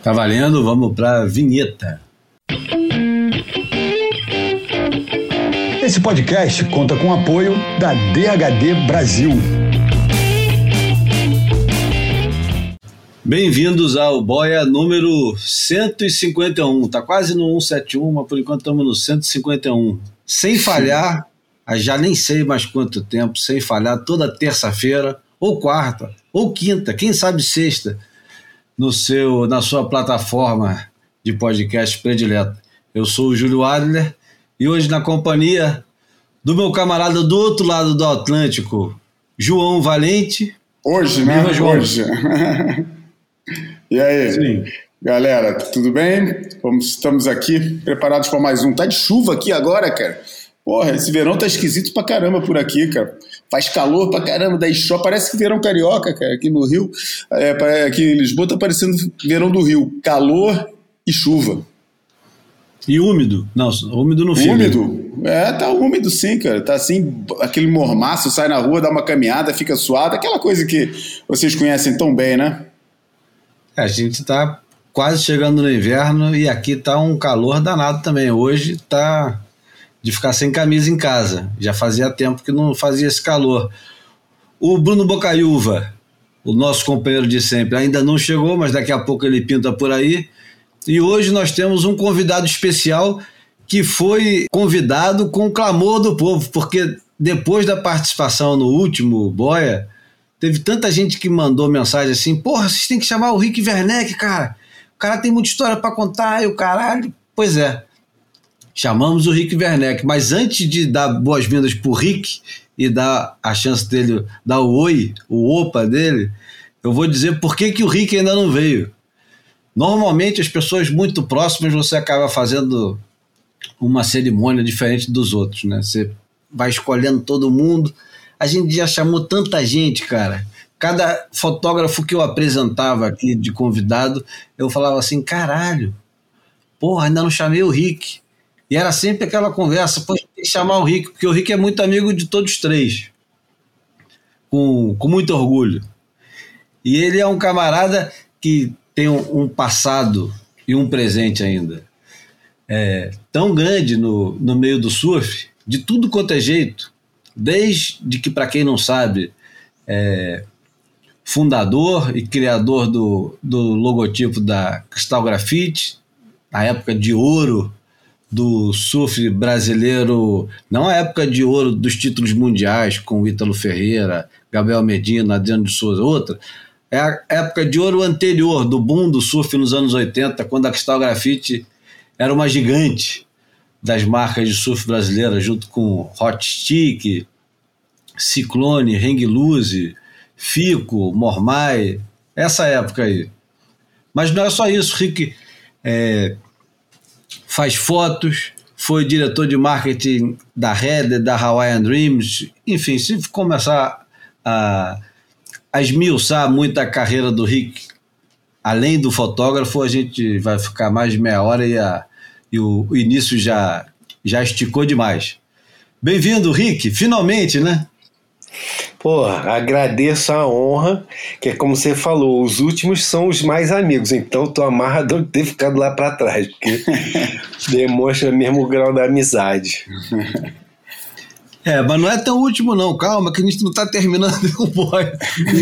Tá valendo, vamos pra vinheta. Esse podcast conta com o apoio da DHD Brasil. Bem-vindos ao Boia número 151. Tá quase no 171, mas por enquanto estamos no 151. Sem falhar, já nem sei mais quanto tempo, sem falhar, toda terça-feira, ou quarta, ou quinta, quem sabe sexta, na sua plataforma de podcast predileta. Eu sou o Júlio Adler e hoje na companhia do meu camarada do outro lado do Atlântico, João Valente. Hoje, né? Viva, João. Hoje. E aí, Sim. Galera, tudo bem? Estamos aqui preparados para mais um. Tá de chuva aqui agora, cara. Porra, esse verão tá esquisito pra caramba por aqui, cara. Faz calor pra caramba, daí chove. Parece que verão carioca, cara, aqui no Rio. Aqui em Lisboa tá parecendo verão do Rio. Calor e chuva. E úmido? Não, úmido no fim. Úmido? Tá úmido sim, cara. Tá assim, aquele mormaço, sai na rua, dá uma caminhada, fica suado. Aquela coisa que vocês conhecem tão bem, né? A gente tá quase chegando no inverno e aqui tá um calor danado também. Hoje tá de ficar sem camisa em casa. Já fazia tempo que não fazia esse calor. O Bruno Bocaiúva, o nosso companheiro de sempre, ainda não chegou, mas daqui a pouco ele pinta por aí. E hoje nós temos um convidado especial que foi convidado com o clamor do povo, porque depois da participação no último Boia, teve tanta gente que mandou mensagem assim: porra, vocês têm que chamar o Rick Werneck, cara. O cara tem muita história para contar e o caralho. Pois é, chamamos o Rick Werneck, mas antes de dar boas-vindas pro Rick e dar a chance dele, dar o oi, o opa dele, eu vou dizer por que o Rick ainda não veio. Normalmente as pessoas muito próximas você acaba fazendo uma cerimônia diferente dos outros, né? Você vai escolhendo todo mundo. A gente já chamou tanta gente, cara. Cada fotógrafo que eu apresentava aqui de convidado, eu falava assim: caralho, porra, ainda não chamei o Rick. E era sempre aquela conversa: pô, tem que chamar o Rick, porque o Rick é muito amigo de todos três, com muito orgulho. E ele é um camarada que tem um passado e um presente ainda tão grande no meio do surf, de tudo quanto é jeito, desde que, para quem não sabe, fundador e criador do logotipo da Cristal Grafite, na época de ouro do surf brasileiro, não a época de ouro dos títulos mundiais com o Ítalo Ferreira, Gabriel Medina, Adriano de Souza, outra. É a época de ouro anterior, do boom do surf nos anos 80, quando a Cristal Grafite era uma gigante das marcas de surf brasileiras, junto com Hot Stick, Ciclone, Hang Loose, Fico, Mormai, essa época aí. Mas não é só isso, Rick faz fotos, foi diretor de marketing da Header, da Hawaiian Dreams, enfim, se começar a esmiuçar muito a carreira do Rick, além do fotógrafo, a gente vai ficar mais de meia hora e o início já esticou demais. Bem-vindo, Rick, finalmente, né? Pô, agradeço a honra, que é como você falou, os últimos são os mais amigos, então tô amarrado de ter ficado lá para trás, porque demonstra mesmo o grau da amizade. Mas não é tão último não, calma, que a gente não tá terminando o Boia.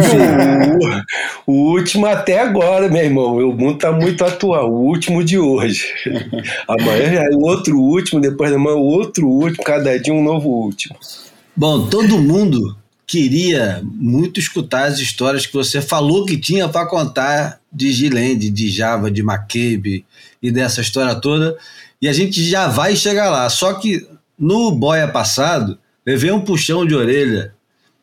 O último até agora, meu irmão, o mundo tá muito atual, o último de hoje. Amanhã já é o outro último, depois da manhã o outro último, cada dia um novo último. Bom, todo mundo queria muito escutar as histórias que você falou que tinha para contar de Gilead, de Java, de McCabe e dessa história toda, e a gente já vai chegar lá, só que no Boia passado levei um puxão de orelha.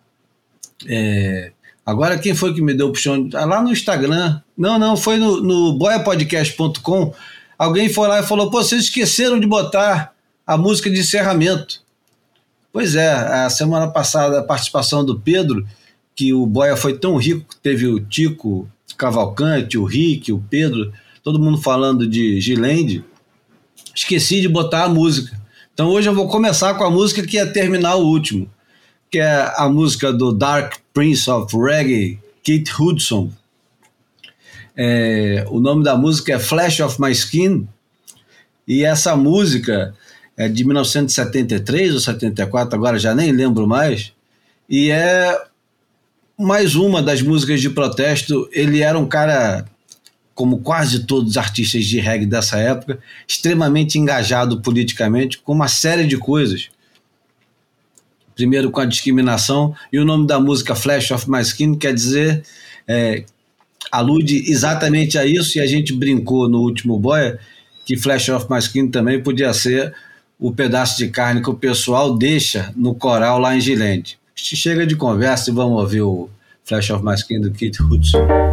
Agora quem foi que me deu o puxão? Lá no Instagram. Não, foi no boiapodcast.com. Alguém foi lá e falou: pô, vocês esqueceram de botar a música de encerramento. Pois é, a semana passada a participação do Pedro, que o Boia foi tão rico, teve o Tico Cavalcante, o Rick, o Pedro, todo mundo falando de Gilead, esqueci de botar a música. Então hoje eu vou começar com a música que ia terminar o último, que é a música do Dark Prince of Reggae, Keith Hudson. O nome da música é Flesh of My Skin, e essa música é de 1973 ou 74, agora já nem lembro mais, e é mais uma das músicas de protesto. Ele era um cara, como quase todos os artistas de reggae dessa época, extremamente engajado politicamente com uma série de coisas. Primeiro com a discriminação, e o nome da música Flesh of My Skin quer dizer, alude exatamente a isso, e a gente brincou no último Boia que Flesh of My Skin também podia ser o pedaço de carne que o pessoal deixa no coral lá em Gilende. Chega de conversa e vamos ouvir o Flesh of My Skin do Keith Hudson.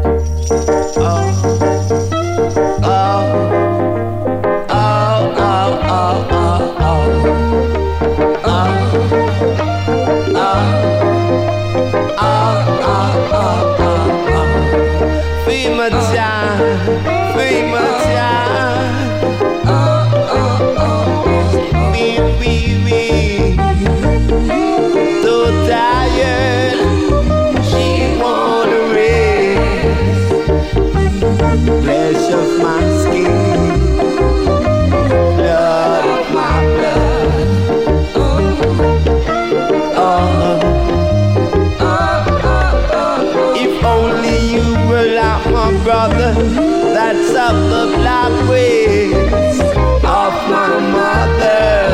That's up the black ways of my mother.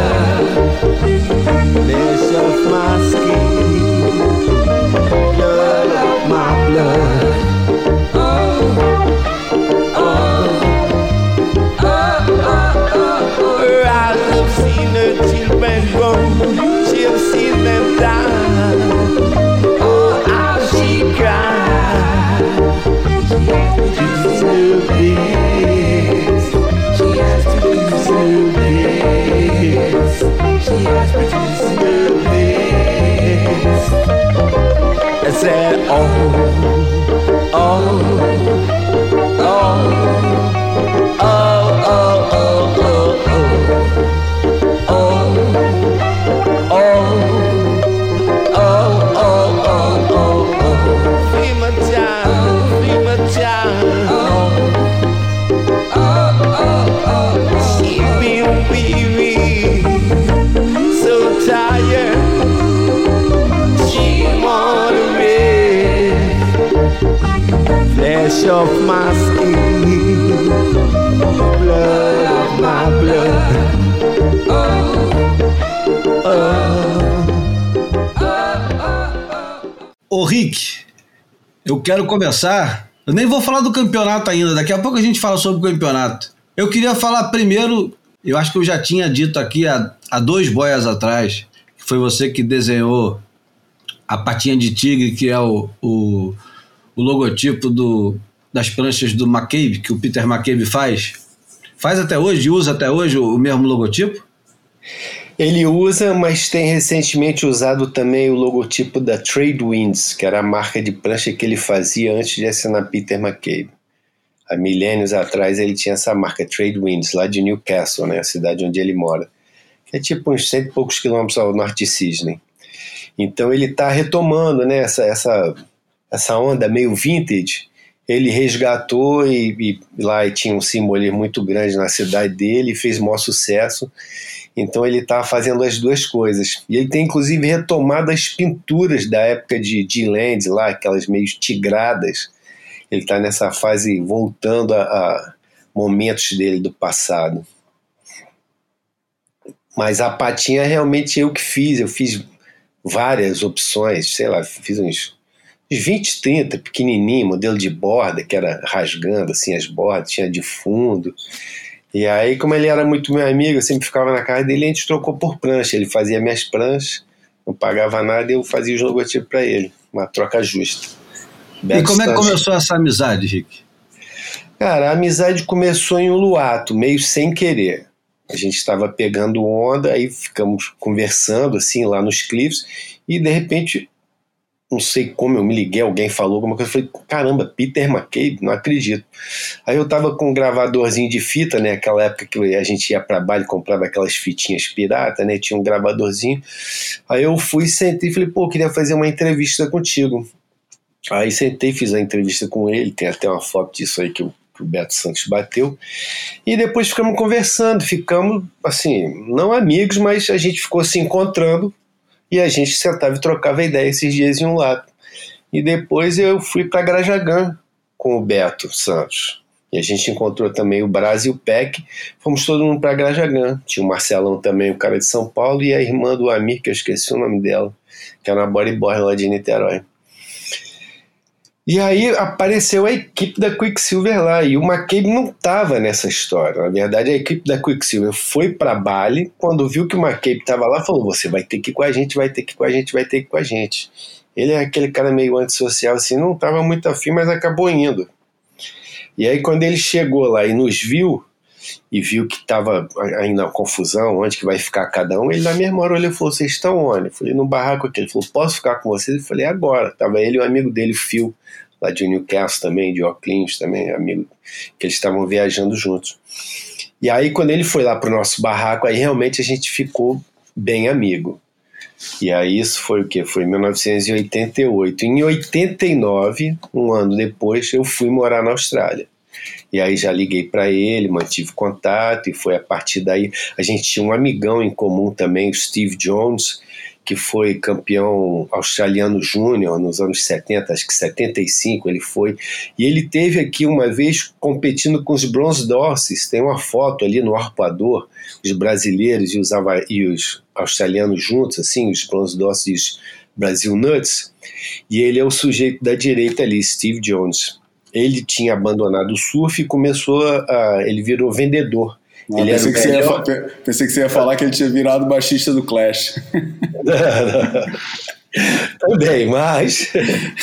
Flesh of my skin, blood of my blood. Her eyes have seen her children grow, she have seen them die. Oh, how she cried. I said, oh, oh, oh, oh, oh, oh, oh, oh, oh, oh, oh, oh, free my child, free my child. She been weary, so tired. She wanna rest. Flesh of my skin, blood of my blood. Ô Rick, eu quero começar. Eu nem vou falar do campeonato ainda, daqui a pouco a gente fala sobre o campeonato. Eu queria falar primeiro, eu acho que eu já tinha dito aqui há 2 boias atrás, que foi você que desenhou a patinha de tigre, que é o logotipo das pranchas do McCabe, que o Peter McCabe faz. Faz até hoje, usa até hoje o mesmo logotipo? Ele usa, mas tem recentemente usado também o logotipo da Tradewinds, que era a marca de prancha que ele fazia antes de assinar Peter McCabe. Há milênios atrás ele tinha essa marca Tradewinds, lá de Newcastle, né, a cidade onde ele mora, que é tipo uns 100 e poucos quilômetros ao norte de Sydney. Então ele está retomando, né, essa onda meio vintage. Ele resgatou e lá tinha um símbolo muito grande na cidade dele e fez maior sucesso. Então ele está fazendo as duas coisas. E ele tem inclusive retomado as pinturas da época de Gilland, lá, aquelas meio tigradas. Ele está nessa fase voltando a momentos dele do passado. Mas a patinha realmente eu que fiz. Eu fiz várias opções, sei lá, fiz uns 20, 30, pequenininho, modelo de borda, que era rasgando assim as bordas, tinha de fundo. E aí, como ele era muito meu amigo, eu sempre ficava na casa dele, e a gente trocou por prancha. Ele fazia minhas pranchas, não pagava nada e eu fazia os logotipos para ele. Uma troca justa. E como é que começou essa amizade, Rick? Cara, a amizade começou em Uluwatu, meio sem querer. A gente estava pegando onda, aí ficamos conversando assim lá nos cliffs e de repente, não sei como, eu me liguei, alguém falou alguma coisa, eu falei, caramba, Peter McCabe, não acredito. Aí eu tava com um gravadorzinho de fita, né, aquela época que a gente ia pra baile e comprava aquelas fitinhas pirata, né, tinha um gravadorzinho. Aí eu fui, sentei e falei, pô, eu queria fazer uma entrevista contigo. Aí sentei, fiz a entrevista com ele, tem até uma foto disso aí que o Beto Santos bateu, e depois ficamos conversando, ficamos assim, não amigos, mas a gente ficou se encontrando e a gente sentava e trocava ideia esses dias em um lado. E depois eu fui para Grajagan com o Beto Santos, e a gente encontrou também o Braz e o Peck, fomos todo mundo para Grajagan, tinha o Marcelão também, o cara de São Paulo, e a irmã do Amir, que eu esqueci o nome dela, que era uma bodyboard lá de Niterói. E aí apareceu a equipe da Quicksilver lá, e o McCabe não estava nessa história. Na verdade, a equipe da Quicksilver foi para Bali, quando viu que o McCabe estava lá, falou: você vai ter que ir com a gente, vai ter que ir com a gente, vai ter que ir com a gente. Ele é aquele cara meio antissocial, assim, não estava muito afim, mas acabou indo. E aí quando ele chegou lá e nos viu, e viu que estava ainda uma confusão, onde que vai ficar cada um, ele na mesma hora olhou e falou: vocês estão onde? Eu falei: no barraco aqui. Ele falou: posso ficar com vocês? Eu falei: agora. Tava ele e o amigo dele, o Phil, lá de Newcastle também, de Auckland também, amigo, que eles estavam viajando juntos. E aí quando ele foi lá pro nosso barraco, aí realmente a gente ficou bem amigo. E aí isso foi o quê? Foi em 1988. Em 89, um ano depois, eu fui morar na Austrália. E aí já liguei para ele, mantive contato, e foi a partir daí. A gente tinha um amigão em comum também, o Steve Jones, que foi campeão australiano júnior nos anos 70, acho que 75 ele foi, e ele teve aqui uma vez competindo com os Bronze Dorses. Tem uma foto ali no arpoador, os brasileiros e os australianos juntos, assim, os Bronze Dorses e os Brasil Nuts, e ele é o sujeito da direita ali, Steve Jones. Ele tinha abandonado o surf e começou ele virou vendedor. Ele pensei que você ia falar que ele tinha virado baixista do Clash. Também, mas...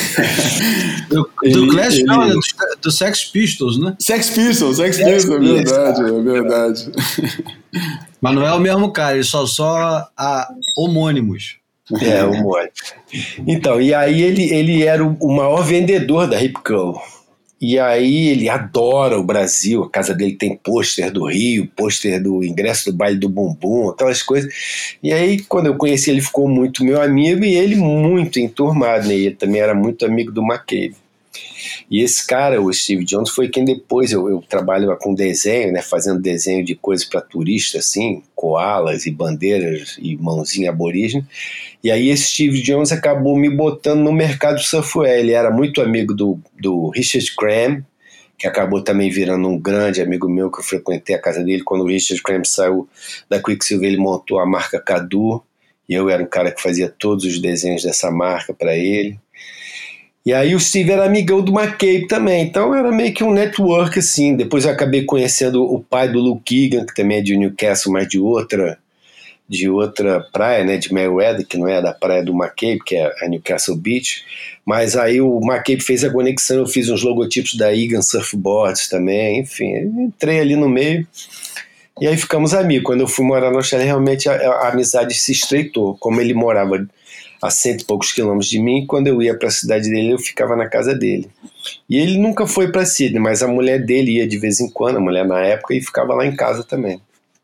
do Clash não, do Sex Pistols, né? Sex Pistols, é verdade. Mas não é o mesmo cara, ele só homônimos. Homônimo. Então, e aí ele era o maior vendedor da Rip Curl. E aí ele adora o Brasil, a casa dele tem pôster do Rio, pôster do ingresso do baile do Bumbum, aquelas coisas. E aí quando eu conheci ele ficou muito meu amigo, e ele muito enturmado, né? Ele também era muito amigo do McCabe. E esse cara, o Steve Jones, foi quem depois eu trabalho com desenho, né, fazendo desenho de coisas para turista, assim, koalas e bandeiras e mãozinha aborígene. E aí esse Steve Jones acabou me botando no mercado surfwear. Ele era muito amigo do Richard Cram, que acabou também virando um grande amigo meu, que eu frequentei a casa dele. Quando o Richard Cram saiu da Quicksilver, ele montou a marca Cadu, e eu era o cara que fazia todos os desenhos dessa marca para ele. E aí o Steve era amigão do McCabe também, então era meio que um network assim. Depois eu acabei conhecendo o pai do Luke Keegan, que também é de Newcastle, mas de outra praia, né, de Merewether, que não é da praia do McCabe, que é a Newcastle Beach. Mas aí o McCabe fez a conexão, eu fiz uns logotipos da Egan Surfboards também, enfim, entrei ali no meio. E aí ficamos amigos. Quando eu fui morar na Austrália, realmente a amizade se estreitou. Como ele morava a 100 e poucos quilômetros de mim, quando eu ia para a cidade dele, eu ficava na casa dele. E ele nunca foi para Sydney, mas a mulher dele ia de vez em quando, a mulher na época, e ficava lá em casa também.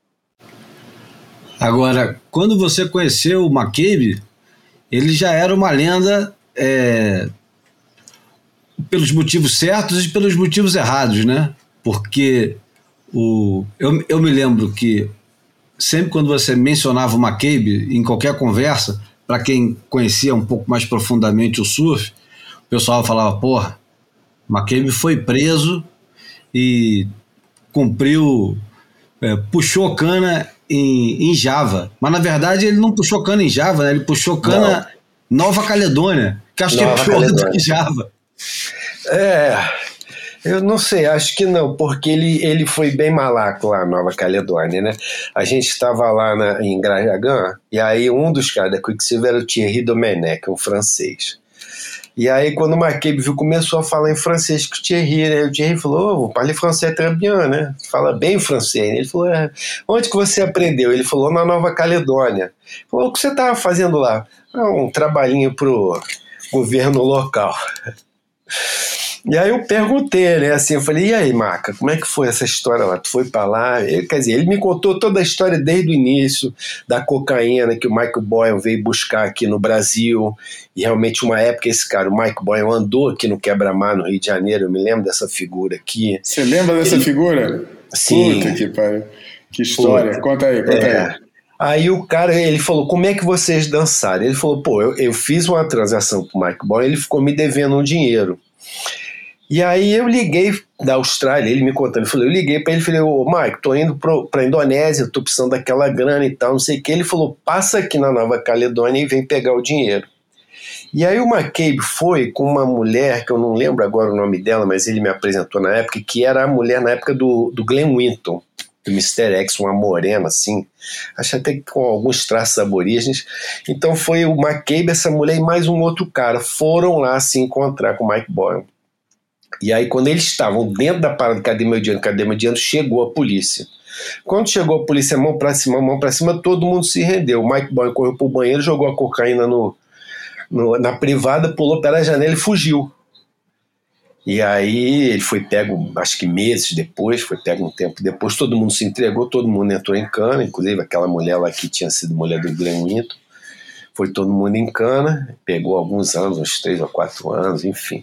Agora, quando você conheceu o McCabe, ele já era uma lenda pelos motivos certos e pelos motivos errados, né? Porque eu me lembro que sempre quando você mencionava o McCabe em qualquer conversa, para quem conhecia um pouco mais profundamente o surf, o pessoal falava: porra, McCabe foi preso e cumpriu, puxou cana em Java. Mas na verdade ele não puxou cana em Java, né? Ele puxou cana Nova Caledônia, que acho que é pior do que Java. Eu não sei, acho que não, porque ele foi bem malaco lá na Nova Caledônia, né? A gente estava lá em Grajagan, e aí um dos caras da Quicksilver era o Thierry Domenech, um francês. E aí quando o McCabe viu, começou a falar em francês com o Thierry, né? O Thierry falou: parle français très bien, né? Fala bem francês. Ele falou: onde que você aprendeu? Ele falou: na Nova Caledônia. Ele falou: o que você estava fazendo lá? Um trabalhinho pro governo local. E aí eu perguntei, né, assim, eu falei, e aí, Maca, como é que foi essa história lá? Tu foi pra lá? Quer dizer, ele me contou toda a história desde o início, da cocaína que o Michael Boyle veio buscar aqui no Brasil, e realmente uma época esse cara, o Michael Boyle, andou aqui no Quebra-Mar, no Rio de Janeiro, eu me lembro dessa figura aqui. Você lembra dessa figura? Sim. Puta que pariu. Que história. Conta aí. Aí o cara, ele falou, como é que vocês dançaram? Ele falou, pô, eu fiz uma transação com o Michael Boyle, ele ficou me devendo um dinheiro. E aí eu liguei da Austrália, ele me contando, eu liguei para ele, falei, ô Mike, tô indo pra Indonésia, tô precisando daquela grana e tal, não sei o que. Ele falou, passa aqui na Nova Caledônia e vem pegar o dinheiro. E aí o McCabe foi com uma mulher, que eu não lembro agora o nome dela, mas ele me apresentou na época, que era a mulher na época do Glenn Winton, do Mr. X, uma morena assim, acho até que com alguns traços aborígenes. Então foi o McCabe, essa mulher e mais um outro cara, foram lá se encontrar com o Mike Boyle. E aí, quando eles estavam dentro da parada, cadê meu dinheiro, chegou a polícia. Quando chegou a polícia, mão pra cima, todo mundo se rendeu. O Mike Boyle correu pro banheiro, jogou a cocaína na privada, pulou pela janela e fugiu. E aí ele foi pego, acho que meses depois, foi pego um tempo depois, todo mundo se entregou, todo mundo entrou em cana, inclusive aquela mulher lá que tinha sido mulher do Glenn Winton, foi todo mundo em cana, pegou alguns anos, uns 3 ou 4 anos, enfim.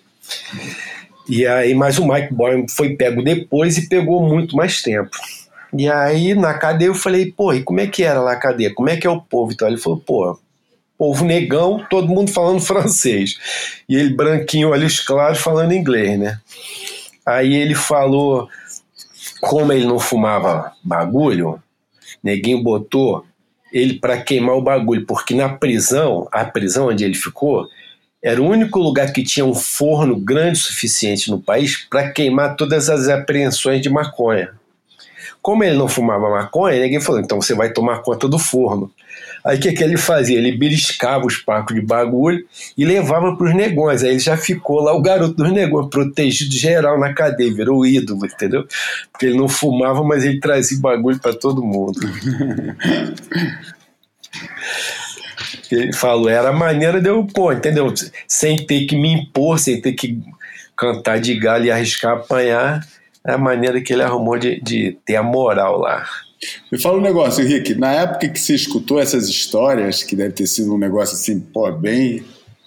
E aí, mas o Mike Boyle foi pego depois e pegou muito mais tempo. E aí, na cadeia, eu falei, pô, e como é que era lá a cadeia? Como é que é o povo? Então ele falou, pô, povo negão, todo mundo falando francês. E ele branquinho, olhos claros, falando inglês, né? Aí ele falou, como ele não fumava bagulho, neguinho botou ele para queimar o bagulho, porque na prisão, a prisão onde ele ficou, era o único lugar que tinha um forno grande o suficiente no país para queimar todas as apreensões de maconha. Como ele não fumava maconha, ninguém falou, então você vai tomar conta do forno. Aí o que ele fazia? Ele beliscava os pacos de bagulho e levava para os negões. Aí ele já ficou lá, o garoto dos negões, protegido geral na cadeia, virou o ídolo, entendeu? Porque ele não fumava, mas ele trazia bagulho para todo mundo. Ele falou, era a maneira de eu, pô, entendeu? Sem ter que me impor, sem ter que cantar de galho e arriscar apanhar, é a maneira que ele arrumou de ter a moral lá. Me fala um negócio, Henrique, na época que você escutou essas histórias, que deve ter sido um negócio assim, pô, bem,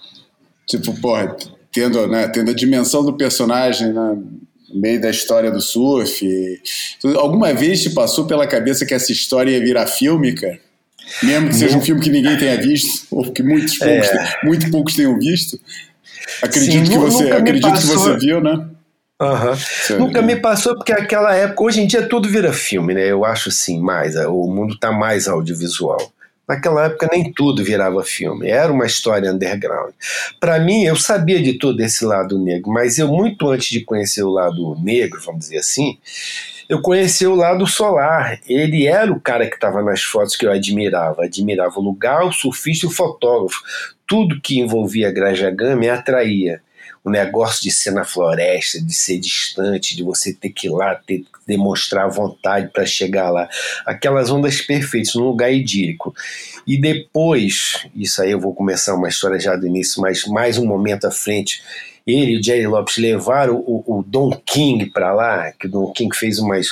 tipo, pô, tendo a dimensão do personagem, né, no meio da história do surf, alguma vez te passou pela cabeça que essa história ia virar filme, cara? Mesmo que seja um filme que ninguém tenha visto, ou que muito poucos tenham visto. Acredito que você viu, né? Uhum. Nunca me passou, porque aquela época, hoje em dia tudo vira filme, né? Eu acho assim, o mundo está mais audiovisual. Naquela época nem tudo virava filme, era uma história underground. Para mim, eu sabia de todo esse lado negro, mas eu, muito antes de conhecer o lado negro, vamos dizer assim, eu conheci o lado solar. Ele era o cara que estava nas fotos que eu admirava o lugar, o surfista e o fotógrafo. Tudo que envolvia Grajagan me atraía. O negócio de ser na floresta, de ser distante, de você ter que ir lá, demonstrar vontade para chegar lá. Aquelas ondas perfeitas, num lugar idílico. E depois, isso aí eu vou começar uma história já do início, mas mais um momento à frente, ele e o Jerry Lopes levaram o Don King para lá, que o Don King fez umas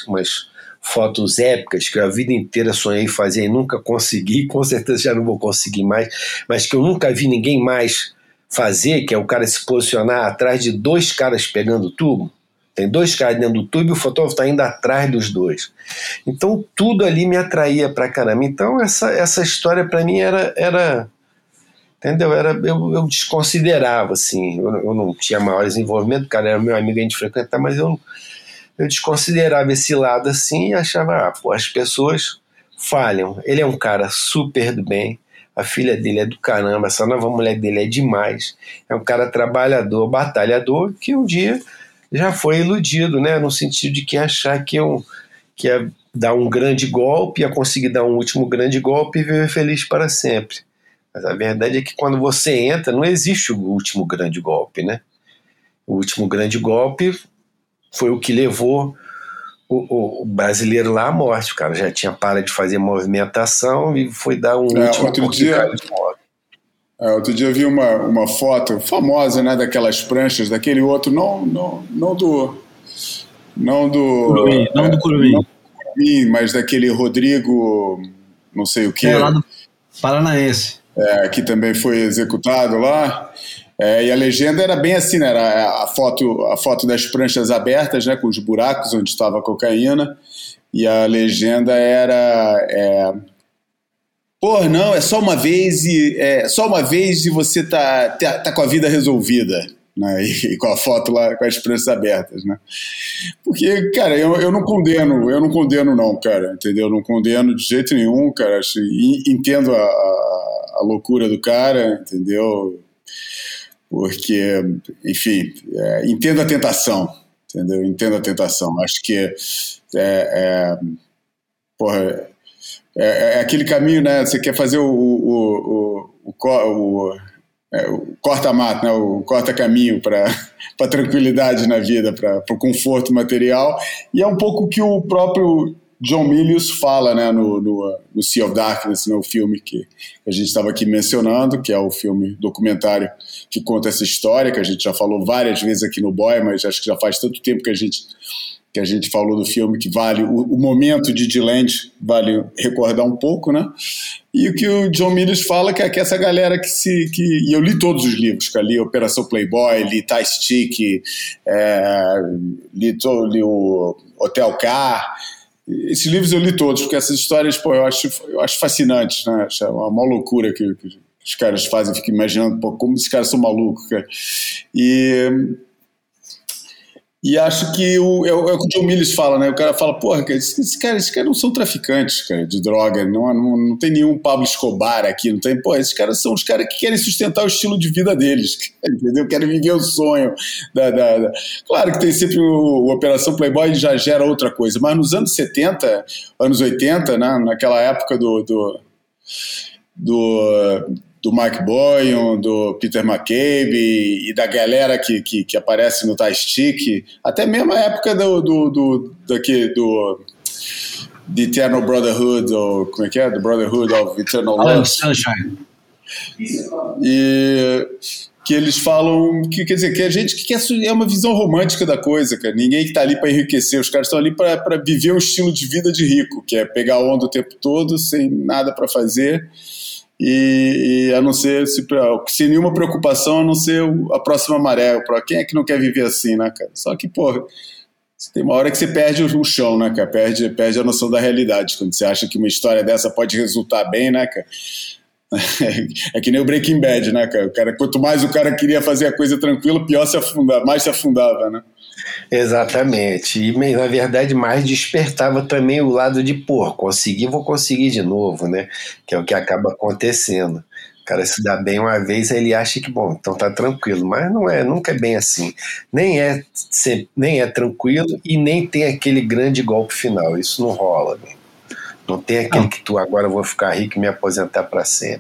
fotos épicas que eu a vida inteira sonhei fazer e nunca consegui, com certeza já não vou conseguir mais, mas que eu nunca vi ninguém mais fazer, que é o cara se posicionar atrás de 2 caras pegando tubo. Tem 2 caras dentro do tubo e o fotógrafo está indo atrás dos 2. Então tudo ali me atraía pra caramba. Então essa história para mim era entendeu? Eu desconsiderava, assim, eu não tinha maior desenvolvimento, o cara era meu amigo, a gente frequentava, mas eu desconsiderava esse lado assim e achava, as pessoas falham. Ele é um cara super do bem, a filha dele é do caramba, essa nova mulher dele é demais, é um cara trabalhador, batalhador, que um dia já foi iludido, né, no sentido de que achar que ia dar um grande golpe, ia conseguir dar um último grande golpe e viver feliz para sempre. Mas a verdade é que quando você entra, não existe o último grande golpe, né? O último grande golpe foi o que levou o brasileiro lá à morte. O cara já tinha parado de fazer movimentação e foi dar um último outro dia. Outro dia eu vi uma foto famosa, né, daquelas pranchas, daquele outro, não do Curumim, não do Curumim. Não do Curumim, mas daquele Rodrigo, não sei o que. Lá do Paranaense. Que também foi executado lá. E a legenda era bem assim, né? Era a foto das pranchas abertas, né, com os buracos onde estava a cocaína, e a legenda era pô, não, é só uma vez e você tá com a vida resolvida, né? E com a foto lá com as pranchas abertas, né? Porque, cara, eu não condeno não, cara, entendeu? Eu não condeno de jeito nenhum, cara. Entendo a loucura do cara, entendeu? Porque, enfim, entendo a tentação, entendeu? Entendo a tentação. Acho que porra, é aquele caminho, né? Você quer fazer o corta-mato, né? O corta-caminho para a tranquilidade na vida, para o conforto material, e é um pouco o que o próprio John Milius fala, né, no Sea of Darkness, né, o filme que a gente estava aqui mencionando, que é o filme documentário que conta essa história, que a gente já falou várias vezes aqui no Boy, mas acho que já faz tanto tempo que a gente falou do filme que vale, o momento de Land vale recordar um pouco, né? E o que o John Milius fala que essa galera e eu li todos os livros, que li Operação Playboy, li Tie Stick, li o Hotel K. Esses livros eu li todos, porque essas histórias, pô, eu acho fascinantes, né? É uma maior loucura que os caras fazem, eu fico imaginando, pô, como esses caras são malucos, cara. E acho que é o que o John Milius fala, né? O cara fala, porra, cara, esses caras não são traficantes, cara, de droga, não tem nenhum Pablo Escobar aqui, não tem, pô, esses caras são os caras que querem sustentar o estilo de vida deles, entendeu? Querem viver o sonho Claro que tem sempre o Operação Playboy, já gera outra coisa, mas nos anos 70, anos 80, né? Naquela época do Mike Boyan, do Peter McCabe e da galera que aparece no Tie Stick, até mesmo a época The Eternal Brotherhood, ou como é que é? The Brotherhood of Eternal Love. Sunshine. E que eles falam, quer dizer, que a gente que é uma visão romântica da coisa, cara. Ninguém que tá ali para enriquecer, os caras estão ali para viver um estilo de vida de rico, que é pegar onda o tempo todo, sem nada para fazer. E a não ser sem nenhuma preocupação, a não ser a próxima maré. Para quem é que não quer viver assim, né, cara? Só que, porra, tem uma hora que você perde o chão, né, cara? Perde a noção da realidade. Quando você acha que uma história dessa pode resultar bem, né, cara? É que nem o Breaking Bad, né, cara? Quanto mais o cara queria fazer a coisa tranquila, mais se afundava, né? Exatamente, e na verdade mais despertava também o lado de vou conseguir de novo, né? Que é o que acaba acontecendo. O cara se dá bem uma vez, aí ele acha que, bom, então tá tranquilo, mas nunca é bem assim. Nem é tranquilo e nem tem aquele grande golpe final, isso não rola, né? Não tem aquele que agora vou ficar rico e me aposentar para sempre.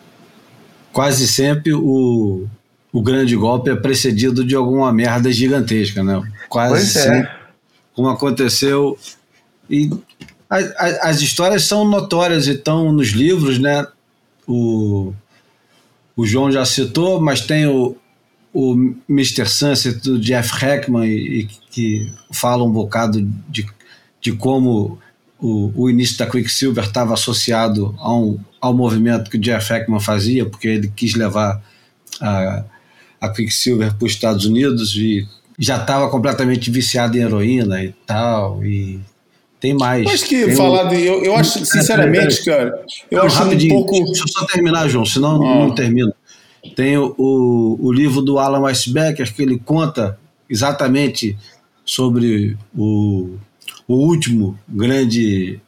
Quase sempre o grande golpe é precedido de alguma merda gigantesca, né? Quase sempre, como aconteceu. E as histórias são notórias e estão nos livros, né? O João já citou, mas tem o Mr. Sunset do Jeff Heckman, que fala um bocado de como o início da Quicksilver estava associado ao movimento que o Jeff Heckman fazia, porque ele quis levar a Quicksilver para os Estados Unidos e já estava completamente viciado em heroína e tal, e tem mais. Acho que eu acho, sinceramente, cara, eu acho rapidinho, um pouco... Deixa eu só terminar, João, senão não termino. Tem o livro do Alan Weisbecker, que ele conta exatamente sobre o último grande...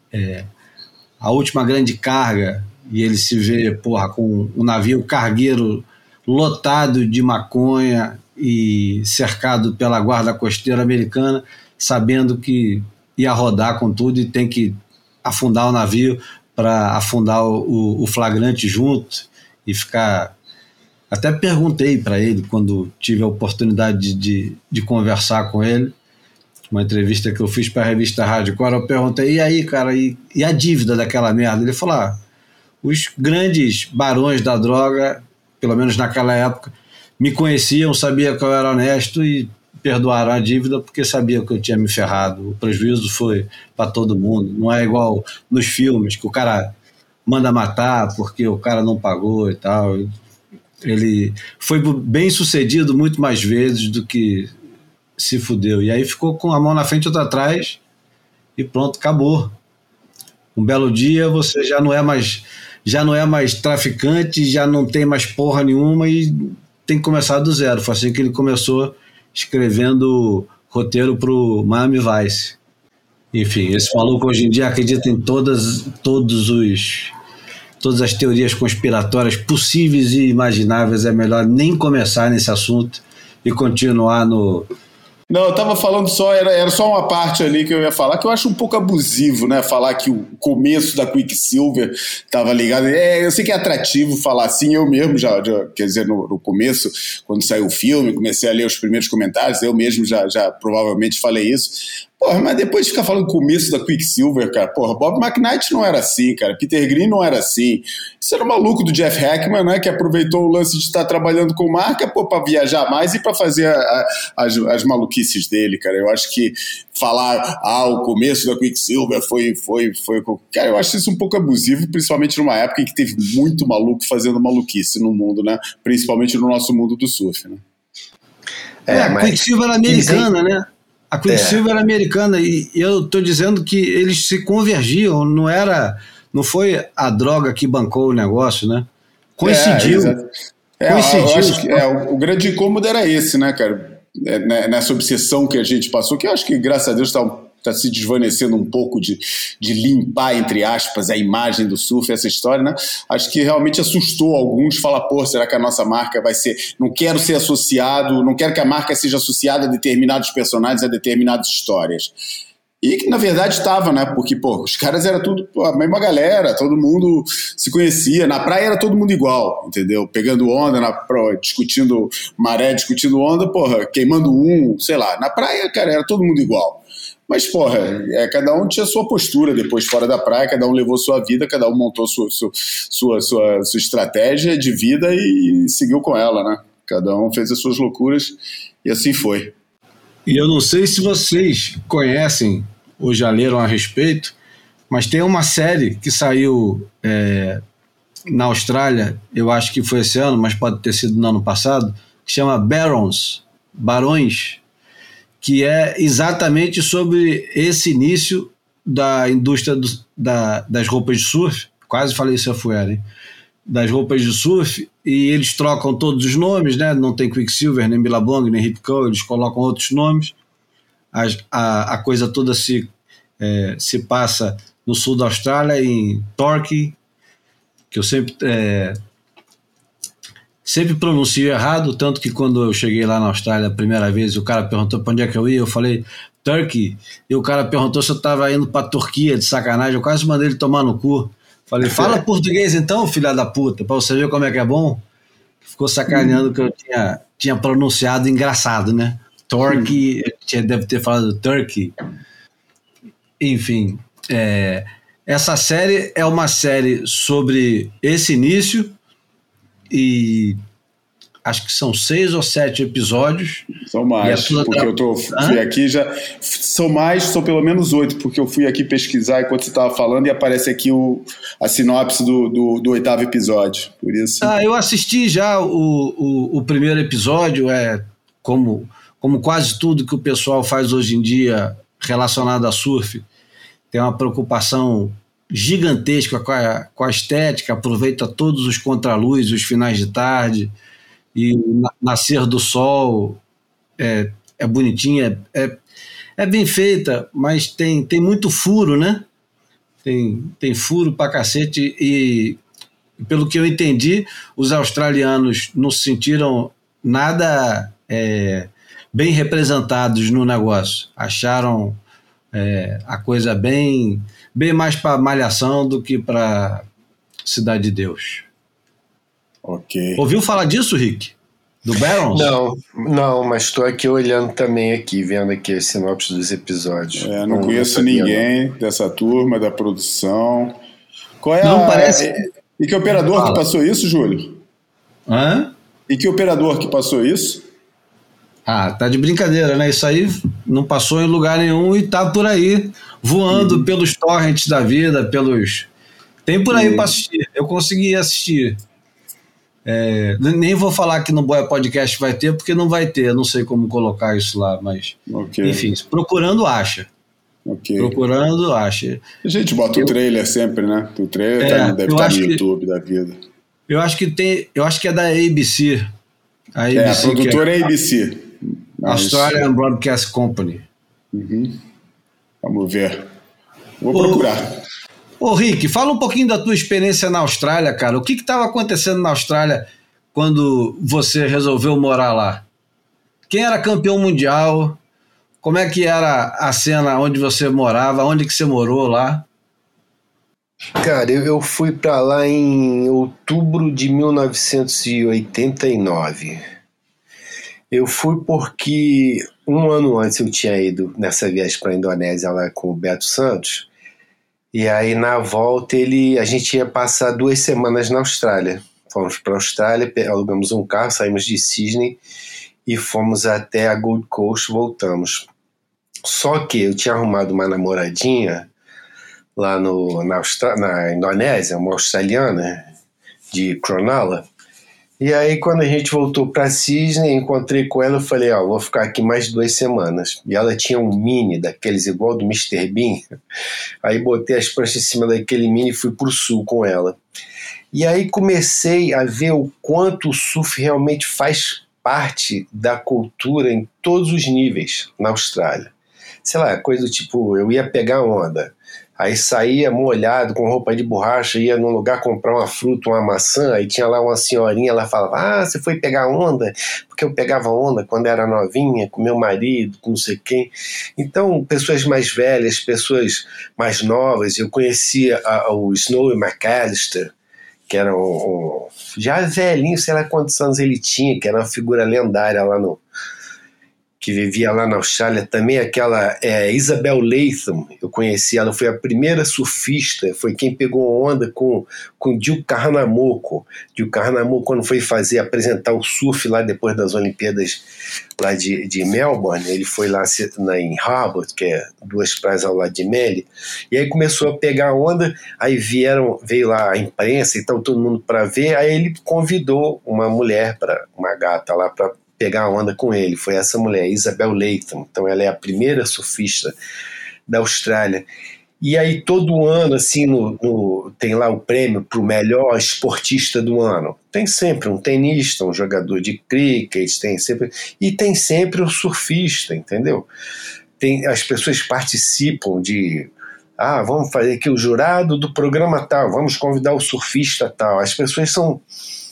a última grande carga, e ele se vê, com um navio cargueiro lotado de maconha e cercado pela guarda costeira americana, sabendo que ia rodar com tudo e tem que afundar o navio para afundar o flagrante junto e ficar... Até perguntei para ele, quando tive a oportunidade de conversar com ele, uma entrevista que eu fiz para a revista Hardcore, eu perguntei, e aí, cara, e a dívida daquela merda? Ele falou, os grandes barões da droga pelo menos naquela época, me conheciam, sabia que eu era honesto e perdoaram a dívida porque sabia que eu tinha me ferrado. O prejuízo foi para todo mundo. Não é igual nos filmes, que o cara manda matar porque o cara não pagou e tal. Ele foi bem sucedido muito mais vezes do que se fudeu. E aí ficou com a mão na frente e outra atrás e pronto, acabou. Um belo dia você já não é mais traficante, já não tem mais porra nenhuma e tem que começar do zero. Foi assim que ele começou escrevendo roteiro pro Miami Vice. Enfim, esse maluco hoje em dia acredita em todas as teorias conspiratórias possíveis e imagináveis. É melhor nem começar nesse assunto e continuar no... Não, eu tava falando só, era só uma parte ali que eu ia falar, que eu acho um pouco abusivo, né? Falar que o começo da Quicksilver tava ligado. Eu sei que é atrativo falar assim, eu mesmo já quer dizer, no começo, quando saiu o filme, comecei a ler os primeiros comentários, eu mesmo já provavelmente falei isso. Porra, mas depois de ficar falando do começo da Quicksilver, cara, porra, Bob McKnight não era assim, cara, Peter Green não era assim. Isso era o maluco do Jeff Hackman, né, que aproveitou o lance de estar trabalhando com marca, pô, pra viajar mais e pra fazer as maluquices dele, cara. Eu acho que falar, o começo da Quicksilver foi... Cara, eu acho isso um pouco abusivo, principalmente numa época em que teve muito maluco fazendo maluquice no mundo, né, principalmente no nosso mundo do surf, né. A Quicksilver era americana, né? A Quicksilver era americana e eu estou dizendo que eles se convergiam, não foi a droga que bancou o negócio, né? Coincidiu. Eu acho que o grande incômodo era esse, né, cara? Nessa obsessão que a gente passou, que eu acho que, graças a Deus, está se desvanecendo um pouco de limpar, entre aspas, a imagem do surf, essa história, né? Acho que realmente assustou alguns, falar, pô, será que a nossa marca vai ser... Não quero ser associado, não quero que a marca seja associada a determinados personagens, a determinadas histórias. E que, na verdade, estava, né? Porque, pô, os caras eram tudo a mesma galera, todo mundo se conhecia. Na praia era todo mundo igual, entendeu? Pegando onda, discutindo maré, discutindo onda, porra, queimando sei lá. Na praia, cara, era todo mundo igual. Mas, porra, cada um tinha sua postura depois fora da praia, cada um levou sua vida, cada um montou sua estratégia de vida e seguiu com ela, né? Cada um fez as suas loucuras e assim foi. E eu não sei se vocês conhecem ou já leram a respeito, mas tem uma série que saiu na Austrália, eu acho que foi esse ano, mas pode ter sido no ano passado, que chama Barões, que é exatamente sobre esse início da indústria das roupas de surf. Quase falei isso a fuera, hein? Das roupas de surf, e eles trocam todos os nomes, né? Não tem Quicksilver, nem Billabong, nem Rip Curl, eles colocam outros nomes. A coisa toda se passa no sul da Austrália, em Torquay, que eu sempre pronuncio errado, tanto que quando eu cheguei lá na Austrália a primeira vez, o cara perguntou para onde é que eu ia, eu falei Turkey, e o cara perguntou se eu estava indo para Turquia, de sacanagem, eu quase mandei ele tomar no cu. Falei, fala português então, filha da puta, para você ver como é que é bom. Ficou sacaneando que eu tinha pronunciado engraçado, né? Turkey, deve ter falado Turkey. Enfim, essa série é uma série sobre esse início, e acho que são 6 ou 7 episódios. São mais, porque eu fui aqui já... São pelo menos 8, porque eu fui aqui pesquisar enquanto você estava falando e aparece aqui a sinopse do 8º episódio, por isso... eu assisti já o primeiro episódio, como quase tudo que o pessoal faz hoje em dia relacionado a surf, tem uma preocupação gigantesca com a estética, aproveita todos os contraluz, os finais de tarde, e o nascer do sol é bonitinha, é bem feita, mas tem muito furo, né? Tem furo pra cacete, e pelo que eu entendi, os australianos não se sentiram nada bem representados no negócio, acharam a coisa bem mais para Malhação do que para Cidade de Deus. Ok. Ouviu falar disso, Rick? Do Barons? Não, mas estou aqui olhando também aqui, vendo aqui as sinopses dos episódios. Não conheço ninguém dessa turma, da produção. Qual é não parece... E que operador que passou isso, Júlio? Hã? E que operador que passou isso? Ah, tá de brincadeira, né? Isso aí não passou em lugar nenhum e tá por aí, voando pelos torrents da vida, pelos... Tem por aí para assistir. Eu consegui assistir. Nem vou falar que no Boia Podcast vai ter, porque não vai ter. Eu não sei como colocar isso lá, mas... Enfim, procurando, acha. Procurando, acha. A gente bota o trailer sempre, né? O trailer deve estar no YouTube da vida. Eu acho que é da ABC. A ABC, a produtora é ABC. Australian Broadcast Company. Vamos ver. Vou procurar. Ô Rick, fala um pouquinho da tua experiência na Austrália, cara. O que estava acontecendo na Austrália quando você resolveu morar lá? Quem era campeão mundial? Como é que era a cena onde você morava? Onde que você morou lá? Cara, eu fui para lá em outubro de 1989. Eu fui porque um ano antes eu tinha ido nessa viagem para a Indonésia lá com o Beto Santos. E aí na volta a gente ia passar 2 semanas na Austrália. Fomos para a Austrália, alugamos um carro, saímos de Sydney e fomos até a Gold Coast, voltamos. Só que eu tinha arrumado uma namoradinha lá na Indonésia, uma australiana de Cronulla. E aí quando a gente voltou para Sydney, encontrei com ela, eu falei, vou ficar aqui mais 2 semanas. E ela tinha um mini, daqueles igual do Mr. Bean. Aí botei as pranchas em cima daquele mini e fui pro sul com ela. E aí comecei a ver o quanto o surf realmente faz parte da cultura em todos os níveis na Austrália. Sei lá, coisa do tipo, eu ia pegar onda, aí saía molhado com roupa de borracha, ia num lugar comprar uma fruta, uma maçã, aí tinha lá uma senhorinha, ela falava, você foi pegar onda? Porque eu pegava onda quando era novinha, com meu marido, com não sei quem. Então, pessoas mais velhas, pessoas mais novas, eu conhecia o Snowy McAllister, que era já velhinho, sei lá quantos anos ele tinha, que era uma figura lendária lá que vivia lá na Austrália também, aquela Isabel Latham, eu conheci ela, foi a primeira surfista, foi quem pegou onda com Duke Kahanamoku. Duke Kahanamoku, quando foi apresentar o surf lá depois das Olimpíadas lá de Melbourne, ele foi lá em Harbour, que é 2 praias ao lado de Melly, e aí começou a pegar onda, aí veio lá a imprensa e tal, todo mundo para ver, aí ele convidou uma mulher, uma gata lá para pegar onda com ele, foi essa mulher, Isabel Latham. Então ela é a primeira surfista da Austrália. E aí todo ano assim tem lá o prêmio para o melhor esportista do ano. Tem sempre um tenista, um jogador de cricket, tem sempre um surfista, entendeu? As pessoas participam vamos fazer aqui o jurado do programa tal, vamos convidar o surfista tal. As pessoas são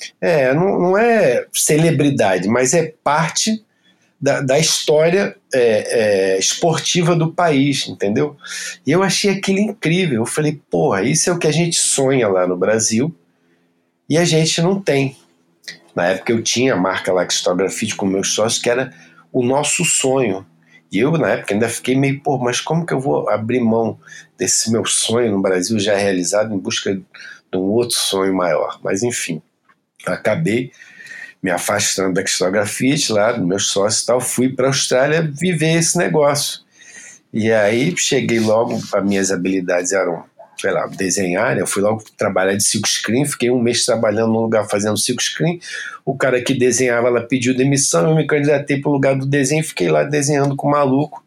não é celebridade, mas é parte da história esportiva do país, entendeu? E eu achei aquilo incrível. Eu falei, porra, isso é o que a gente sonha lá no Brasil e a gente não tem. Na época eu tinha a marca Laxtografite com meus sócios, que era o nosso sonho. E eu, na época, ainda fiquei meio, mas como que eu vou abrir mão desse meu sonho no Brasil já realizado em busca de um outro sonho maior? Mas, enfim, acabei me afastando da Laxtografite lá, dos meus sócios e tal, fui para a Austrália viver esse negócio. E aí cheguei logo, as minhas habilidades eram, sei lá, desenhar, né? Eu fui logo trabalhar de silkscreen, fiquei 1 mês trabalhando num lugar fazendo silkscreen, o cara que desenhava, ela pediu demissão, eu me candidatei para o lugar do desenho, fiquei lá desenhando com o maluco,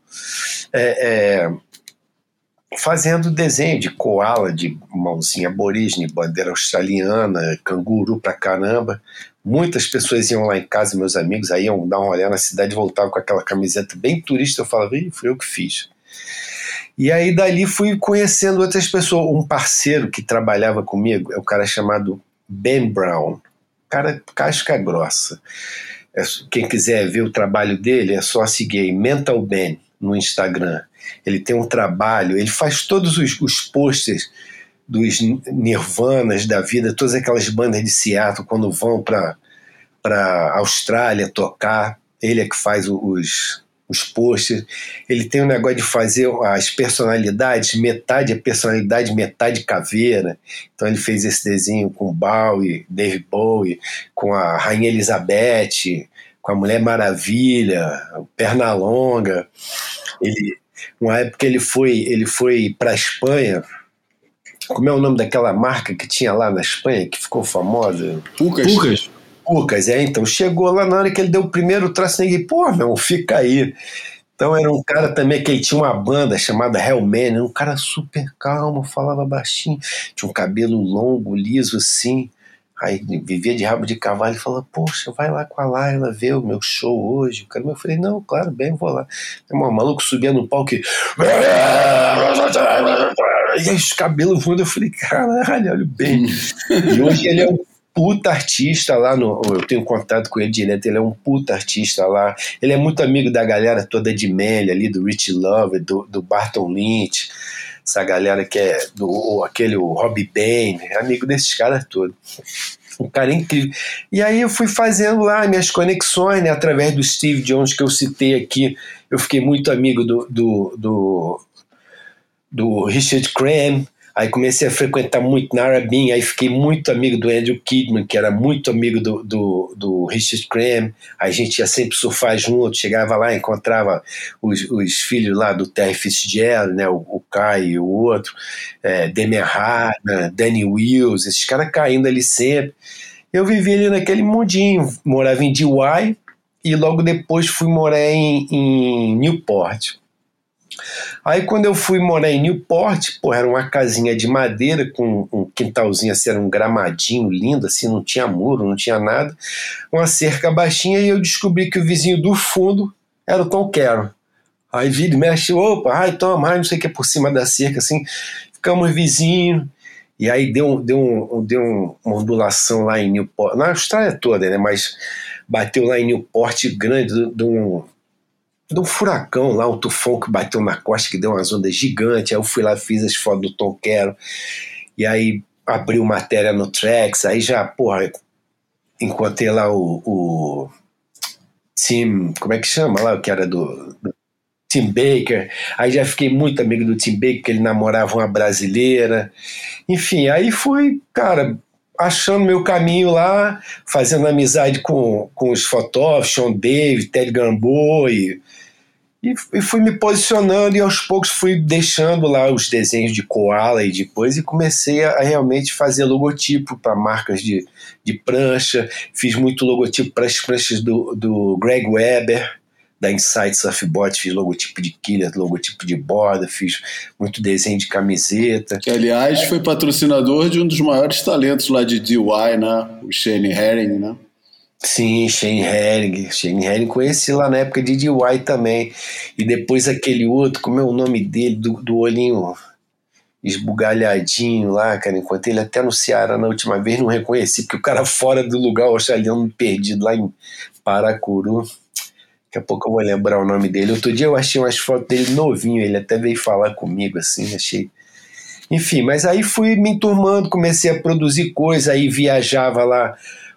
fazendo desenho de koala, de mãozinha aborígene, bandeira australiana, canguru pra caramba. Muitas pessoas iam lá em casa, meus amigos, aí iam dar uma olhada na cidade, voltavam com aquela camiseta bem turista, eu falava, fui eu que fiz. E aí dali fui conhecendo outras pessoas. Um parceiro que trabalhava comigo é um cara chamado Ben Brown, cara casca grossa. Quem quiser ver o trabalho dele é só seguir Mental Ben no Instagram. Ele tem um trabalho, ele faz todos os posters dos Nirvanas da vida, todas aquelas bandas de Seattle quando vão para a Austrália tocar, ele é que faz os posters. Ele tem um negócio de fazer as personalidades, metade é personalidade, metade caveira. Então ele fez esse desenho com Bowie, David Bowie, com a Rainha Elizabeth, com a Mulher Maravilha, o Pernalonga. Uma época ele foi para a Espanha. Como é o nome daquela marca que tinha lá na Espanha, que ficou famosa? Pucas, então chegou lá, na hora que ele deu o primeiro traço, ninguém, meu, fica aí. Então era um cara também que ele tinha uma banda chamada Hellman, um cara super calmo, falava baixinho, tinha um cabelo longo, liso assim, aí vivia de rabo de cavalo e falava, poxa, vai lá com a Laila ver o meu show hoje. O cara, eu falei, não, claro, bem, vou lá. O maluco subia no palco e aí os cabelos voando, eu falei, caralho, olha bem. E hoje ele é um puta artista lá, eu tenho contato com ele direto, ele é um puta artista lá, ele é muito amigo da galera toda de Melly ali, do Richie Love, do Barton Lynch, essa galera que é o Robbie Bain, é amigo desses caras todos. Um cara incrível. E aí eu fui fazendo lá minhas conexões, né, através do Steve Jones que eu citei aqui, eu fiquei muito amigo do Richard Cram. Aí comecei a frequentar muito Nara Bean, aí fiquei muito amigo do Andrew Kidman, que era muito amigo do Richard Cram. Aí a gente ia sempre surfar junto, chegava lá, encontrava os filhos lá do Terry Fitzgerald, né, o Kai e o outro, Damian Hartman, Danny Wills, esses caras caindo ali sempre. Eu vivia ali naquele mundinho, morava em Dewey e logo depois fui morar em Newport. Aí quando eu fui morar em Newport, era uma casinha de madeira com um quintalzinho assim, era um gramadinho lindo assim, não tinha muro, não tinha nada, uma cerca baixinha, e eu descobri que o vizinho do fundo era o Tom Carroll. Aí vira e mexe, opa, toma, não sei o que, por cima da cerca assim, ficamos vizinhos. E aí deu uma ondulação lá em Newport, na Austrália toda, né, mas bateu lá em Newport grande de um furacão lá, um tufão que bateu na costa, que deu umas ondas gigantes. Aí eu fui lá, fiz as fotos do Tom Carroll, e aí abriu matéria no Trax, aí já, encontrei lá o Tim, como é que chama lá, o que era do Tim Baker, aí já fiquei muito amigo do Tim Baker, que ele namorava uma brasileira, enfim, aí fui, cara, achando meu caminho lá, fazendo amizade com os fotógrafos, Sean Davis, Ted Gamboa, e fui me posicionando, e aos poucos fui deixando lá os desenhos de koala e de coisa, e comecei a realmente fazer logotipo para marcas de prancha. Fiz muito logotipo para as pranchas do Greg Weber, da Insight Surfboard, fiz logotipo de quilha, logotipo de borda, fiz muito desenho de camiseta. Que, aliás, foi patrocinador de um dos maiores talentos lá de DIY, né? O Shane Herring, né? Sim, Shane Herring conheci lá na época de DIY também. E depois aquele outro, como é o nome dele, do olhinho esbugalhadinho lá, cara, encontrei ele até no Ceará na última vez, não reconheci, porque o cara fora do lugar, o australiano perdido lá em Paracuru. Daqui a pouco eu vou lembrar o nome dele. Outro dia eu achei umas fotos dele novinho, ele até veio falar comigo assim, achei. Enfim, mas aí fui me enturmando, comecei a produzir coisa, aí viajava lá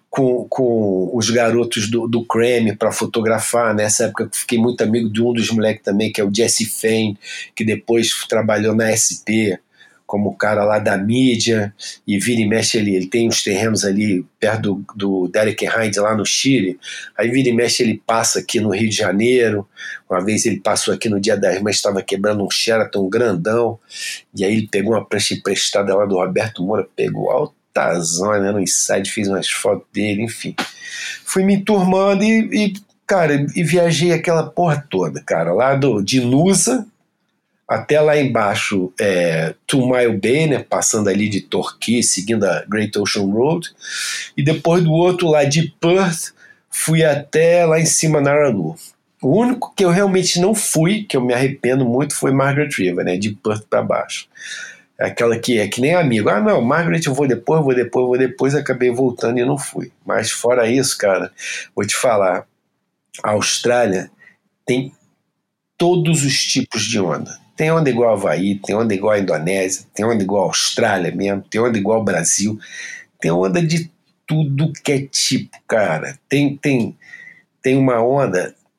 com os garotos do Creme para fotografar. Nessa época eu fiquei muito amigo de um dos moleques também, que é o Jesse Fain, que depois trabalhou na SP como cara lá da mídia, e vira e mexe ele tem uns terrenos ali perto do Derek Hines lá no Chile, aí vira e mexe ele passa aqui no Rio de Janeiro. Uma vez ele passou aqui no Dia das Mães, estava quebrando um Sheraton grandão, e aí ele pegou uma prancha emprestada lá do Roberto Moura, pegou altazona no Inside, fiz umas fotos dele, enfim. Fui me enturmando cara, viajei aquela porra toda, cara, lá de Nusa até lá embaixo, Two Mile Bay, né, passando ali de Torquay, seguindo a Great Ocean Road, e depois do outro lá de Perth, fui até lá em cima Narrabeen. O único que eu realmente não fui, que eu me arrependo muito, foi Margaret River, né, de Perth para baixo. Aquela que é que nem amigo, não, Margaret eu vou depois, acabei voltando e não fui. Mas fora isso, cara, vou te falar, a Austrália tem todos os tipos de onda. Tem onda igual ao Havaí, tem onda igual à Indonésia, tem onda igual à Austrália mesmo, tem onda igual ao Brasil, tem onda de tudo que é tipo, cara. Tem uma onda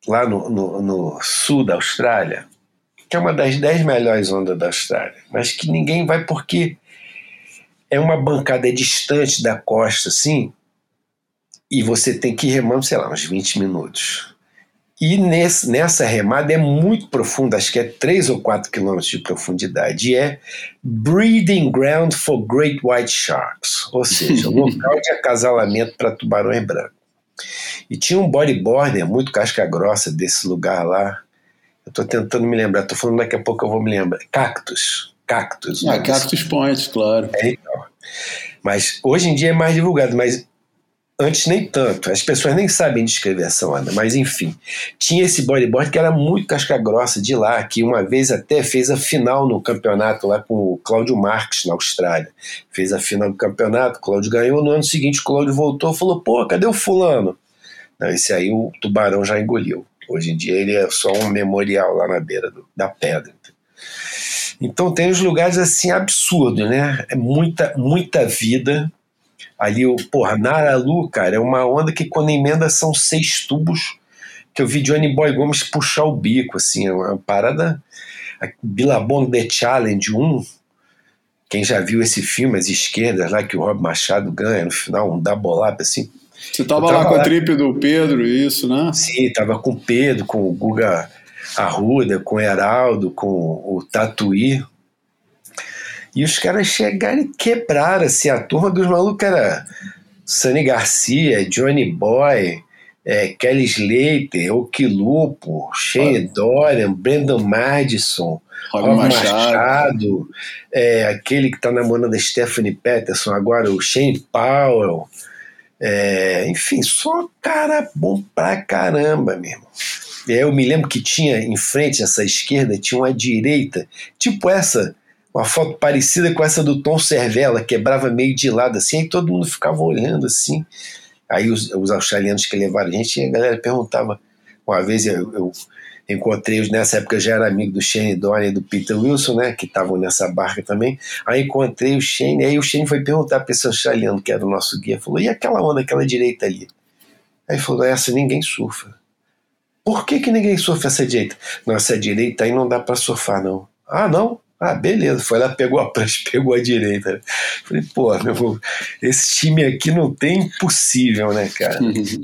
lá no sul da Austrália, que é uma das 10 melhores ondas da Austrália, mas que ninguém vai porque é uma bancada distante da costa, assim, e você tem que ir remando, sei lá, uns 20 minutos. E nessa remada é muito profunda, acho que é 3 ou 4 quilômetros de profundidade, e é breeding ground for great white sharks, ou seja, local de acasalamento para tubarões brancos. E tinha um bodyboarder muito casca grossa desse lugar lá, eu estou tentando me lembrar, estou falando daqui a pouco eu vou me lembrar, Cactus. Cactus Point, claro. Então. Mas hoje em dia é mais divulgado, mas antes nem tanto, as pessoas nem sabem descrever essa onda, mas enfim, tinha esse bodyboard que era muito casca grossa de lá, que uma vez até fez a final no campeonato lá com o Cláudio Marques na Austrália, fez a final do campeonato, o Cláudio ganhou, no ano seguinte o Cláudio voltou e falou, pô, cadê o fulano? Não, esse aí o tubarão já engoliu, hoje em dia ele é só um memorial lá na beira da pedra. Então tem uns lugares assim absurdos, né, é muita vida. Ali, Naralu, cara, é uma onda que quando emenda são 6 tubos, que eu vi Johnny Boy Gomes puxar o bico, assim, é uma parada. Billabong The Challenge 1, quem já viu esse filme, as esquerdas lá, que o Rob Machado ganha no final, um double up, assim. Você tava lá com a trip do Pedro, isso, né? Sim, tava com o Pedro, com o Guga Arruda, com o Heraldo, com o Tatuí. E os caras chegaram e quebraram, assim, a turma dos malucos era Sunny Garcia, Johnny Boy, Kelly Slater, Oquilupo, Shane Dorian, Brendan Madison, Rob Machado, aquele que tá namorando a Stephanie Peterson agora, o Shane Powell, enfim, só cara bom pra caramba mesmo. Eu me lembro que tinha em frente, essa esquerda, tinha uma direita, tipo essa, uma foto parecida com essa do Tom Cervella, quebrava meio de lado assim, aí todo mundo ficava olhando assim, aí os australianos que levaram a gente, a galera perguntava, uma vez eu encontrei, nessa época eu já era amigo do Shane Dorian e do Peter Wilson, né, que estavam nessa barca também, aí encontrei o Shane, aí o Shane foi perguntar para esse australiano que era o nosso guia, falou, e aquela onda, aquela direita ali? Aí falou, essa ninguém surfa. Por que ninguém surfa essa direita? Não, essa direita aí não dá para surfar não. Ah, não? Ah, beleza, foi lá, pegou a prancha, pegou a direita. Falei, pô, esse time aqui não tem impossível, né, cara?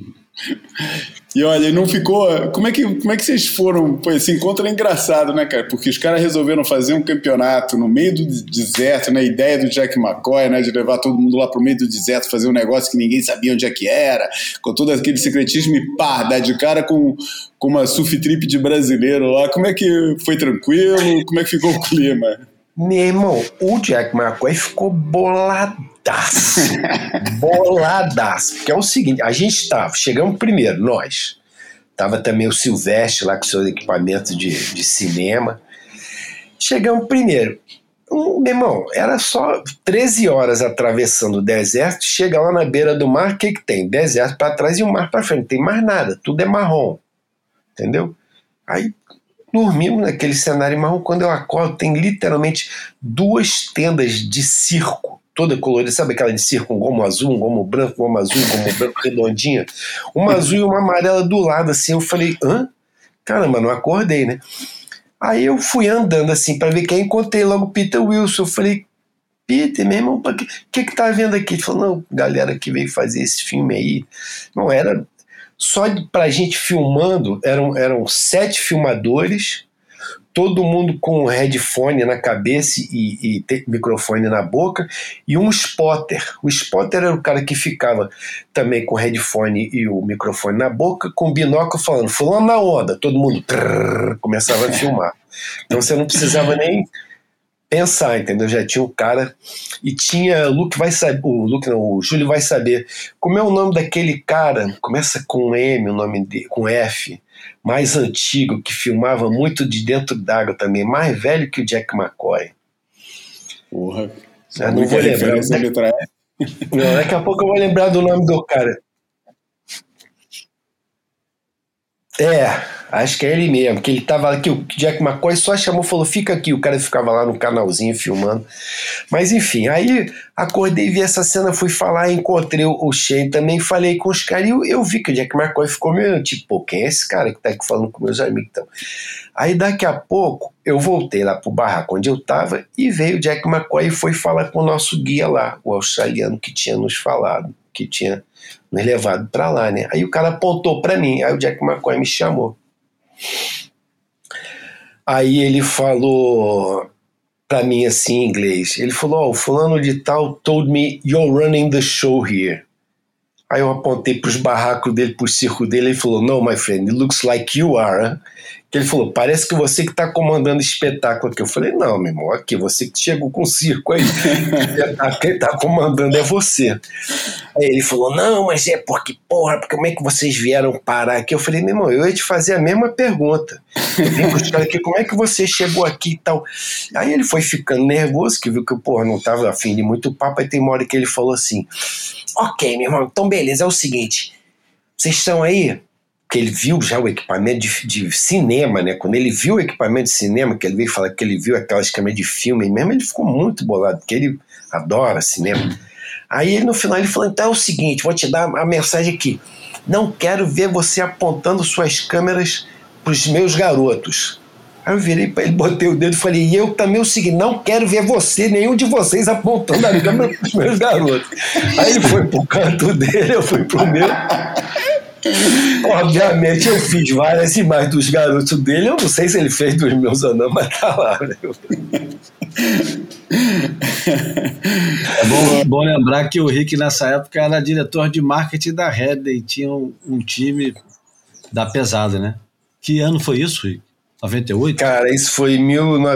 E olha, não ficou... Como é que vocês foram? Pô, esse encontro é engraçado, né, cara? Porque os caras resolveram fazer um campeonato no meio do deserto, né? A ideia do Jack McCoy, né? De levar todo mundo lá pro meio do deserto, fazer um negócio que ninguém sabia onde é que era, com todo aquele secretismo e pá, dar de cara com uma surf trip de brasileiro lá. Como é que foi? Tranquilo? Como é que ficou o clima? Meu irmão, o Jack McCoy ficou boladaço. Boladaço. Porque é o seguinte, a gente chegamos primeiro, nós. Tava também o Silvestre lá com seus equipamentos de cinema. Chegamos primeiro. Meu irmão, era só 13 horas atravessando o deserto, chega lá na beira do mar, o que tem? Deserto para trás e o mar para frente, não tem mais nada, tudo é marrom. Entendeu? Aí dormimos naquele cenário marrom. Quando eu acordo, tem literalmente 2 tendas de circo, toda colorida, sabe aquela de circo, um gomo azul, um gomo branco, um gomo azul, um gomo branco redondinha, uma azul e uma amarela do lado, assim. Eu falei, caramba, não acordei, né? Aí eu fui andando assim para ver quem, encontrei logo o Peter Wilson. Eu falei, Peter, meu irmão, o que tá vendo aqui? Ele falou, não, galera que veio fazer esse filme aí, não era... Só pra gente filmando, eram 7 filmadores, todo mundo com headphone na cabeça e microfone na boca, e um spotter. O spotter era o cara que ficava também com o headphone e o microfone na boca, com o binóculo falando, fulano na onda, todo mundo começava a filmar. Então você não precisava nem pensar, entendeu? Já tinha o cara e tinha, o Júlio vai saber como é o nome daquele cara, começa com M, o nome dele, com F, mais antigo, que filmava muito de dentro d'água também, mais velho que o Jack McCoy. Porra, não vou lembrar. Não, daqui a pouco eu vou lembrar do nome do cara. Acho que é ele mesmo, que ele tava aqui, o Jack McCoy só chamou e falou, fica aqui, o cara ficava lá no canalzinho filmando. Mas enfim, aí acordei, vi essa cena, fui falar, encontrei o Shane também, falei com os caras, e eu vi que o Jack McCoy ficou meio tipo, pô, quem é esse cara que tá aqui falando com meus amigos? Então, aí daqui a pouco, eu voltei lá pro barraco onde eu tava, e veio o Jack McCoy e foi falar com o nosso guia lá, o australiano que tinha nos falado, que tinha nos levado pra lá, né? Aí o cara apontou pra mim, aí o Jack McCoy me chamou. Aí ele falou pra mim assim em inglês, ele falou, o fulano de tal told me you're running the show here. Aí eu apontei pros barracos dele, pro circo dele, ele falou, no my friend, it looks like you are. Que ele falou, parece que você que tá comandando espetáculo aqui. Eu falei, não, meu irmão, aqui, você que chegou com o circo aí, quem tá comandando é você. Aí ele falou, não, mas é porque, porra, como é que vocês vieram parar aqui? Eu falei, meu irmão, eu ia te fazer a mesma pergunta. Eu vim buscar aqui, como é que você chegou aqui e tal? Aí ele foi ficando nervoso, que viu que eu, porra, não tava afim de muito papo, aí tem uma hora que ele falou assim, ok, meu irmão, então beleza, é o seguinte, vocês estão aí? Porque ele viu já o equipamento de cinema, né? Quando ele viu o equipamento de cinema, que ele veio falar que ele viu aquelas câmeras de filme mesmo, ele ficou muito bolado, porque ele adora cinema. Aí no final ele falou, então é o seguinte, vou te dar a mensagem aqui, não quero ver você apontando suas câmeras pros meus garotos. Aí eu virei pra ele, botei o dedo e falei, e eu também o seguinte, não quero ver você, nenhum de vocês apontando a câmera pros meus garotos. Aí ele foi pro canto dele, eu fui pro meu. Obviamente eu fiz várias imagens dos garotos dele, eu não sei se ele fez dos meus ou não, mas tá lá, né? É bom lembrar que o Rick nessa época era diretor de marketing da Red e tinha um time da pesada, né? Que ano foi isso, Rick? 98? Cara, isso foi em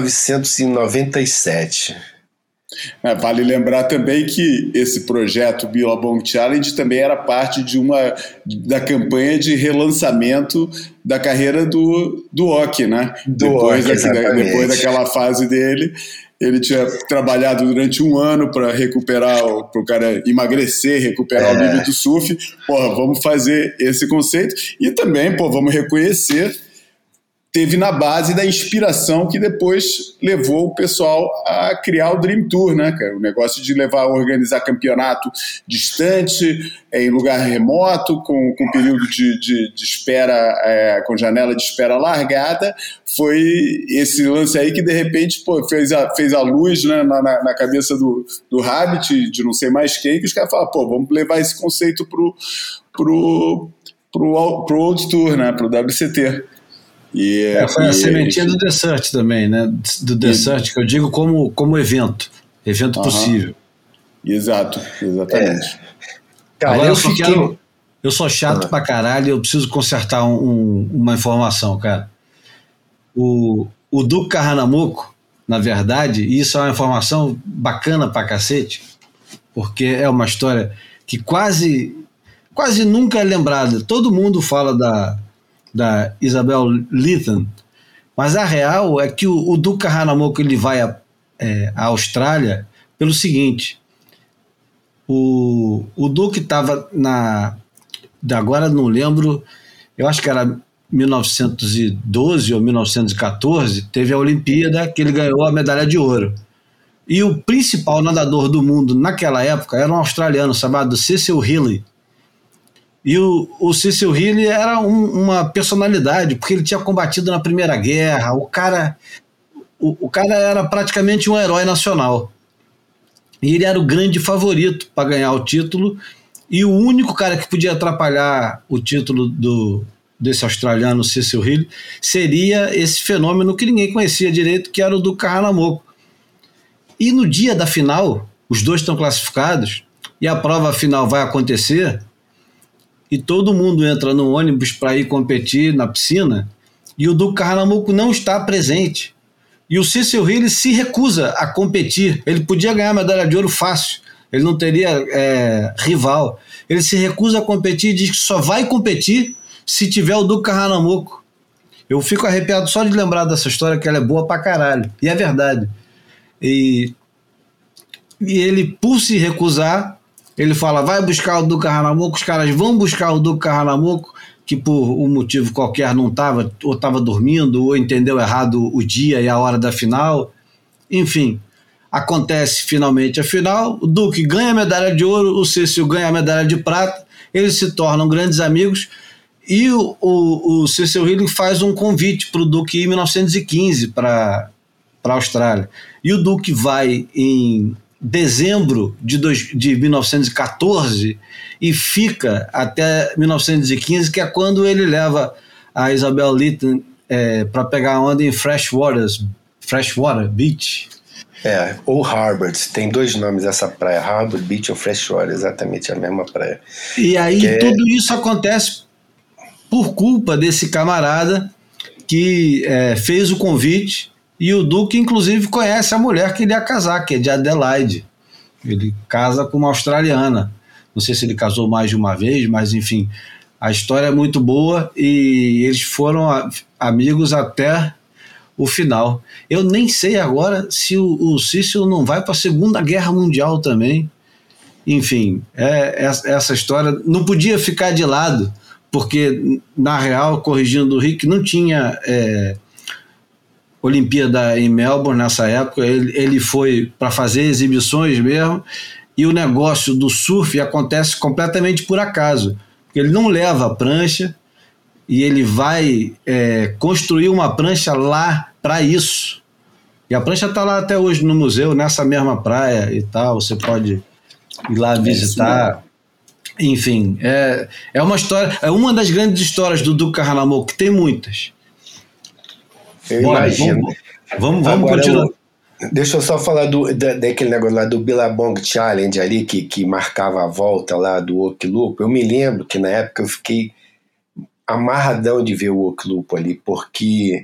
1997. Vale lembrar também que esse projeto Billabong Challenge também era parte da campanha de relançamento da carreira do Oki, né? Depois daquela fase dele, ele tinha trabalhado durante um ano para recuperar, para o cara emagrecer, recuperar o nível do surf. Porra, vamos fazer esse conceito e também, vamos reconhecer, teve na base da inspiração que depois levou o pessoal a criar o Dream Tour, né, cara? O negócio de organizar campeonato distante, em lugar remoto, com período de espera, com janela de espera largada. Foi esse lance aí que, de repente, fez a luz, né, na cabeça do Rabbit, de não sei mais quem, que os caras falaram, vamos levar esse conceito pro World Tour, né, pro WCT. Foi a sementinha do Desert também, né? Do Desert, que eu digo como evento possível. Exato, exatamente. Cara, agora eu sou chato pra caralho, eu preciso consertar uma informação, cara. O Duke Kahanamoku, na verdade, e isso é uma informação bacana pra cacete, porque é uma história que quase nunca é lembrada. Todo mundo fala da Isabel Lytton, mas a real é que o Duke Kahanamoku ele vai à Austrália pelo seguinte, o Duke estava agora não lembro, eu acho que era 1912 ou 1914, teve a Olimpíada que ele ganhou a medalha de ouro, e o principal nadador do mundo naquela época era um australiano chamado Cecil Healy. E o Cecil Healy era uma personalidade, porque ele tinha combatido na Primeira Guerra, o cara era praticamente um herói nacional. E ele era o grande favorito para ganhar o título, e o único cara que podia atrapalhar o título desse australiano, Cecil Healy, seria esse fenômeno que ninguém conhecia direito, que era o do Kahanamoku. E no dia da final, os dois estão classificados, e a prova final vai acontecer, e todo mundo entra no ônibus para ir competir na piscina, e o Duke Kahanamoku não está presente. E o Cecil Healy se recusa a competir. Ele podia ganhar a medalha de ouro fácil, ele não teria rival. Ele se recusa a competir e diz que só vai competir se tiver o Duke Kahanamoku. Eu fico arrepiado só de lembrar dessa história, que ela é boa pra caralho. E é verdade. E ele, por se recusar, ele fala, vai buscar o Duke Kahanamoku, os caras vão buscar o Duke Kahanamoku, que por um motivo qualquer não estava, ou estava dormindo, ou entendeu errado o dia e a hora da final. Enfim, acontece finalmente a final, o Duque ganha a medalha de ouro, o Cecil ganha a medalha de prata, eles se tornam grandes amigos, e o Cecil Healing faz um convite para o Duque ir em 1915 para a Austrália. E o Duque vai em dezembro de 1914 e fica até 1915, que é quando ele leva a Isabel Lytton para pegar onda em Freshwater Beach. Ou Harbour, tem 2 nomes essa praia, Harbour Beach ou Freshwater, exatamente a mesma praia. E aí tudo isso acontece por culpa desse camarada que fez o convite, e o Duque inclusive conhece a mulher que ele ia casar, que é de Adelaide. Ele casa com uma australiana, não sei se ele casou mais de uma vez, mas enfim, a história é muito boa e eles foram amigos até o final. Eu nem sei agora se o Cecil não vai para a Segunda Guerra Mundial também. Enfim, essa história não podia ficar de lado, porque na real, corrigindo o Rick, não tinha Olimpíada em Melbourne nessa época. Ele foi para fazer exibições mesmo, e o negócio do surf acontece completamente por acaso. Ele não leva a prancha e ele vai construir uma prancha lá para isso. E a prancha está lá até hoje no museu, nessa mesma praia e tal. Você pode ir lá visitar. Enfim, é uma história, é uma das grandes histórias do Duke Kahanamoku, que tem muitas. Eu imagino. Vamos continuar. Deixa eu só falar daquele negócio lá do Billabong Challenge ali, que marcava a volta lá do Okilupo. Eu me lembro que na época eu fiquei amarradão de ver o Okilupo ali, porque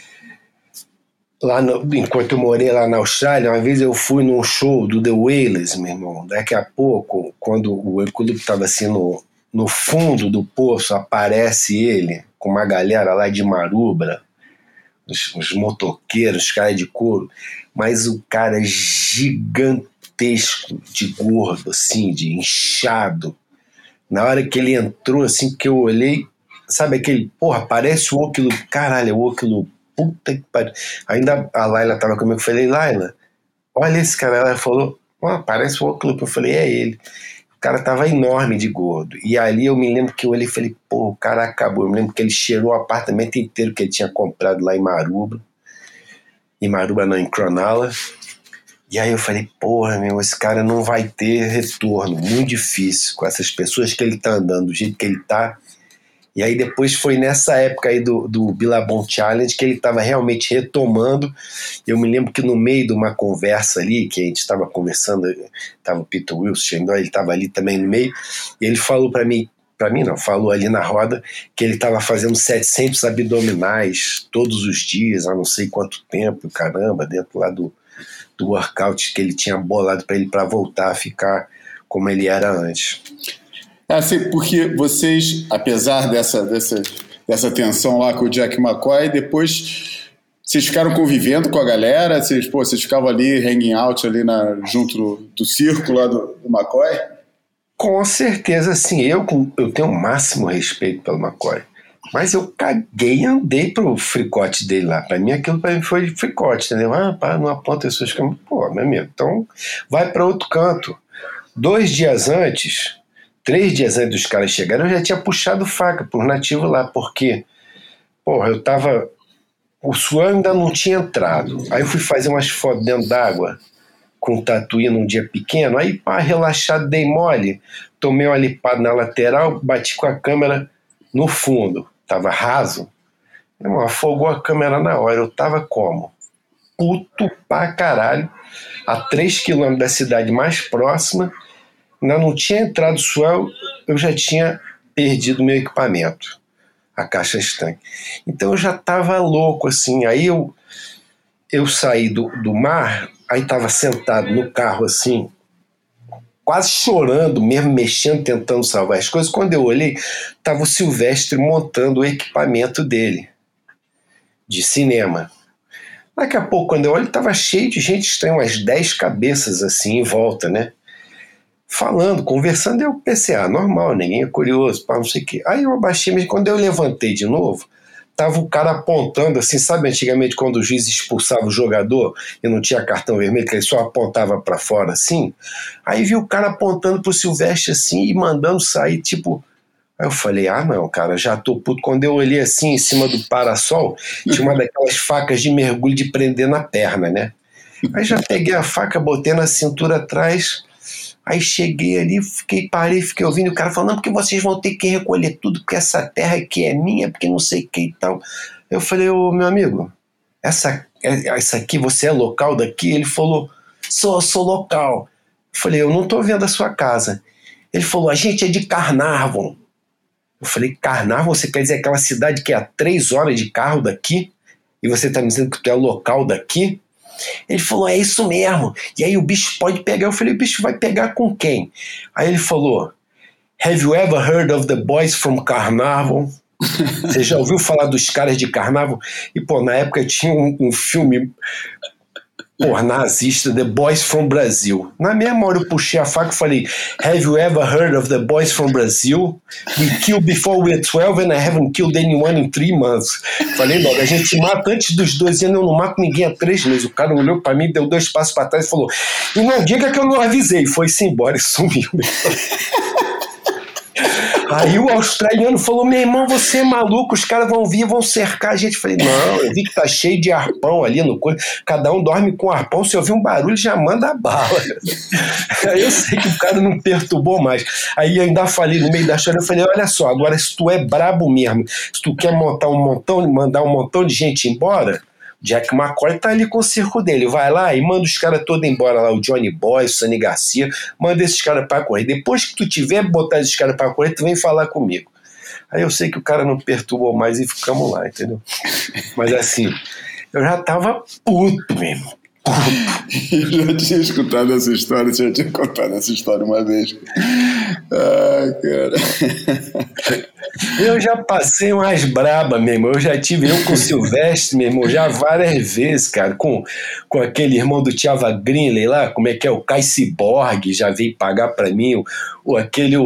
enquanto eu morei lá na Austrália, uma vez eu fui num show do The Wailers, meu irmão. Daqui a pouco, quando o Okilupo estava assim no fundo do poço, aparece ele com uma galera lá de Maroubra, os motoqueiros, os caras de couro, mas o cara gigantesco, de gordo, assim, de inchado. Na hora que ele entrou, assim, que eu olhei, sabe aquele, parece o Okilupo, caralho, é o Okilupo, puta que pariu. Ainda a Laila tava comigo, eu falei, Laila, olha esse cara. Ela falou, parece o Okilupo. Eu falei, é ele. O cara tava enorme de gordo. E ali eu me lembro que eu olhei e falei, o cara acabou. Eu me lembro que ele cheirou o apartamento inteiro que ele tinha comprado lá em Maroubra. Em Maroubra não, em Cronulla. E aí eu falei, esse cara não vai ter retorno. Muito difícil com essas pessoas que ele tá andando, do jeito que ele tá. E aí depois foi nessa época aí do Billabong Challenge que ele estava realmente retomando. Eu me lembro que no meio de uma conversa ali, que a gente estava conversando, estava o Peter Wilson, ele estava ali também no meio, e ele falou falou ali na roda, que ele estava fazendo 700 abdominais todos os dias, há não sei quanto tempo, caramba, dentro lá do workout que ele tinha bolado para ele, para voltar a ficar como ele era antes. Assim, porque vocês, apesar dessa tensão lá com o Jack McCoy, depois vocês ficaram convivendo com a galera, vocês ficavam ali, hanging out ali junto do círculo lá do McCoy? Com certeza, sim. Eu tenho o máximo respeito pelo McCoy, mas eu caguei e andei pro fricote dele lá. Pra mim, aquilo foi fricote, entendeu? Não aponta as suas câmeras. Meu amigo, então vai para outro canto. 3 dias antes dos caras chegarem, eu já tinha puxado faca por nativo lá, porque, o suor ainda não tinha entrado. Aí eu fui fazer umas fotos dentro d'água, com tatuí num dia pequeno, aí relaxado, dei mole, tomei uma lipada na lateral, bati com a câmera no fundo, tava raso, afogou a câmera na hora. Eu tava como? Puto pra caralho, a 3 km da cidade mais próxima. Ainda não tinha entrado suor, eu já tinha perdido meu equipamento, a caixa estanque. Então eu já estava louco, assim. Aí eu saí do mar, aí estava sentado no carro, assim, quase chorando, mesmo mexendo, tentando salvar as coisas. Quando eu olhei, estava o Silvestre montando o equipamento dele, de cinema. Daqui a pouco, quando eu olho, estava cheio de gente estranha, umas 10 cabeças, assim, em volta, né? falando, conversando, eu pensei, normal, ninguém é curioso, não sei o quê. Aí eu abaixei, mas quando eu levantei de novo, tava o cara apontando assim, sabe antigamente quando o juiz expulsava o jogador e não tinha cartão vermelho, que ele só apontava para fora assim? Aí vi o cara apontando pro Silvestre assim e mandando sair, tipo... Aí eu falei, não, cara, já tô puto. Quando eu olhei assim em cima do parasol, tinha uma daquelas facas de mergulho de prender na perna, né? Aí já peguei a faca, botei na cintura atrás, aí cheguei ali, parei, fiquei ouvindo o cara falando, não, porque vocês vão ter que recolher tudo, porque essa terra aqui é minha, porque não sei o que e tal. Eu falei, ô meu amigo, essa aqui, você é local daqui? Ele falou, sou local. Eu falei, eu não tô vendo a sua casa. Ele falou, a gente é de Carnarvon. Eu falei, Carnarvon, você quer dizer aquela cidade que é a 3 horas de carro daqui? E você tá me dizendo que tu é local daqui? Ele falou, é isso mesmo. E aí o bicho pode pegar. Eu falei, o bicho vai pegar com quem? Aí ele falou, have you ever heard of the boys from Carnarvon? Você já ouviu falar dos caras de Carnarvon? E, pô, na época tinha um filme... nazista, The Boys from Brazil. Na mesma hora eu puxei a faca e falei, have you ever heard of the boys from Brazil? We killed before we were 12 and I haven't killed anyone in 3 months. Falei logo, a gente mata antes dos 12 anos, eu não mato ninguém há 3 meses. O cara olhou pra mim, deu 2 passos pra trás e falou, e não diga que eu não avisei. Foi-se embora e sumiu. Aí o australiano falou, meu irmão, você é maluco, os caras vão vir, vão cercar a gente. Falei, não, eu vi que tá cheio de arpão ali no corpo, cada um dorme com arpão, se ouvir um barulho já manda a bala. Aí eu sei que o cara não perturbou mais. Aí ainda falei, no meio da história, eu falei, olha só, agora se tu é brabo mesmo, se tu quer mandar um montão de gente embora, Jack McCoy tá ali com o circo dele, vai lá e manda os caras todos embora lá, o Johnny Boy, o Sonny Garcia, manda esses caras pra correr. Depois que tu tiver botar esses caras pra correr, tu vem falar comigo. Aí eu sei que o cara não perturbou mais e ficamos lá, entendeu? Mas assim, eu já tava puto mesmo. Eu já tinha escutado essa história, você já tinha contado essa história uma vez. Ai, cara. Eu já passei umas brabas mesmo, eu já tive eu com o Silvestre mesmo, já várias vezes, cara, com aquele irmão do Tiava Greenley lá, como é que é, o Kai Cyborg, já veio pagar pra mim, aquele,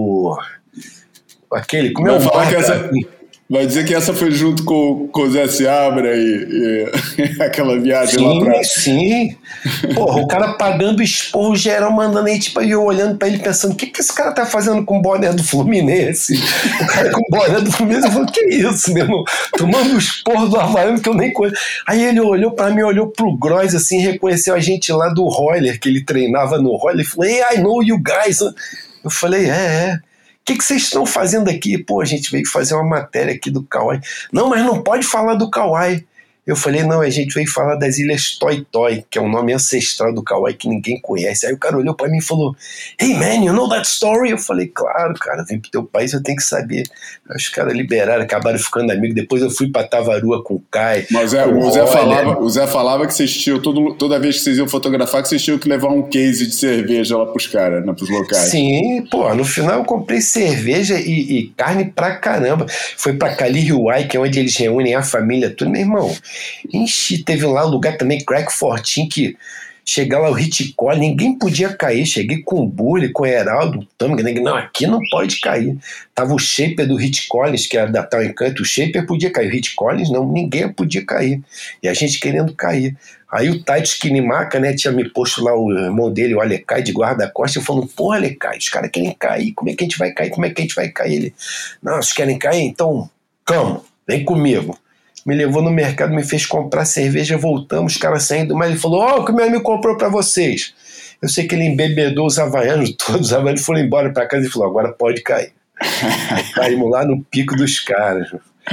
como é o nome? Vai dizer que essa foi junto com o Zé Seabra e aquela viagem lá pra... Sim. Porra, o cara pagando esporro geral, mandando aí, tipo, eu olhando pra ele pensando, o que esse cara tá fazendo com o boné do Fluminense? O cara com o boné do Fluminense, eu falei, que isso, meu irmão? Tomando o esporro do Havaiano que eu nem conheço. Aí ele olhou pra mim, olhou pro Gross, assim, reconheceu a gente lá do Roller, que ele treinava no Roller, e falou, hey, I know you guys. Eu falei, o que vocês estão fazendo aqui? Pô, a gente veio fazer uma matéria aqui do Kauai. Não, mas não pode falar do Kauai. Eu falei, não, a gente veio falar das Ilhas Toi Toi, que é um nome ancestral do Kauai que ninguém conhece. Aí o cara olhou pra mim e falou, hey man, you know that story? Eu falei, claro, cara, vem pro teu país, eu tenho que saber. Aí os caras liberaram, acabaram ficando amigos. Depois eu fui pra Tavarua com o Kai. Mas o Zé falava que vocês tinham, toda vez que vocês iam fotografar, que vocês tinham que levar um case de cerveja lá pros caras, né, pros locais. Sim, pô, no final eu comprei cerveja e carne pra caramba. Foi pra Kalihauai, que é onde eles reúnem a família, tudo, meu irmão. Enchi, teve lá um lugar também, Crack 14, que chegar lá o Hitchcock, ninguém podia cair. Cheguei com o Bully, com o Heraldo, não, aqui não pode cair. Tava o Shaper do Hit Collins, que era da Tal Encanto, o Shaper podia cair, o Hit Collins não, ninguém podia cair. E a gente querendo cair. Aí o Taito Kinimaka, né, tinha me posto lá o irmão dele, o Alecai, de guarda-costas, eu falando, pô, Alecai, os caras querem cair, como é que a gente vai cair? Ele, não, vocês querem cair? Então, calma, vem comigo. Me levou no mercado, me fez comprar cerveja, voltamos, os caras saindo, mas ele falou, o que meu amigo comprou pra vocês. Eu sei que ele embebedou os havaianos todos, os havaianos foram embora pra casa e falou, agora pode cair. Aí caímos lá no pico dos caras.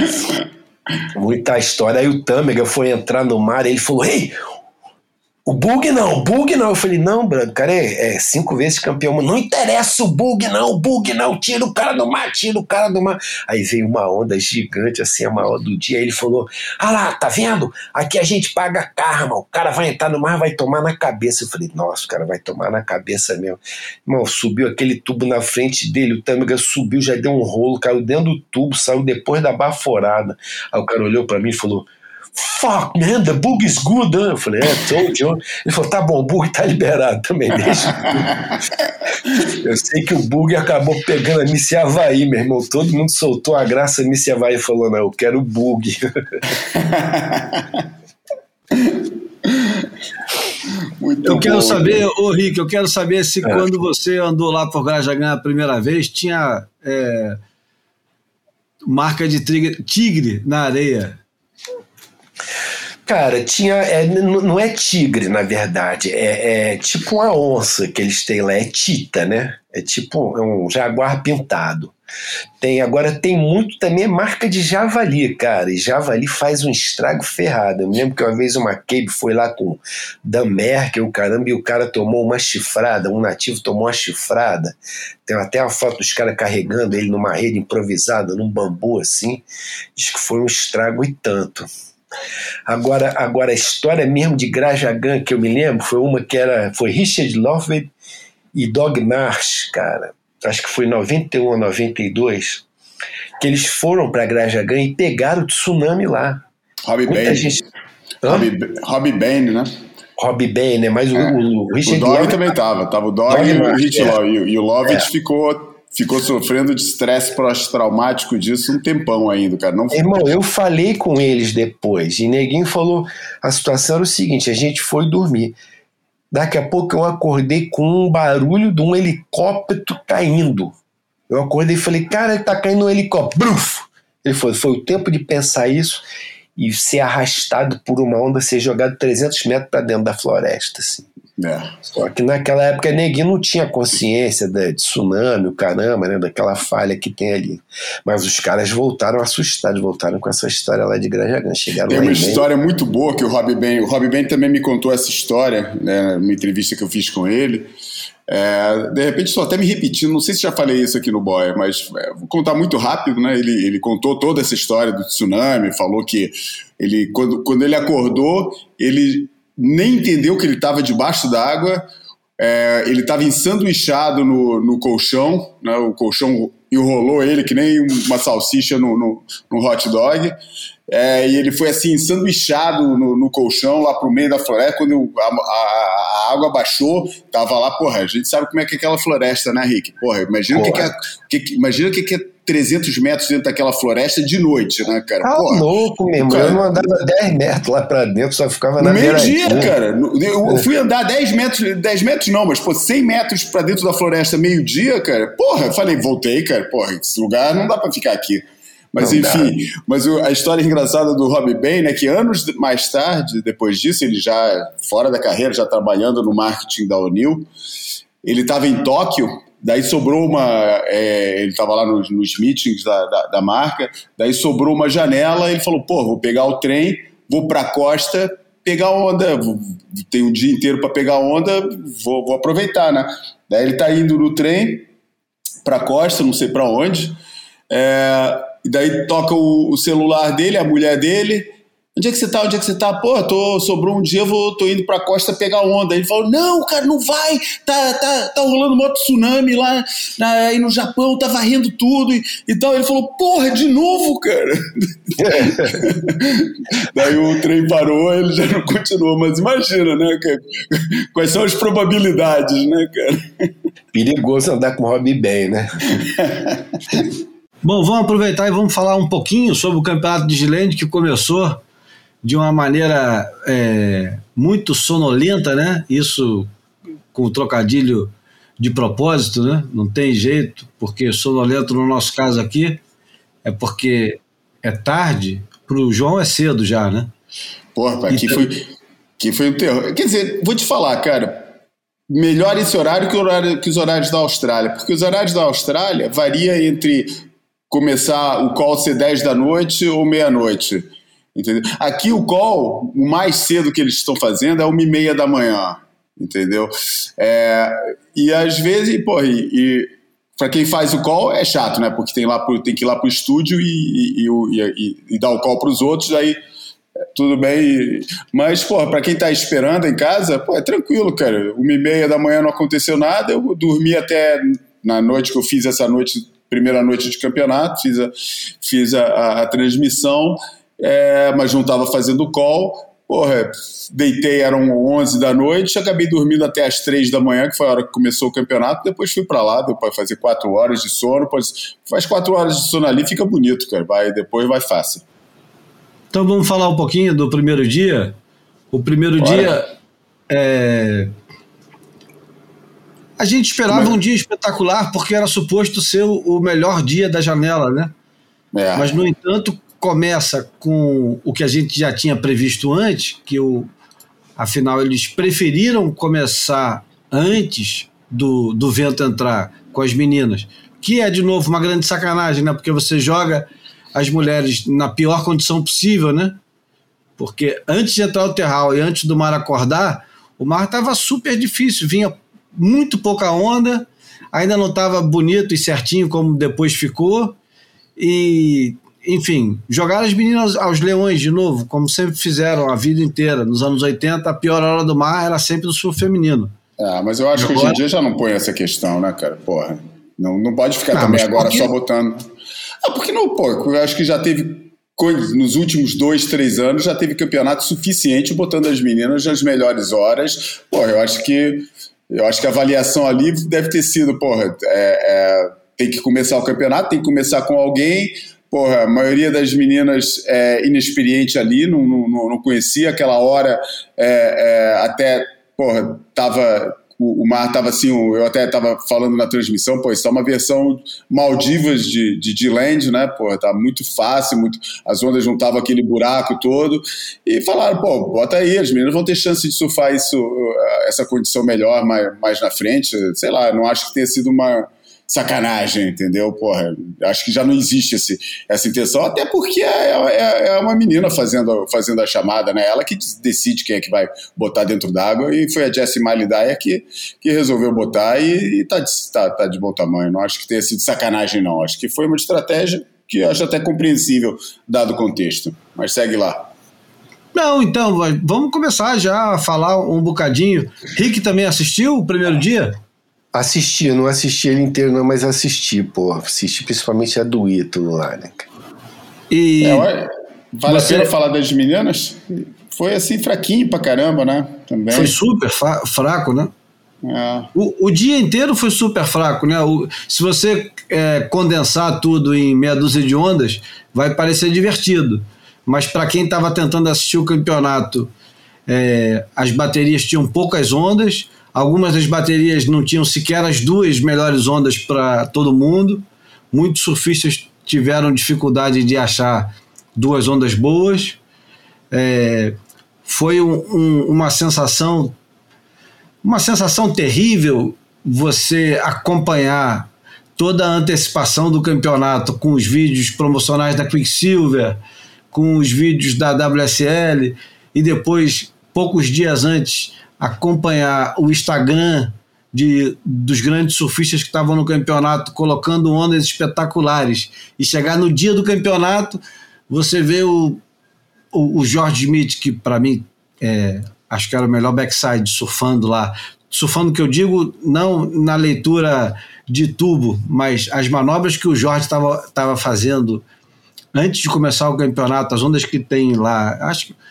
Muita história. Aí o Tâmega foi entrar no mar e ele falou, ei, o Bug não. Eu falei, não, Branco, o cara é 5 vezes campeão. Não interessa o Bug não. Tira o cara do mar. Aí veio uma onda gigante, assim, a maior do dia. Aí ele falou, lá, tá vendo? Aqui a gente paga karma. O cara vai entrar no mar, vai tomar na cabeça. Eu falei, nossa, o cara vai tomar na cabeça mesmo. Irmão, subiu aquele tubo na frente dele. O Tâmega subiu, já deu um rolo, caiu dentro do tubo, saiu depois da baforada. Aí o cara olhou pra mim e falou, fuck, man, the bug is good, né? Eu falei, told you. Ele falou, tá bom, o bug tá liberado também, deixa. Eu sei que o bug acabou pegando a Missy Havaí, meu irmão. Todo mundo soltou a graça, a Missy Havaí falou, não, eu quero o bug. Eu quero saber, Rick, eu quero saber se quando você andou lá por Grajagan a primeira vez, tinha marca de tigre na areia. Cara, tinha. Não é tigre, na verdade. É tipo uma onça que eles têm lá. É tita, né? É tipo um jaguar pintado. Agora tem muito também marca de javali, cara. E javali faz um estrago ferrado. Eu me lembro que uma vez uma Cape foi lá com Dan Merkel, caramba, e o cara tomou uma chifrada. Um nativo tomou uma chifrada. Tem até a foto dos caras carregando ele numa rede improvisada, num bambu assim. Diz que foi um estrago e tanto. Agora a história mesmo de Grajagan que eu me lembro foi Richard Lovett e Dog Marsh, cara. Acho que foi em 91 ou 92 que eles foram para Grajagan e pegaram o tsunami lá. Robbie Bain, né? Robbie Bain, né? Mas o Richard Dog Lovett também tava o Dog e o Richard Lovett. E o Lovett ficou sofrendo de estresse pós-traumático disso um tempão ainda, cara. Não... Irmão, eu falei com eles depois e neguinho falou, a situação era o seguinte, a gente foi dormir. Daqui a pouco eu acordei com um barulho de um helicóptero caindo. Eu acordei e falei, cara, tá caindo um helicóptero. Bruf! Ele falou, foi o tempo de pensar isso e ser arrastado por uma onda, ser jogado 300 metros para dentro da floresta, assim. Só que naquela época neguinho não tinha consciência de tsunami, o caramba, né, daquela falha que tem ali. Mas os caras voltaram assustados, voltaram com essa história lá de Grajagan. Chegaram tem lá uma história muito boa que o Robbie Bain também me contou essa história, né, numa entrevista que eu fiz com ele. De repente estou até me repetindo, não sei se já falei isso aqui no Boia, mas vou contar muito rápido, né? Ele contou toda essa história do tsunami, falou que ele, quando ele acordou, ele nem entendeu que ele estava debaixo d'água, ele estava ensanduichado no colchão, né? O colchão enrolou ele que nem uma salsicha no hot dog, e ele foi assim ensanduichado no colchão lá pro meio da floresta. Quando a água baixou, tava lá, porra, a gente sabe como é que é aquela floresta, né, Rick? Porra, imagina o que é 300 metros dentro daquela floresta de noite, né, cara? Tá louco, meu irmão. Cara, eu não andava 10 metros lá pra dentro, só ficava na beira. No meio-dia, cara. Eu fui andar 10 metros não, mas 100 metros pra dentro da floresta meio-dia, cara. Porra, eu falei, voltei, cara. Porra, esse lugar não dá pra ficar aqui. Mas não enfim, a história engraçada do Robbie Bain, né, que anos mais tarde, depois disso, ele já fora da carreira, já trabalhando no marketing da O'Neill, ele estava em Tóquio. Daí sobrou ele estava lá nos meetings da marca, daí sobrou uma janela, ele falou, pô, vou pegar o trem, vou para a costa, pegar onda, tenho um dia inteiro para pegar onda, vou aproveitar, né? Daí ele está indo no trem para a costa, não sei para onde, e daí toca o celular dele, a mulher dele, onde é que você tá? Pô, sobrou um dia, tô indo pra costa pegar onda. Ele falou, não, cara, não vai, tá rolando um tsunami lá aí no Japão, tá varrendo tudo e tal. Ele falou, porra, de novo, cara. Daí o trem parou, ele já não continuou, mas imagina, né, cara? Quais são as probabilidades, né, cara? Perigoso andar com o Robbie Bain, né? Bom, vamos aproveitar e vamos falar um pouquinho sobre o Campeonato de Disneyland, que começou de uma maneira muito sonolenta, né? Isso com o trocadilho de propósito, né? Não tem jeito, porque sonolento no nosso caso aqui é porque é tarde, para o João é cedo já, né? Porra, aqui foi um terror. Quer dizer, vou te falar, cara, melhor esse horário que os horários da Austrália, porque os horários da Austrália varia entre começar o call ser 10 da noite ou meia-noite. Entendeu? Aqui o call, o mais cedo que eles estão fazendo é 1h30 da manhã, entendeu? E às vezes, pô, e para quem faz o call é chato, né? Porque tem que ir lá pro estúdio e dar o call pros outros, aí tudo bem. Mas, pô, para quem tá esperando em casa, pô, é tranquilo, cara. 1h30 da manhã não aconteceu nada, eu dormi até na noite que eu fiz essa noite, primeira noite de campeonato, fiz a transmissão. mas não estava fazendo call. Porra, deitei, eram 11 da noite, acabei dormindo até as 3 da manhã, que foi a hora que começou o campeonato, depois fui para lá, deu para fazer 4 horas de sono, faz 4 horas de sono ali, fica bonito, cara, depois vai fácil. Então vamos falar um pouquinho do primeiro dia. O primeiro dia, a gente esperava um dia espetacular, porque era suposto ser o melhor dia da janela, né? Mas, no entanto, começa com o que a gente já tinha previsto antes, que afinal eles preferiram começar antes do vento entrar com as meninas, que é de novo uma grande sacanagem, né? Porque você joga as mulheres na pior condição possível, né? Porque antes de entrar o terral e antes do mar acordar, o mar estava super difícil, vinha muito pouca onda, ainda não estava bonito e certinho como depois ficou, e enfim, jogaram as meninas aos leões de novo, como sempre fizeram a vida inteira. Nos anos 80, a pior hora do mar era sempre do surf feminino. Mas eu acho que hoje em dia já não põe essa questão, né, cara? Porra, não pode ficar também agora só botando... porque não, pô, eu acho que já teve, nos últimos 2, 3 anos, já teve campeonato suficiente botando as meninas nas melhores horas. Porra, eu acho que a avaliação ali deve ter sido, porra, tem que começar o campeonato, tem que começar com alguém... Porra, a maioria das meninas inexperiente ali, não conhecia aquela hora, até, porra, o mar estava assim, eu até estava falando na transmissão, pô, isso é uma versão Maldivas de land, né, porra, tá muito fácil, as ondas não estavam aquele buraco todo, e falaram, pô, bota aí, as meninas vão ter chance de surfar essa condição melhor mais na frente, sei lá, não acho que tenha sido uma sacanagem, entendeu? Porra, acho que já não existe essa intenção, até porque é uma menina fazendo a chamada, né? Ela que decide quem é que vai botar dentro d'água, e foi a Jessie Miley Dyer que resolveu botar e tá de bom tamanho. Não acho que tenha sido sacanagem, não. Acho que foi uma estratégia que eu acho até compreensível, dado o contexto. Mas segue lá. Não, então, vamos começar já a falar um bocadinho. Rick também assistiu o primeiro dia? Assisti, eu não assisti ele inteiro não, mas assisti, pô. Assisti principalmente a do Ítalo lá, né? E vale a pena falar das meninas? Foi assim, fraquinho pra caramba, né? Também. Foi super fraco, né? O dia inteiro foi super fraco, né? Se você condensar tudo em meia dúzia de ondas, vai parecer divertido. Mas para quem estava tentando assistir o campeonato, as baterias tinham poucas ondas. Algumas das baterias não tinham sequer as 2 melhores ondas para todo mundo. Muitos surfistas tiveram dificuldade de achar 2 ondas boas. Foi uma sensação terrível você acompanhar toda a antecipação do campeonato com os vídeos promocionais da Quicksilver, com os vídeos da WSL, e depois, poucos dias antes, acompanhar o Instagram dos grandes surfistas que estavam no campeonato colocando ondas espetaculares, e chegar no dia do campeonato, você vê o George Smith, que para mim acho que era o melhor backside surfando lá, surfando que eu digo não na leitura de tubo, mas as manobras que o Jorge estava fazendo antes de começar o campeonato, as ondas que tem lá, acho que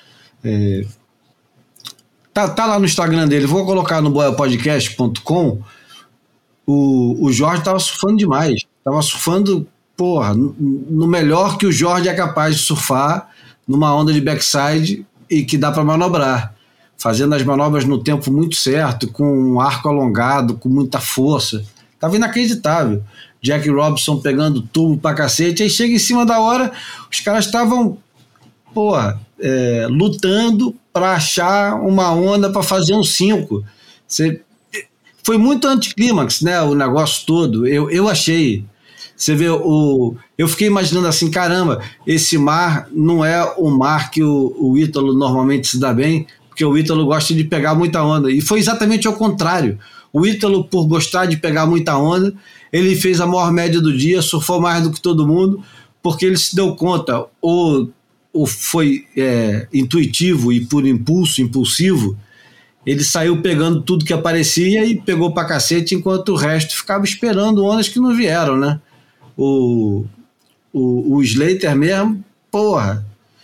Tá lá no Instagram dele, vou colocar no boiapodcast.com. O Jorge estava surfando demais, estava surfando, porra, no melhor que o Jorge é capaz de surfar, numa onda de backside e que dá para manobrar, fazendo as manobras no tempo muito certo, com um arco alongado, com muita força. Estava inacreditável. Jack Robinson pegando tubo pra cacete, aí chega em cima da hora, os caras estavam, porra, lutando para achar uma onda para fazer um 5. Foi muito anticlímax, né, o negócio todo, eu achei. Você vê, eu fiquei imaginando assim, caramba, esse mar não é o mar que o Ítalo normalmente se dá bem, porque o Ítalo gosta de pegar muita onda, e foi exatamente ao contrário. O Ítalo, por gostar de pegar muita onda, ele fez a maior média do dia, surfou mais do que todo mundo, porque ele se deu conta, ou foi intuitivo e por impulsivo, ele saiu pegando tudo que aparecia e pegou pra cacete, enquanto o resto ficava esperando ondas que não vieram, né? O Slater mesmo, porra,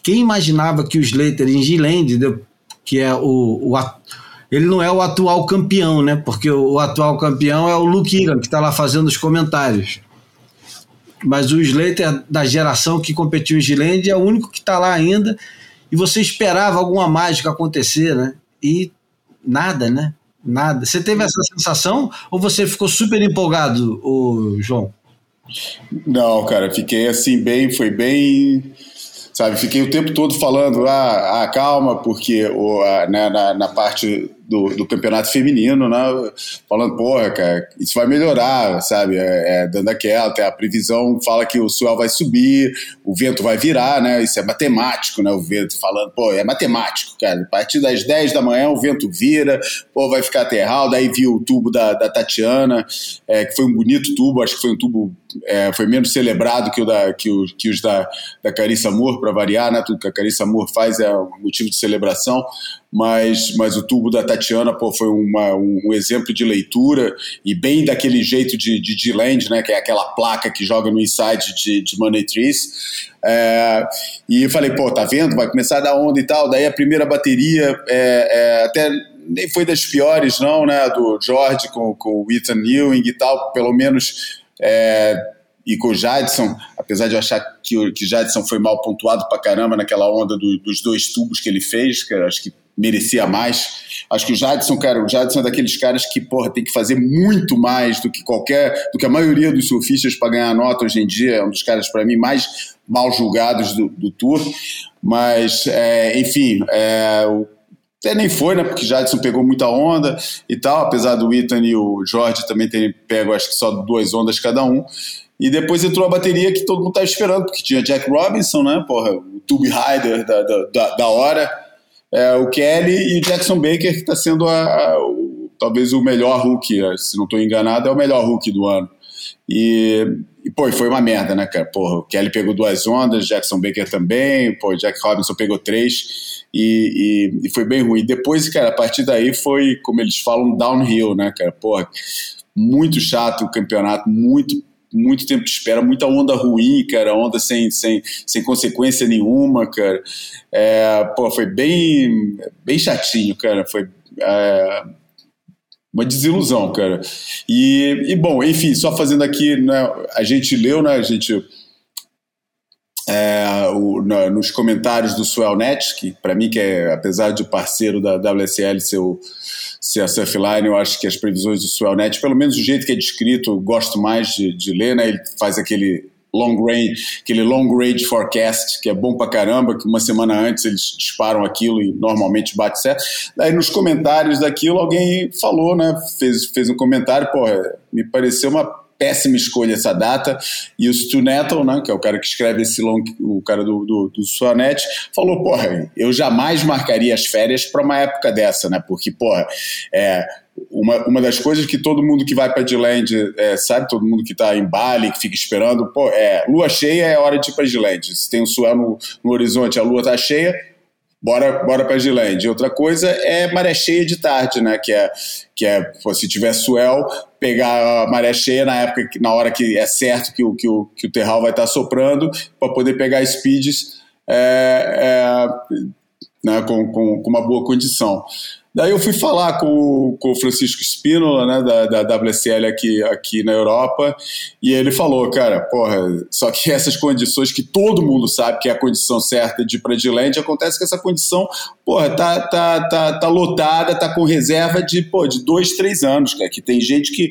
quem imaginava que o Slater em G-Land, que é ele não é o atual campeão, né? Porque o atual campeão é o Luke Egan, que está lá fazendo os comentários. Mas o Slater da geração que competiu em G-Land é o único que está lá ainda, e você esperava alguma mágica acontecer, né? E nada, né? Nada. Você teve essa sensação ou você ficou super empolgado, João? Não, cara, fiquei assim foi bem, sabe, fiquei o tempo todo falando, calma, porque na parte do campeonato feminino, né, falando, porra, cara, isso vai melhorar, sabe, dando aquela, até a previsão fala que o Swell vai subir, o vento vai virar, né, isso é matemático, né, o vento falando, pô, é matemático, cara, a partir das 10 da manhã o vento vira, pô, vai ficar terral, daí viu o tubo da Tatiana, que foi um bonito tubo, acho que foi um tubo, foi menos celebrado que os da Carissa Moore, para variar, né, tudo que a Carissa Moore faz é um motivo de celebração, mas o tubo da Tatiana, pô, foi um exemplo de leitura e bem daquele jeito de G-Land, né, que é aquela placa que joga no inside de Money Trees. E eu falei, pô, tá vendo? Vai começar a dar onda e tal. Daí a primeira bateria até nem foi das piores, não, né, do George com o Ethan Ewing e tal, pelo menos... e com o Jadson, apesar de eu achar que o Jadson foi mal pontuado pra caramba naquela onda dos 2 tubos que ele fez, que eu acho que merecia mais. Acho que o Jadson é daqueles caras que, porra, tem que fazer muito mais do que a maioria dos surfistas para ganhar nota hoje em dia. É um dos caras, para mim, mais mal julgados do Tour. Mas, enfim, até nem foi, né, porque Jadson pegou muita onda e tal, apesar do Ethan e o Jorge também terem pego, acho que só 2 ondas cada um. E depois entrou a bateria que todo mundo estava esperando, porque tinha Jack Robinson, né, porra, o Tube Rider da hora, o Kelly e o Jackson Baker, que está sendo talvez o melhor rookie, se não estou enganado, é o melhor rookie do ano. E pô, foi uma merda, né, cara? Porra, o Kelly pegou 2 ondas, Jackson Baker também, pô, Jack Robinson pegou 3 e foi bem ruim. Depois, cara, a partir daí foi, como eles falam, downhill, né, cara? Porra, muito chato o campeonato, muito tempo de espera, muita onda ruim, cara, onda sem consequência nenhuma, cara. Pô, foi bem chatinho, cara, foi uma desilusão, cara. E bom, enfim, só fazendo aqui, né, a gente leu, né, nos comentários do Swellnet, que para mim, que é, apesar de parceiro da WSL ser a Surfline, eu acho que as previsões do Swellnet, pelo menos do jeito que é descrito, eu gosto mais de ler, né? Ele faz aquele long range forecast, que é bom pra caramba, que uma semana antes eles disparam aquilo e normalmente bate certo. Daí nos comentários daquilo alguém falou, né? Fez um comentário, porra, me pareceu uma péssima escolha essa data, e o Stu Nettle, né, que é o cara que escreve o cara do Swellnet, falou, porra, eu jamais marcaria as férias para uma época dessa, né, porque, porra, uma das coisas que todo mundo que vai para G-Land sabe, todo mundo que tá em Bali, que fica esperando, pô, lua cheia é hora de ir para G-Land, se tem um swell no horizonte, a lua tá cheia, bora para G-Land. Outra coisa é maré cheia de tarde, né? Que é pô, se tiver swell, pegar a maré cheia na hora que é certo que o terral vai estar soprando, para poder pegar speeds né, com uma boa condição. Daí eu fui falar com o Francisco Spínola, né, da WSL aqui na Europa, e ele falou, cara, porra, só que essas condições que todo mundo sabe que é a condição certa de ir pra G-Land, acontece que essa condição, porra, tá lotada, tá com reserva de 2, 3 anos, cara, que tem gente que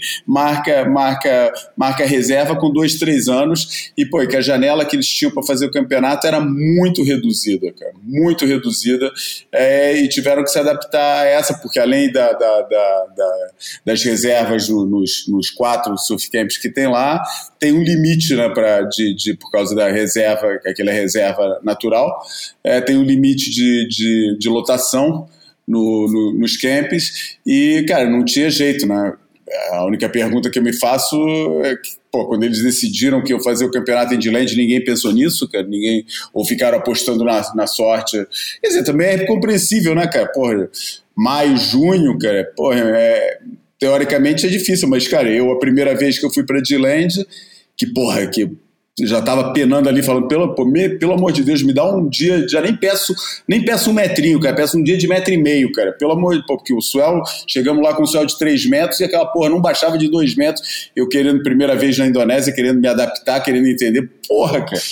marca reserva com 2, 3 anos, e pô, que a janela que eles tinham para fazer o campeonato era muito reduzida, cara, muito reduzida, e tiveram que se adaptar a essa, porque além das reservas nos 4 surf camps que tem lá, tem um limite, né, por causa da reserva, que aquela é reserva natural, tem um limite de lotação nos camps, e, cara, não tinha jeito, né? A única pergunta que eu me faço é que, pô, quando eles decidiram que eu fazia o campeonato em G-Land, ninguém pensou nisso, cara, ou ficaram apostando na sorte. Quer dizer, também é compreensível, né, cara? Porra, maio, junho, cara, porra, teoricamente é difícil, mas, cara, a primeira vez que eu fui pra G-Land, que já estava penando ali, falando, pelo amor de Deus, me dá um dia, já nem peço 1 metrinho, cara, peço um dia de 1,5 metro, cara, pelo amor de Deus, porque o swell, chegamos lá com o swell de 3 metros e aquela porra não baixava de 2 metros, eu querendo, primeira vez na Indonésia, querendo me adaptar, querendo entender, porra, cara,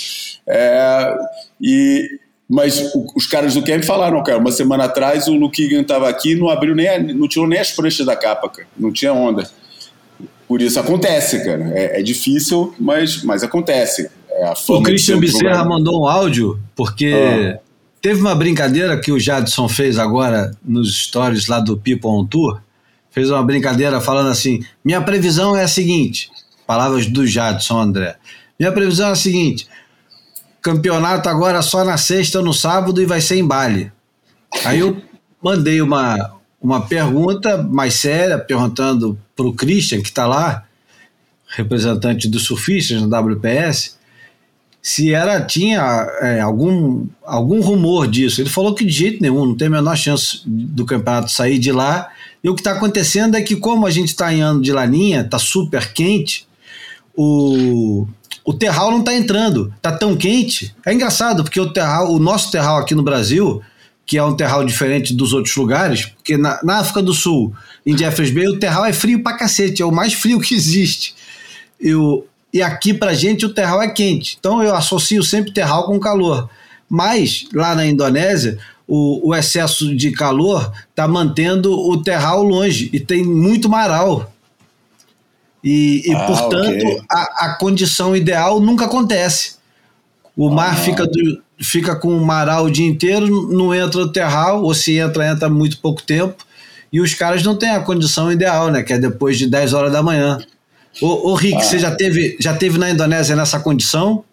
mas os caras do camp falaram, cara, uma semana atrás o Luke Egan estava aqui e não tirou nem as pranchas da capa, cara, não tinha onda. Por isso acontece, cara. É difícil, mas acontece. O Christian Becerra mandou um áudio, porque teve uma brincadeira que o Jadson fez agora nos stories lá do People on Tour. Fez uma brincadeira falando assim: minha previsão é a seguinte, palavras do Jadson, André. Minha previsão é a seguinte: campeonato agora só na sexta, no sábado, e vai ser em Bali. Aí eu mandei uma pergunta mais séria, perguntando para o Christian, que está lá, representante dos surfistas na WPS, se tinha algum rumor disso. Ele falou que de jeito nenhum, não tem a menor chance do campeonato sair de lá. E o que está acontecendo é que, como a gente está em ano de laninha, está super quente, o terral não está entrando, está tão quente. É engraçado, porque o nosso terral aqui no Brasil, que é um terral diferente dos outros lugares, porque na África do Sul, em Jeffreys Bay, o terral é frio pra cacete, é o mais frio que existe. E aqui pra gente o terral é quente, então eu associo sempre terral com calor. Mas lá na Indonésia, o excesso de calor está mantendo o terral longe, e tem muito maral. Portanto, okay, a condição ideal nunca acontece. O mar fica com o maral o dia inteiro, não entra o terral, ou se entra muito pouco tempo, e os caras não têm a condição ideal, né, que é depois de 10 horas da manhã. Ô Rick, você já teve na Indonésia nessa condição?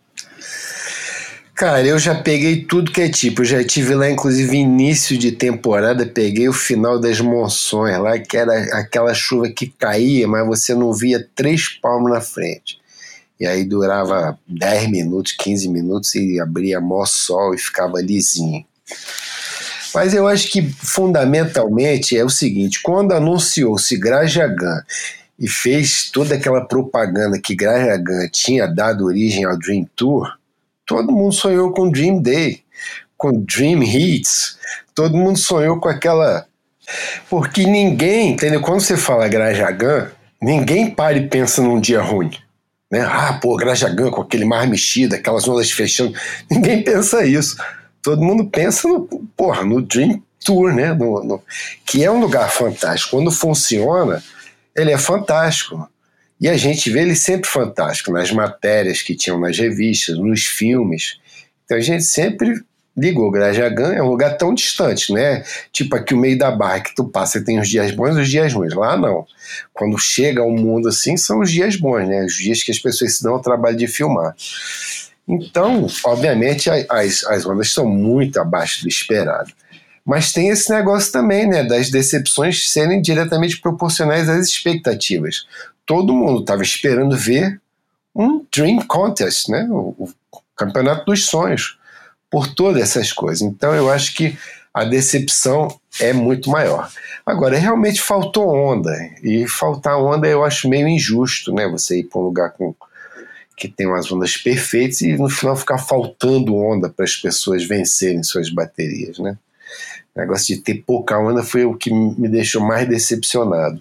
Cara, eu já peguei tudo que é tipo, eu já tive lá inclusive início de temporada, peguei o final das monções lá, que era aquela chuva que caía, mas você não via 3 palmos na frente. E aí durava 10 minutos, 15 minutos e abria mó sol e ficava lisinho. Mas eu acho que fundamentalmente é o seguinte: quando anunciou-se Grajagan e fez toda aquela propaganda que Grajagan tinha dado origem ao Dream Tour, todo mundo sonhou com Dream Day, com Dream Hits, todo mundo sonhou com aquela... Porque ninguém, entendeu? Quando você fala Grajagan, ninguém para e pensa num dia ruim. Né? Grajagan com aquele mar mexido, aquelas ondas fechando. Ninguém pensa isso. Todo mundo pensa no Dream Tour, né? Que é um lugar fantástico. Quando funciona, ele é fantástico. E a gente vê ele sempre fantástico, nas matérias que tinham nas revistas, nos filmes. Então a gente sempre ligou. Grajagan é um lugar tão distante, né? Tipo aqui o meio da barra que tu passa e tem os dias bons e os dias ruins. Lá não. Quando chega ao mundo assim, são os dias bons, né? Os dias que as pessoas se dão ao trabalho de filmar. Então, obviamente, as ondas são muito abaixo do esperado. Mas tem esse negócio também, né? Das decepções serem diretamente proporcionais às expectativas. Todo mundo estava esperando ver um Dream Contest, né? O campeonato dos sonhos, por todas essas coisas. Então eu acho que a decepção é muito maior. Agora, realmente faltou onda, e faltar onda eu acho meio injusto, né? Você ir para um lugar que tem umas ondas perfeitas e no final ficar faltando onda para as pessoas vencerem suas baterias, né? O negócio de ter pouca onda foi o que me deixou mais decepcionado.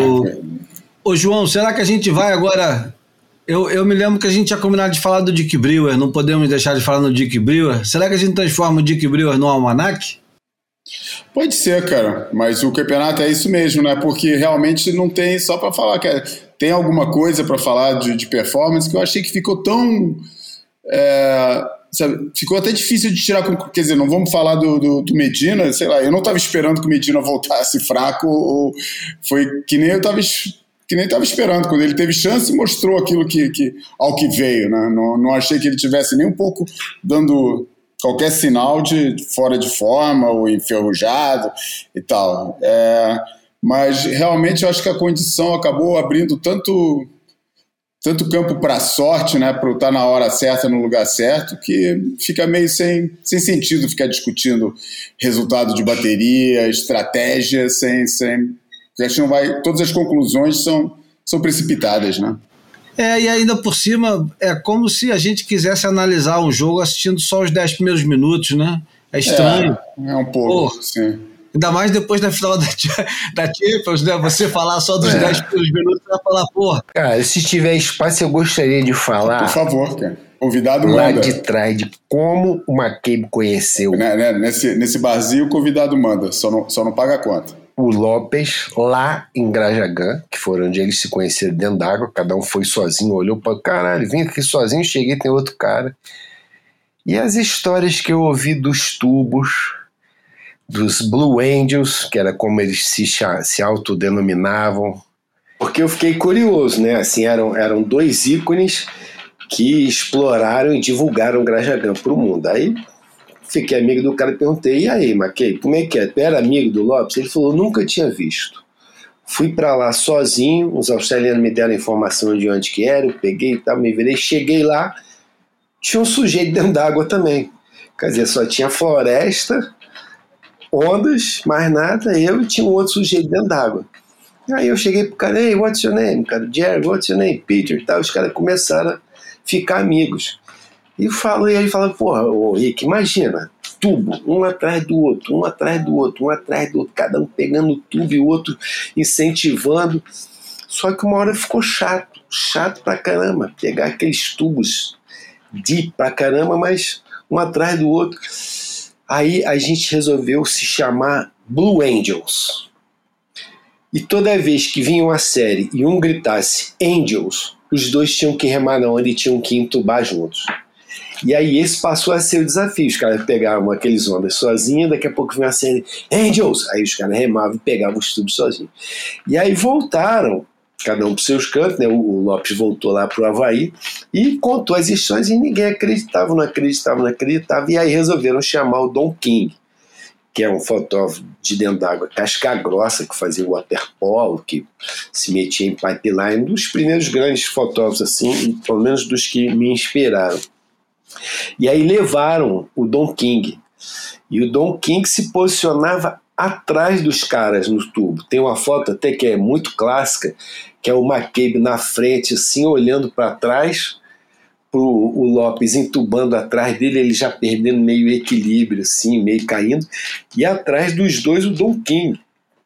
Ô João, será que a gente vai agora... Eu me lembro que a gente tinha combinado de falar do Dick Brewer, não podemos deixar de falar no Dick Brewer. Será que a gente transforma o Dick Brewer no almanac? Pode ser, cara, mas o campeonato é isso mesmo, né? Porque realmente não tem só para falar, cara. Tem alguma coisa para falar de performance que eu achei que ficou tão... sabe, ficou até difícil de tirar... Quer dizer, não vamos falar do Medina, sei lá, eu não estava esperando que o Medina voltasse fraco, ou foi que nem eu estava... que nem estava esperando. Quando ele teve chance, mostrou aquilo ao que veio, né? Não achei que ele tivesse nem um pouco dando qualquer sinal de fora de forma ou enferrujado e tal. Mas realmente eu acho que a condição acabou abrindo tanto campo para a sorte, né? Para estar na hora certa, no lugar certo, que fica meio sem sentido ficar discutindo resultado de bateria, estratégia, sem acho que não vai, todas as conclusões são precipitadas, né? E ainda por cima, é como se a gente quisesse analisar um jogo assistindo só os 10 primeiros minutos, né? É estranho. É um pouco, sim. Ainda mais depois da final da Champions, né? Você falar só dos 10 primeiros minutos, você vai falar, porra. Cara, se tiver espaço, eu gostaria de falar. Por favor, cara. Convidado lá manda. De trás, de como o McCabe conheceu. Nesse barzinho, o convidado manda, só não paga a conta. O Lopes, lá em Grajagan, que foram onde eles se conheceram dentro d'água, cada um foi sozinho, olhou para caralho, vim aqui sozinho, cheguei, tem outro cara. E as histórias que eu ouvi dos tubos, dos Blue Angels, que era como eles se autodenominavam, porque eu fiquei curioso, né? Assim, eram dois ícones que exploraram e divulgaram Grajagan para o mundo. Aí fiquei amigo do cara e perguntei, e aí, Mackay, como é que é? Tu era amigo do Lopes? Ele falou, nunca tinha visto. Fui para lá sozinho, os australianos me deram informação de onde que era, eu peguei e tal, me virei, cheguei lá, tinha um sujeito dentro d'água também. Quer dizer, só tinha floresta, ondas, mais nada, eu e tinha um outro sujeito dentro d'água. Aí eu cheguei pro cara, hey, what's your name? Cara, Jerry, what's your name? Peter, tal. Os caras começaram a ficar amigos. E ele fala, porra, ô Rick, imagina, tubo, um atrás do outro, cada um pegando o tubo e o outro incentivando. Só que uma hora ficou chato pra caramba, pegar aqueles tubos deep pra caramba, mas um atrás do outro. Aí a gente resolveu se chamar Blue Angels. E toda vez que vinha uma série e um gritasse Angels, os dois tinham que remar na onda e tinham que entubar juntos. E aí esse passou a ser o desafio. Os caras pegavam aqueles ondas sozinhos, daqui a pouco vinha a série Angels, aí os caras remavam e pegavam os tubos sozinhos. E aí voltaram, cada um para os seus cantos, né? O Lopes voltou lá para o Havaí e contou as histórias e ninguém acreditava, não acreditava. E aí resolveram chamar o Don King, que é um fotógrafo de dentro d'água, casca grossa, que fazia waterpolo, que se metia em pipeline, um dos primeiros grandes fotógrafos, assim, pelo menos dos que me inspiraram. E aí levaram o Don King. E o Don King se posicionava atrás dos caras no tubo. Tem uma foto até que é muito clássica, que é o McCabe na frente, assim, olhando para trás, o Lopes entubando atrás dele, ele já perdendo meio equilíbrio, assim, meio caindo, e atrás dos dois o Don King,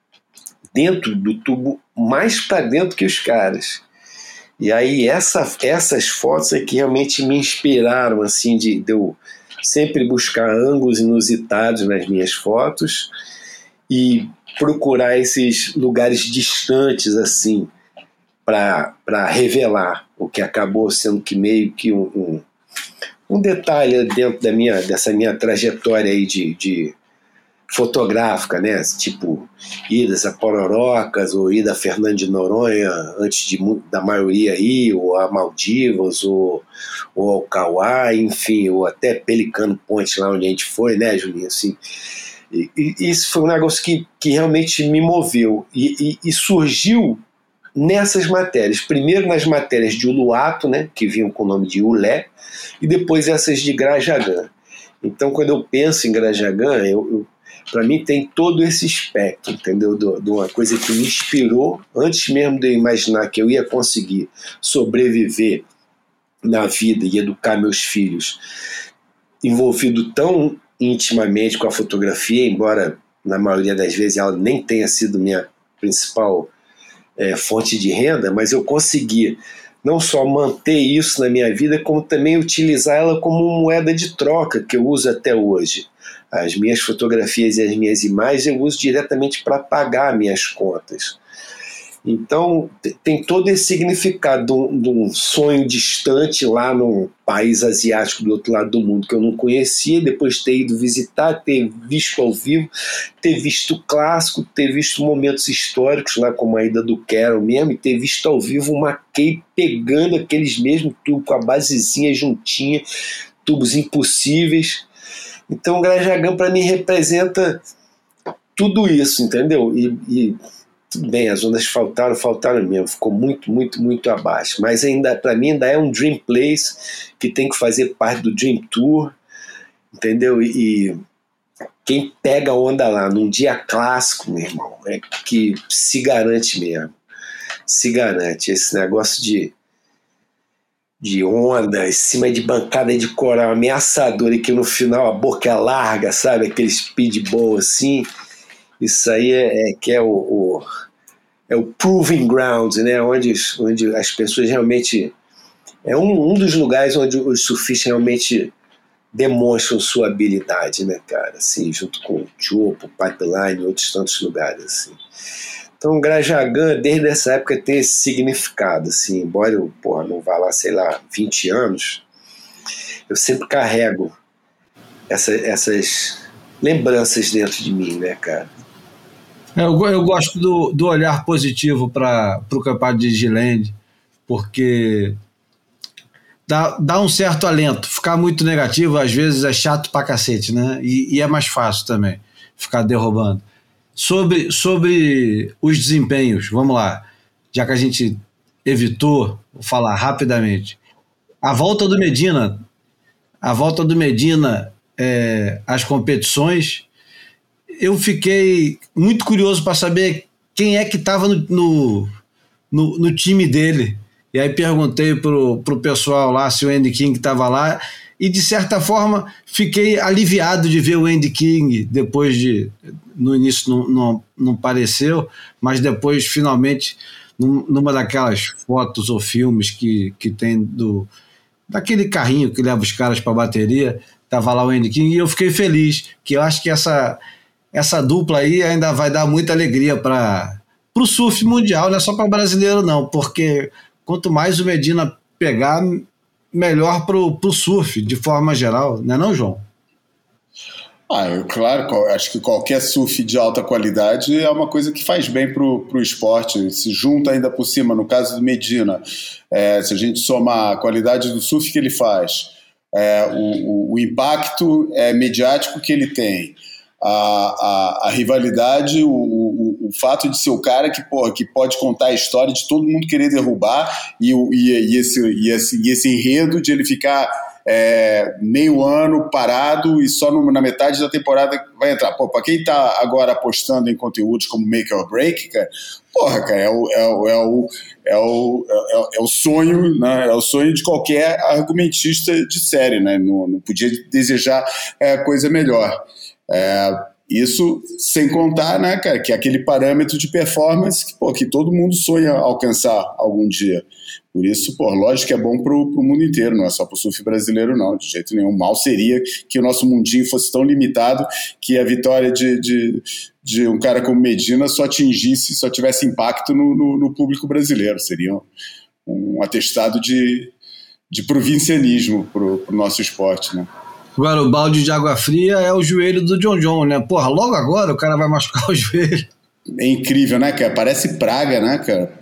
dentro do tubo, mais para dentro que os caras. E aí essas fotos é que realmente me inspiraram, assim, de eu sempre buscar ângulos inusitados nas minhas fotos e procurar esses lugares distantes, assim, para revelar o que acabou sendo que meio que um detalhe dentro dessa minha trajetória aí de fotográfica, né? Tipo, idas a Pororocas, ou ida a Fernando de Noronha, antes da maioria ir, ou a Maldivas, ou ao Kauai, enfim, ou até Pelicano Point, lá onde a gente foi, né, Julinho? Assim, e isso foi um negócio que realmente me moveu e surgiu nessas matérias, primeiro nas matérias de Uluato, né, que vinham com o nome de Ulé, e depois essas de Grajagan. Então, quando eu penso em Grajagan, para mim tem todo esse espectro, entendeu? De uma coisa que me inspirou, antes mesmo de eu imaginar que eu ia conseguir sobreviver na vida e educar meus filhos, envolvido tão intimamente com a fotografia, embora na maioria das vezes ela nem tenha sido minha principal fonte de renda, mas eu consegui não só manter isso na minha vida, como também utilizar ela como moeda de troca, que eu uso até hoje. As minhas fotografias e as minhas imagens eu uso diretamente para pagar minhas contas. Então, tem todo esse significado de um sonho distante lá num país asiático do outro lado do mundo que eu não conhecia, depois ter ido visitar, ter visto ao vivo, ter visto o clássico, ter visto momentos históricos lá como a ida do Carol mesmo, e ter visto ao vivo uma McCabe pegando aqueles mesmos tubos com a basezinha juntinha, tubos impossíveis. Então o Grajagan para mim representa tudo isso, entendeu? E tudo bem, as ondas faltaram mesmo, ficou muito, muito, muito abaixo, mas ainda, para mim ainda é um Dream Place que tem que fazer parte do Dream Tour, entendeu? E quem pega a onda lá num dia clássico, meu irmão, é que se garante mesmo, se garante. Esse negócio de de onda, em cima de bancada de coral ameaçadora, e que no final a boca é larga, sabe? Aquele speedball assim. Isso aí é o proving ground, né? Onde as pessoas realmente... É um dos lugares onde os surfistas realmente demonstram sua habilidade, né, cara? Assim, junto com o Chopo, Pipeline e outros tantos lugares, assim. Então, o Grajagan, desde essa época, tem esse significado, assim. Embora eu, não vá lá, sei lá, 20 anos, eu sempre carrego essas lembranças dentro de mim, né, cara? Eu gosto do olhar positivo para o campeonato de Disneyland, porque dá um certo alento. Ficar muito negativo, às vezes, é chato pra cacete, né? E é mais fácil também ficar derrubando. Sobre os desempenhos, vamos lá, já que a gente evitou, vou falar rapidamente. A volta do Medina, as competições, eu fiquei muito curioso para saber quem é que estava no time dele. E aí perguntei pro pessoal lá se o Andy King estava lá, e de certa forma fiquei aliviado de ver o Andy King depois no início não pareceu, mas depois finalmente numa daquelas fotos ou filmes que tem daquele carrinho que leva os caras para a bateria, estava lá o Andy King, e eu fiquei feliz, que eu acho que essa dupla aí ainda vai dar muita alegria para o surf mundial, não é só para brasileiro não, porque quanto mais o Medina pegar, melhor pro surf, de forma geral, não é não, João? Claro, acho que qualquer surf de alta qualidade é uma coisa que faz bem pro esporte, se junta ainda por cima, no caso do Medina, se a gente somar a qualidade do surf que ele faz, o impacto mediático que ele tem, a rivalidade, o fato de ser o cara que pode contar a história de todo mundo querer derrubar, e esse enredo de ele ficar meio ano parado e só na metade da temporada vai entrar. Para quem tá agora apostando em conteúdos como Make or Break, cara, cara, é o sonho, né? É o sonho de qualquer argumentista de série, né? Não podia desejar coisa melhor. Isso sem contar, né, cara, que é aquele parâmetro de performance que todo mundo sonha alcançar algum dia. Por isso, lógico que é bom pro mundo inteiro, não é só pro surf brasileiro não, de jeito nenhum. Mal seria que o nosso mundinho fosse tão limitado que a vitória de um cara como Medina só tivesse impacto no público brasileiro. Seria um atestado de provincianismo pro nosso esporte, né? Agora, o balde de água fria é o joelho do John, né? Logo agora o cara vai machucar o joelho. É incrível, né, cara? Parece praga, né, cara?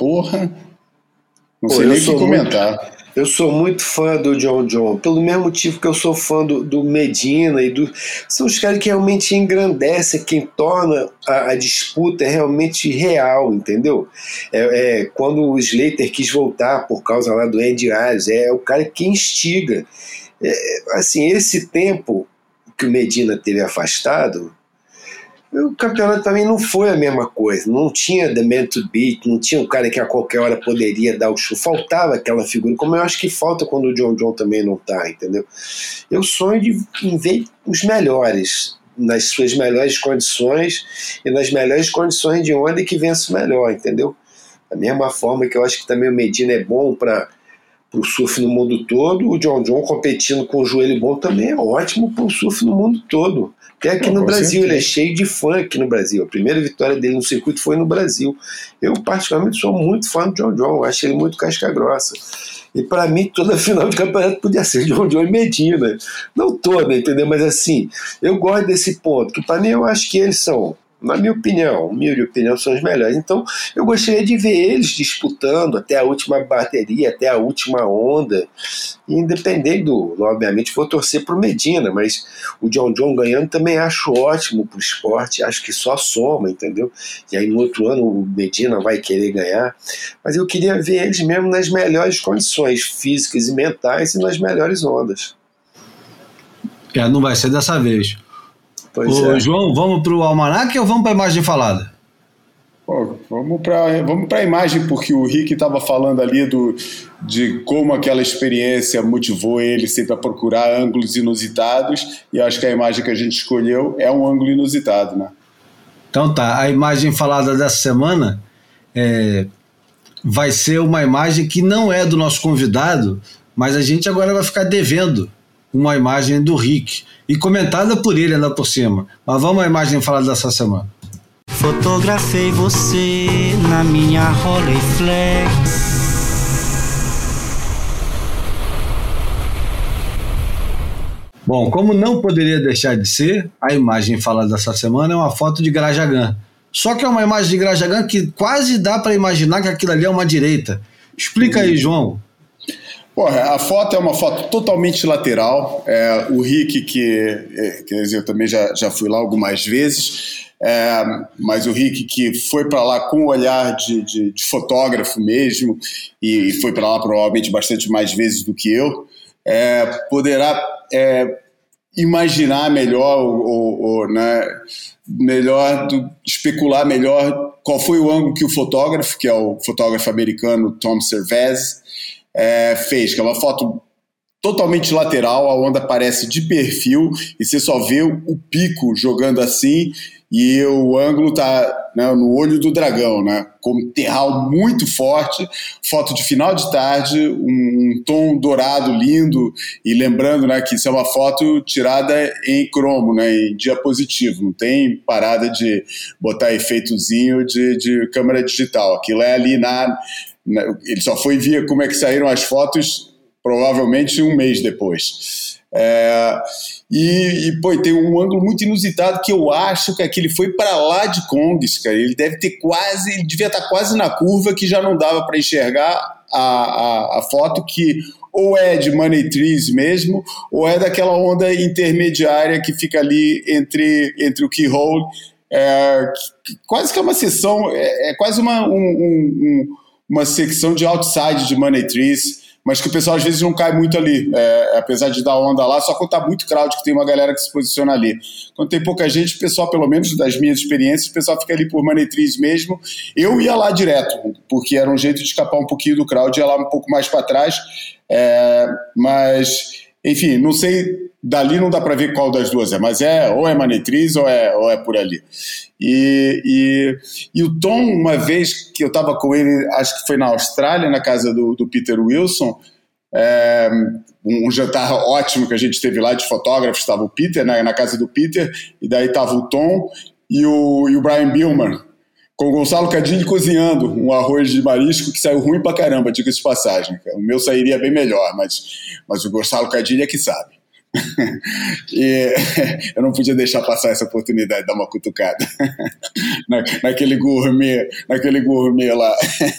Não sei nem o que comentar. Eu sou muito fã do John, pelo mesmo motivo que eu sou fã do Medina são os caras que realmente engrandecem, quem torna a disputa realmente real, entendeu? Quando o Slater quis voltar por causa lá do Andy Arias, é o cara que instiga. Assim, esse tempo que o Medina teve afastado, o campeonato também não foi a mesma coisa, não tinha the man to beat, não tinha um cara que a qualquer hora poderia dar o show, faltava aquela figura, como eu acho que falta quando o John também não tá, entendeu? Eu sonho em ver os melhores, nas suas melhores condições e nas melhores condições de onda, que vença o melhor, entendeu? Da mesma forma que eu acho que também o Medina é bom para o surf no mundo todo, o John competindo com o joelho bom também é ótimo para o surf no mundo todo. Até aqui no Brasil, ele é cheio de fã aqui no Brasil. A primeira vitória dele no circuito foi no Brasil. Eu, particularmente, sou muito fã do John, acho ele muito casca grossa. E para mim, toda final de campeonato podia ser John e Medina. Não toda, entendeu? Mas assim, eu gosto desse ponto, que para mim eu acho que eles são, na minha opinião, são os melhores. Então, eu gostaria de ver eles disputando até a última bateria, até a última onda, independente obviamente, vou torcer para o Medina, mas o John ganhando também acho ótimo para o esporte, acho que só soma, entendeu? E aí no outro ano o Medina vai querer ganhar, mas eu queria ver eles mesmo nas melhores condições físicas e mentais e nas melhores ondas. Não vai ser dessa vez. Ô, João, vamos para o almanaque ou vamos para a imagem falada? Pô, vamos para a imagem, porque o Rick estava falando ali de como aquela experiência motivou ele sempre a procurar ângulos inusitados, e acho que a imagem que a gente escolheu é um ângulo inusitado, né? Então tá, a imagem falada dessa semana vai ser uma imagem que não é do nosso convidado, mas a gente agora vai ficar devendo uma imagem do Rick, e comentada por ele ainda por cima. Mas vamos à imagem falada dessa semana. Fotografei você na minha Rolleiflex. Bom, como não poderia deixar de ser, a imagem falada dessa semana é uma foto de Grajagan. Só que é uma imagem de Grajagan que quase dá para imaginar que aquilo ali é uma direita. Explica aí, João. Porra, a foto é uma foto totalmente lateral. O Rick, quer dizer, eu também já fui lá algumas vezes, mas o Rick que foi para lá com o olhar de fotógrafo mesmo, e foi para lá provavelmente bastante mais vezes do que eu, poderá imaginar melhor, especular melhor qual foi o ângulo que o fotógrafo, que é o fotógrafo americano Tom Servais, fez, que é uma foto totalmente lateral, a onda aparece de perfil e você só vê o pico jogando assim, e o ângulo está, né, no olho do dragão, né, com um terral muito forte, foto de final de tarde, um tom dourado lindo, e lembrando, né, que isso é uma foto tirada em cromo, né, em diapositivo, não tem parada de botar efeitozinho de câmera digital, aquilo é ali ele só foi ver como é que saíram as fotos provavelmente um mês depois. Pô, tem um ângulo muito inusitado que eu acho que ele foi para lá de Kongs, cara. Ele devia estar quase na curva, que já não dava para enxergar a foto, que ou é de Money Trees mesmo, ou é daquela onda intermediária que fica ali entre o keyhole, quase que é uma seção, quase uma secção de outside de Money Trees, mas que o pessoal às vezes não cai muito ali, apesar de dar onda lá, só quando está muito crowd que tem uma galera que se posiciona ali. Quando tem pouca gente, o pessoal, pelo menos das minhas experiências, o pessoal fica ali por Money Trees mesmo. Eu ia lá direto, porque era um jeito de escapar um pouquinho do crowd, ia lá um pouco mais para trás, mas, enfim, não sei, dali não dá para ver qual das duas mas ou é Money Trees ou é por ali. E o Tom, uma vez que eu estava com ele, acho que foi na Austrália, na casa do Peter Wilson, um jantar ótimo que a gente teve lá de fotógrafos, estava o Peter, na casa do Peter, e daí estava o Tom e o Brian Billman, com o Gonçalo Cadilli cozinhando um arroz de marisco que saiu ruim pra caramba, diga-se de passagem. O meu sairia bem melhor, mas o Gonçalo Cadilli é que sabe. E eu não podia deixar passar essa oportunidade de dar uma cutucada naquele gourmet lá.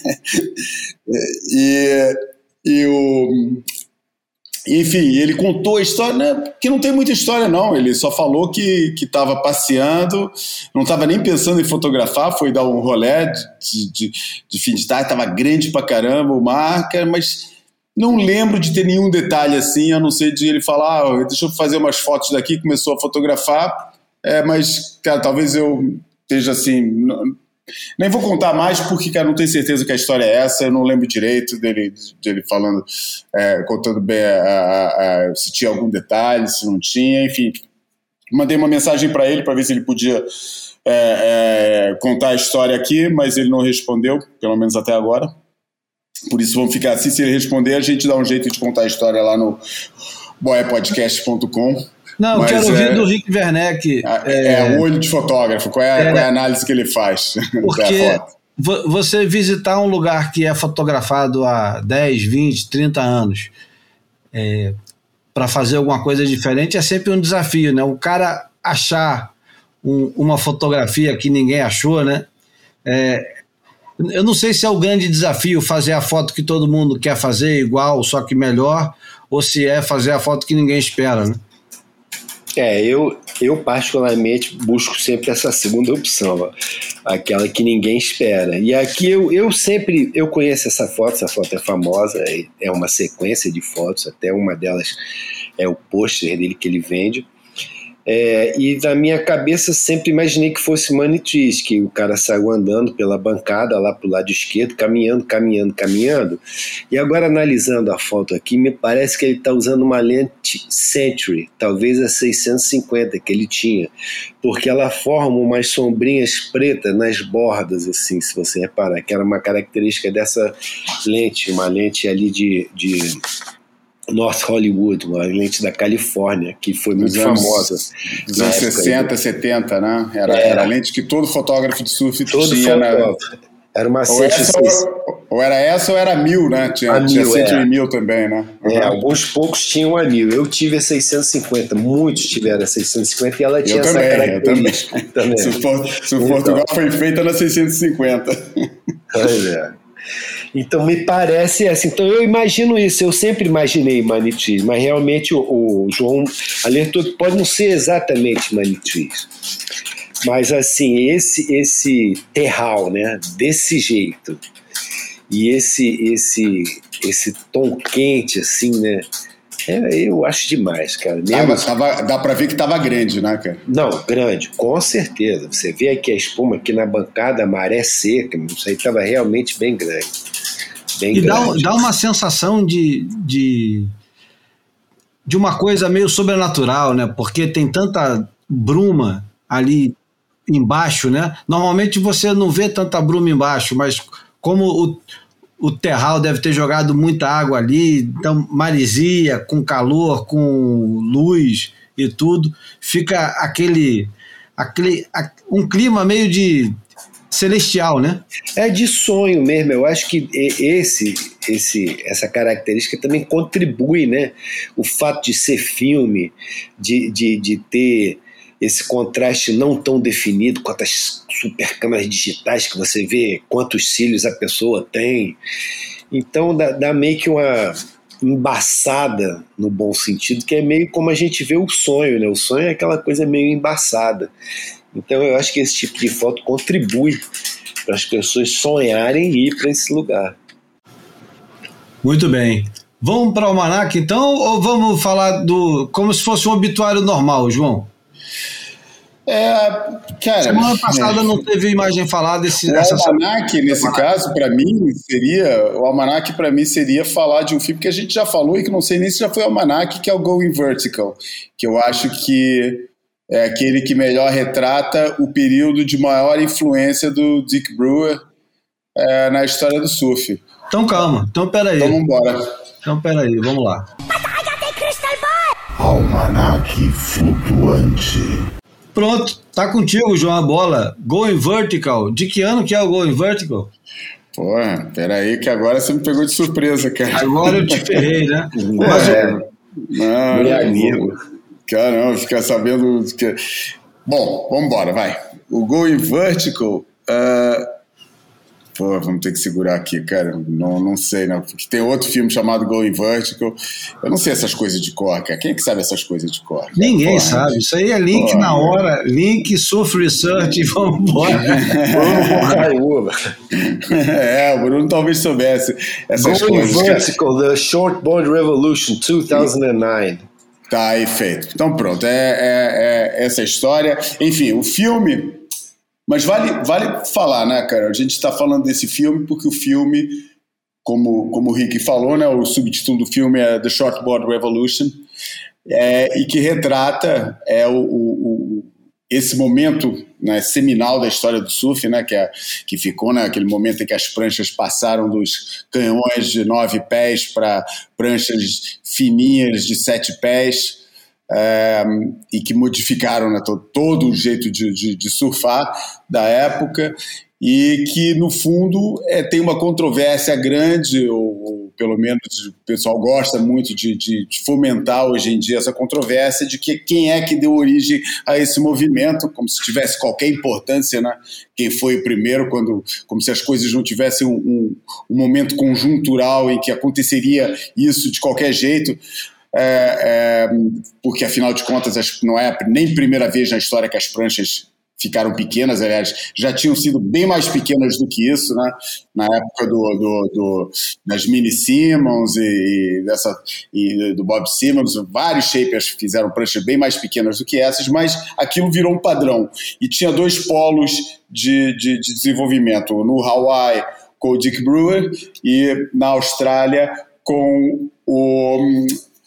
Enfim, ele contou a história, né, que não tem muita história não, ele só falou que estava passeando, não estava nem pensando em fotografar, foi dar um rolê de fim de tarde, estava grande pra caramba o mar, mas não lembro de ter nenhum detalhe assim, a não ser de ele falar, deixa eu fazer umas fotos daqui, começou a fotografar, mas, cara, talvez eu esteja assim, nem vou contar mais porque, cara, não tenho certeza que a história é essa, eu não lembro direito dele falando, contando bem se tinha algum detalhe, se não tinha, enfim. Mandei uma mensagem para ele para ver se ele podia contar a história aqui, mas ele não respondeu, pelo menos até agora. Por isso vamos ficar assim, se ele responder a gente dá um jeito de contar a história lá no boiapodcast.com. Não, eu quero ouvir do Rick Werneck. O olho de fotógrafo, qual é a análise que ele faz? Porque você visitar um lugar que é fotografado há 10, 20, 30 anos para fazer alguma coisa diferente é sempre um desafio, né? O cara achar uma fotografia que ninguém achou, né? Eu não sei se é o grande desafio fazer a foto que todo mundo quer fazer igual, só que melhor, ou se é fazer a foto que ninguém espera, né? Eu particularmente busco sempre essa segunda opção, aquela que ninguém espera. E aqui eu conheço essa foto é famosa, é uma sequência de fotos, até uma delas é o pôster dele que ele vende. E na minha cabeça sempre imaginei que fosse Money Trees, que o cara saiu andando pela bancada lá pro lado esquerdo, caminhando, e agora analisando a foto aqui, me parece que ele está usando uma lente Century, talvez a 650 que ele tinha, porque ela forma umas sombrinhas pretas nas bordas, assim, se você reparar, que era uma característica dessa lente, uma lente ali de North Hollywood, uma lente da Califórnia, que foi muito famosa. Dos anos 60, 70, né? Era a lente que todo fotógrafo de surf tinha. Era uma ou era essa ou era 1000, né? Tinha 1000 também, né? Alguns poucos tinham a 1000. Eu tive a 650, muitos tiveram a 650 e ela tinha essa característica. Eu também. Se o Portugal foi feita na 650. Pois é. Então me parece assim, então eu imagino isso, eu sempre imaginei Money Trees, mas realmente o João alertou que pode não ser exatamente Money Trees, mas assim, esse terral, né, desse jeito, e esse tom quente assim, né, eu acho demais, cara. Dá pra ver que tava grande, né, cara? Não, grande, com certeza. Você vê aqui a espuma aqui na bancada, a maré seca, isso aí tava realmente bem grande. E dá uma sensação de uma coisa meio sobrenatural, né? Porque tem tanta bruma ali embaixo, né? Normalmente você não vê tanta bruma embaixo, mas como o terral deve ter jogado muita água ali, então maresia, com calor, com luz e tudo, fica um clima meio de celestial, né? É de sonho mesmo. Eu acho que essa característica também contribui, né? O fato de ser filme, de ter esse contraste não tão definido quanto as super câmeras digitais que você vê quantos cílios a pessoa tem. Então dá meio que uma embaçada, no bom sentido, que é meio como a gente vê o sonho, né? O sonho é aquela coisa meio embaçada. Então eu acho que esse tipo de foto contribui para as pessoas sonharem e ir para esse lugar. Muito bem. Vamos para o almanaque então, ou vamos falar como se fosse um obituário normal, João? Cara, semana passada não teve imagem falada o almanaque, nesse caso, para mim, seria falar de um filme que a gente já falou e que não sei nem se já foi o almanaque, que é o Going Vertical, que eu acho que é aquele que melhor retrata o período de maior influência do Dick Brewer na história do surf. Então calma, então peraí. Então vamos embora. Então peraí, vamos lá. Almanaque flutuante. Pronto, tá contigo, João, a bola. Going Vertical. De que ano que é o Going Vertical? Porra, peraí que agora você me pegou de surpresa, cara. Agora eu te ferrei, né? Não, meu amigo. Caramba, ficar sabendo que... Bom, vamos embora, vai. O Going Vertical... vamos ter que segurar aqui, cara. Não sei, não. Porque tem outro filme chamado Going Vertical. Eu não sei essas coisas de cor, cara. Quem é que sabe essas coisas de cor? Ninguém sabe. Isso aí é link na hora. Link, Surf Research e vamos embora. O Bruno talvez soubesse essas coisas. Going Vertical, The Shortboard Revolution, 2009. Tá aí feito. Então pronto, essa história. Enfim, o filme... Mas vale falar, né, cara? A gente está falando desse filme porque o filme, como o Rick falou, né, o subtítulo do filme é The Shortboard Revolution, e que retrata esse momento, né, seminal da história do surf, né, que ficou, né, aquele momento em que as pranchas passaram dos canhões de 9 pés para pranchas fininhas de 7 pés, e que modificaram, né, todo o jeito de surfar da época, e que no fundo tem uma controvérsia grande, ou pelo menos o pessoal gosta muito de fomentar hoje em dia essa controvérsia de que quem é que deu origem a esse movimento, como se tivesse qualquer importância, né? Quem foi o primeiro, como se as coisas não tivessem um momento conjuntural em que aconteceria isso de qualquer jeito. Porque afinal de contas não é nem a primeira vez na história que as pranchas ficaram pequenas, aliás, já tinham sido bem mais pequenas do que isso, né? Na época das Mini Simmons e do Bob Simmons, vários shapers fizeram pranchas bem mais pequenas do que essas, mas aquilo virou um padrão. E tinha 2 polos de desenvolvimento, no Hawaii com o Dick Brewer e na Austrália com o...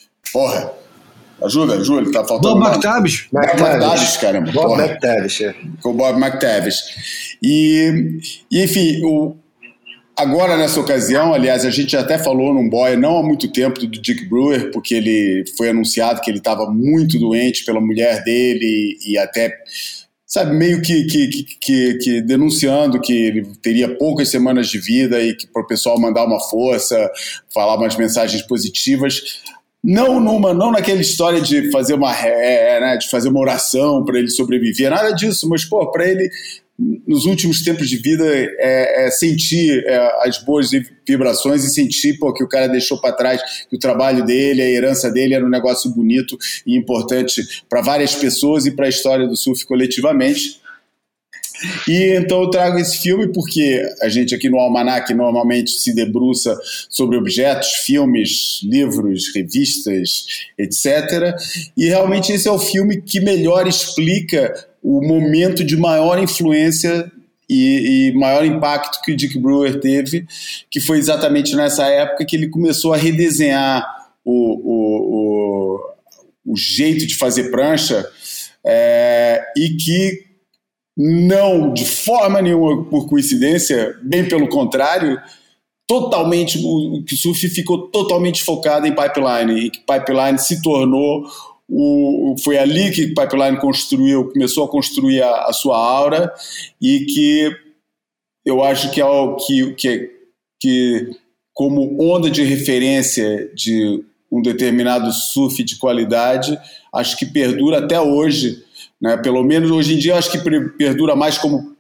Ajuda, Júlio, tá faltando... Bob McTavish. Bob McTavish, caramba. Bob McTavish, com o Bob McTavish. E enfim, agora nessa ocasião, aliás, a gente até falou num boy não há muito tempo do Dick Brewer, porque ele foi anunciado que ele estava muito doente pela mulher dele e até... sabe, meio que denunciando que ele teria poucas semanas de vida e que para o pessoal mandar uma força, falar umas mensagens positivas, não naquela história de fazer de fazer uma oração para ele sobreviver, nada disso, mas para ele nos últimos tempos de vida sentir as boas vibrações e sentir que o cara deixou para trás, que o trabalho dele, a herança dele era um negócio bonito e importante para várias pessoas e para a história do surf coletivamente. E então eu trago esse filme porque a gente aqui no Almanac normalmente se debruça sobre objetos, filmes, livros, revistas, etc. E realmente esse é o filme que melhor explica o momento de maior influência e maior impacto que o Dick Brewer teve, que foi exatamente nessa época que ele começou a redesenhar o jeito de fazer prancha e que não, de forma nenhuma por coincidência, bem pelo contrário, totalmente, o surf ficou totalmente focado em pipeline, e que pipeline se tornou foi ali que pipeline começou a construir a sua aura, e que eu acho que como onda de referência de um determinado surf de qualidade, acho que perdura até hoje, né? Pelo menos hoje em dia, acho que perdura mais como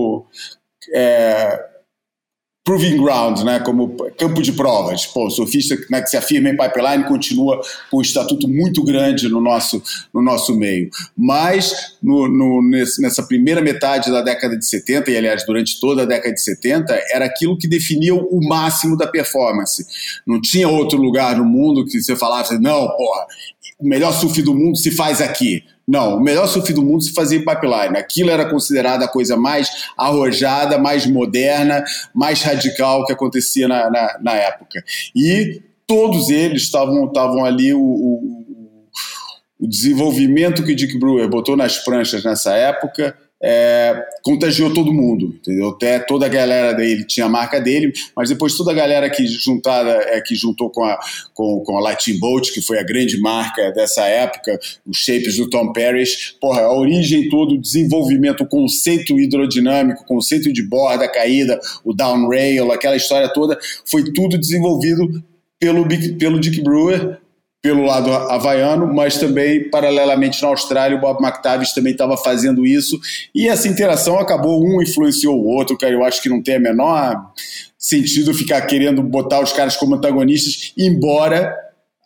proving ground, né? Como campo de provas. O surfista, né, que se afirma em pipeline continua com um estatuto muito grande no nosso meio. Mas nessa primeira metade da década de 70, e aliás durante toda a década de 70, era aquilo que definia o máximo da performance. Não tinha outro lugar no mundo que você falasse, não, o melhor surf do mundo se faz aqui. Não, o melhor surf do mundo se fazia em pipeline. Aquilo era considerado a coisa mais arrojada, mais moderna, mais radical que acontecia na época. E todos eles estavam ali, o desenvolvimento que o Dick Brewer botou nas pranchas nessa época contagiou todo mundo, entendeu? Até toda a galera dele tinha a marca dele, mas depois toda a galera que juntou com a Lightning Bolt, que foi a grande marca dessa época, os shapes do Tom Parrish, a origem todo, o desenvolvimento, o conceito hidrodinâmico, o conceito de borda, caída, o down rail, aquela história toda, foi tudo desenvolvido pelo Dick Brewer, pelo lado havaiano, mas também, paralelamente, na Austrália, o Bob McTavish também estava fazendo isso, e essa interação acabou, um influenciou o outro, cara. Eu acho que não tem a menor sentido ficar querendo botar os caras como antagonistas, embora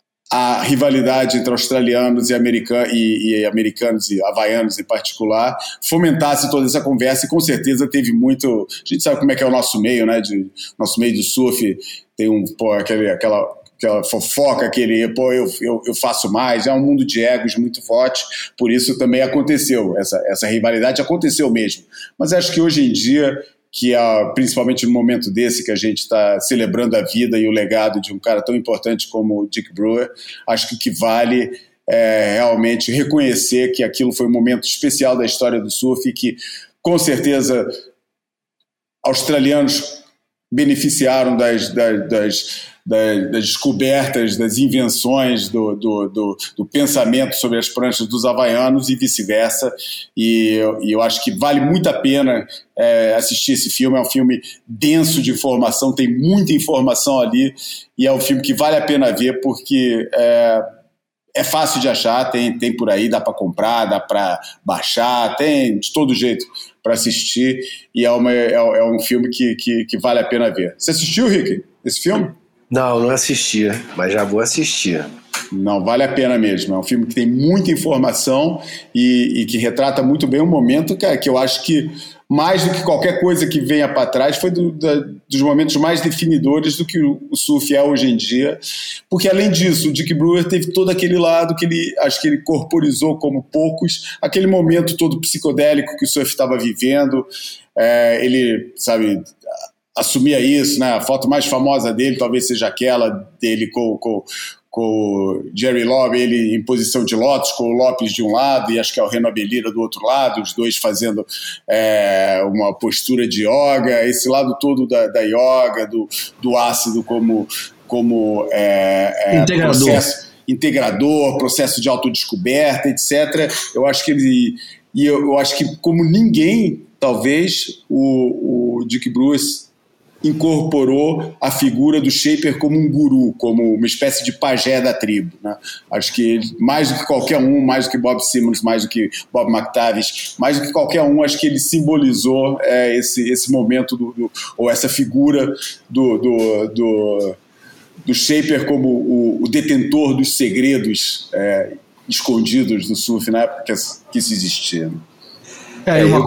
a rivalidade entre australianos e americanos e havaianos em particular fomentasse toda essa conversa, e com certeza teve muito... A gente sabe como é que é o nosso meio, né? Nosso meio do surf tem aquela fofoca, eu faço mais, é um mundo de egos muito forte, por isso também aconteceu, essa rivalidade aconteceu mesmo. Mas acho que hoje em dia, principalmente no momento desse que a gente está celebrando a vida e o legado de um cara tão importante como o Dick Brewer, acho que o que vale realmente reconhecer que aquilo foi um momento especial da história do surf e que, com certeza, australianos beneficiaram das descobertas, das invenções do pensamento sobre as pranchas dos havaianos e vice-versa, e eu acho que vale muito a pena assistir esse filme. É um filme denso de informação, tem muita informação ali, e é um filme que vale a pena ver porque é fácil de achar, tem por aí, dá para comprar, dá para baixar, tem de todo jeito para assistir, e é um filme que vale a pena ver. Você assistiu, Rick, esse filme? Não assisti, mas já vou assistir. Não, vale a pena mesmo. É um filme que tem muita informação e que retrata muito bem um momento, cara, que eu acho que, mais do que qualquer coisa que venha para trás, foi dos momentos mais definidores do que o surf é hoje em dia. Porque, além disso, o Dick Brewer teve todo aquele lado que acho que ele corporizou como poucos, aquele momento todo psicodélico que o surf estava vivendo. Ele, sabe, assumia isso, né? A foto mais famosa dele talvez seja aquela dele com o Jerry Lobb, ele em posição de lótus, com o Lopes de um lado e acho que é o Reno Abelira do outro lado, os dois fazendo uma postura de yoga, esse lado todo da yoga, do ácido como integrador, processo de autodescoberta, etc. Eu acho que eu acho que como ninguém, talvez, o Dick Brewer incorporou a figura do shaper como um guru, como uma espécie de pajé da tribo, né? Acho que ele, mais do que qualquer um, mais do que Bob Simmons, mais do que Bob McTavish, mais do que qualquer um, acho que ele simbolizou esse momento ou essa figura do shaper como o detentor dos segredos escondidos do surf na época que isso existia. Uma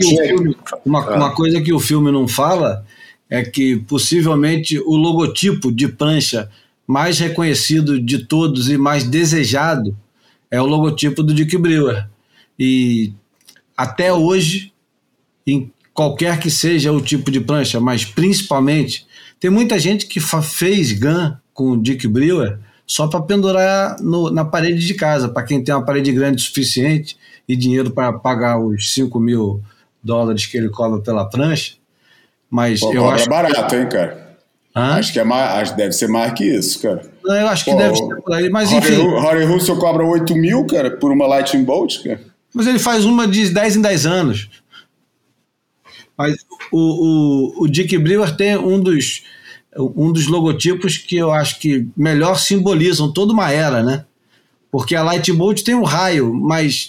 coisa que o filme não fala é que possivelmente o logotipo de prancha mais reconhecido de todos e mais desejado é o logotipo do Dick Brewer. E até hoje, em qualquer que seja o tipo de prancha, mas principalmente, tem muita gente que fez gun com o Dick Brewer só para pendurar na parede de casa, para quem tem uma parede grande o suficiente e dinheiro para pagar os $5.000 que ele cobra pela prancha. Mas eu acho barato, hein, cara? Acho que deve ser mais que isso, cara. Não, eu acho que deve ser por aí, mas enfim. Rory Russell cobra $8.000, cara, por uma Lightning Bolt, cara. Mas ele faz uma de 10 em 10 anos. Mas o Dick Brewer tem um dos logotipos que eu acho que melhor simbolizam toda uma era, né? Porque a Lightning Bolt tem um raio, mas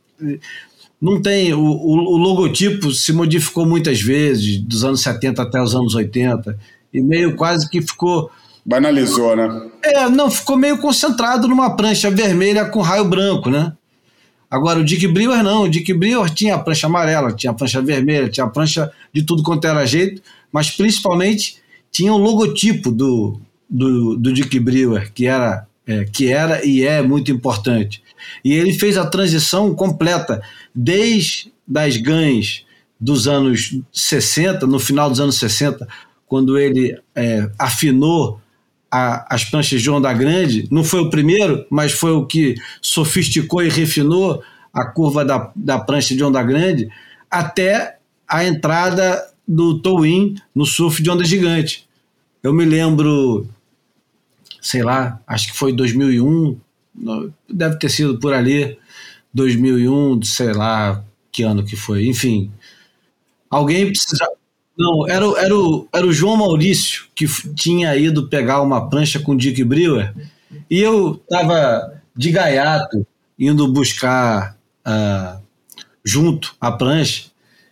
não tem, o logotipo se modificou muitas vezes, dos anos 70 até os anos 80, e meio quase que ficou... Banalizou, né? Não, ficou meio concentrado numa prancha vermelha com raio branco, né? Agora, o Dick Brewer não, o Dick Brewer tinha a prancha amarela, tinha a prancha vermelha, tinha a prancha de tudo quanto era jeito, mas principalmente tinha o logotipo do Dick Brewer, que era e é muito importante. E ele fez a transição completa, desde as guns dos anos 60, no final dos anos 60, quando ele afinou as pranchas de onda grande. Não foi o primeiro, mas foi o que sofisticou e refinou a curva da prancha de onda grande, até a entrada do toe-in no surf de onda gigante. Eu me lembro, sei lá, acho que foi 2001, deve ter sido por ali, 2001, sei lá que ano que foi, enfim. Alguém precisava... Não, era o João Maurício que tinha ido pegar uma prancha com o Dick Brewer e eu estava de gaiato indo buscar junto a prancha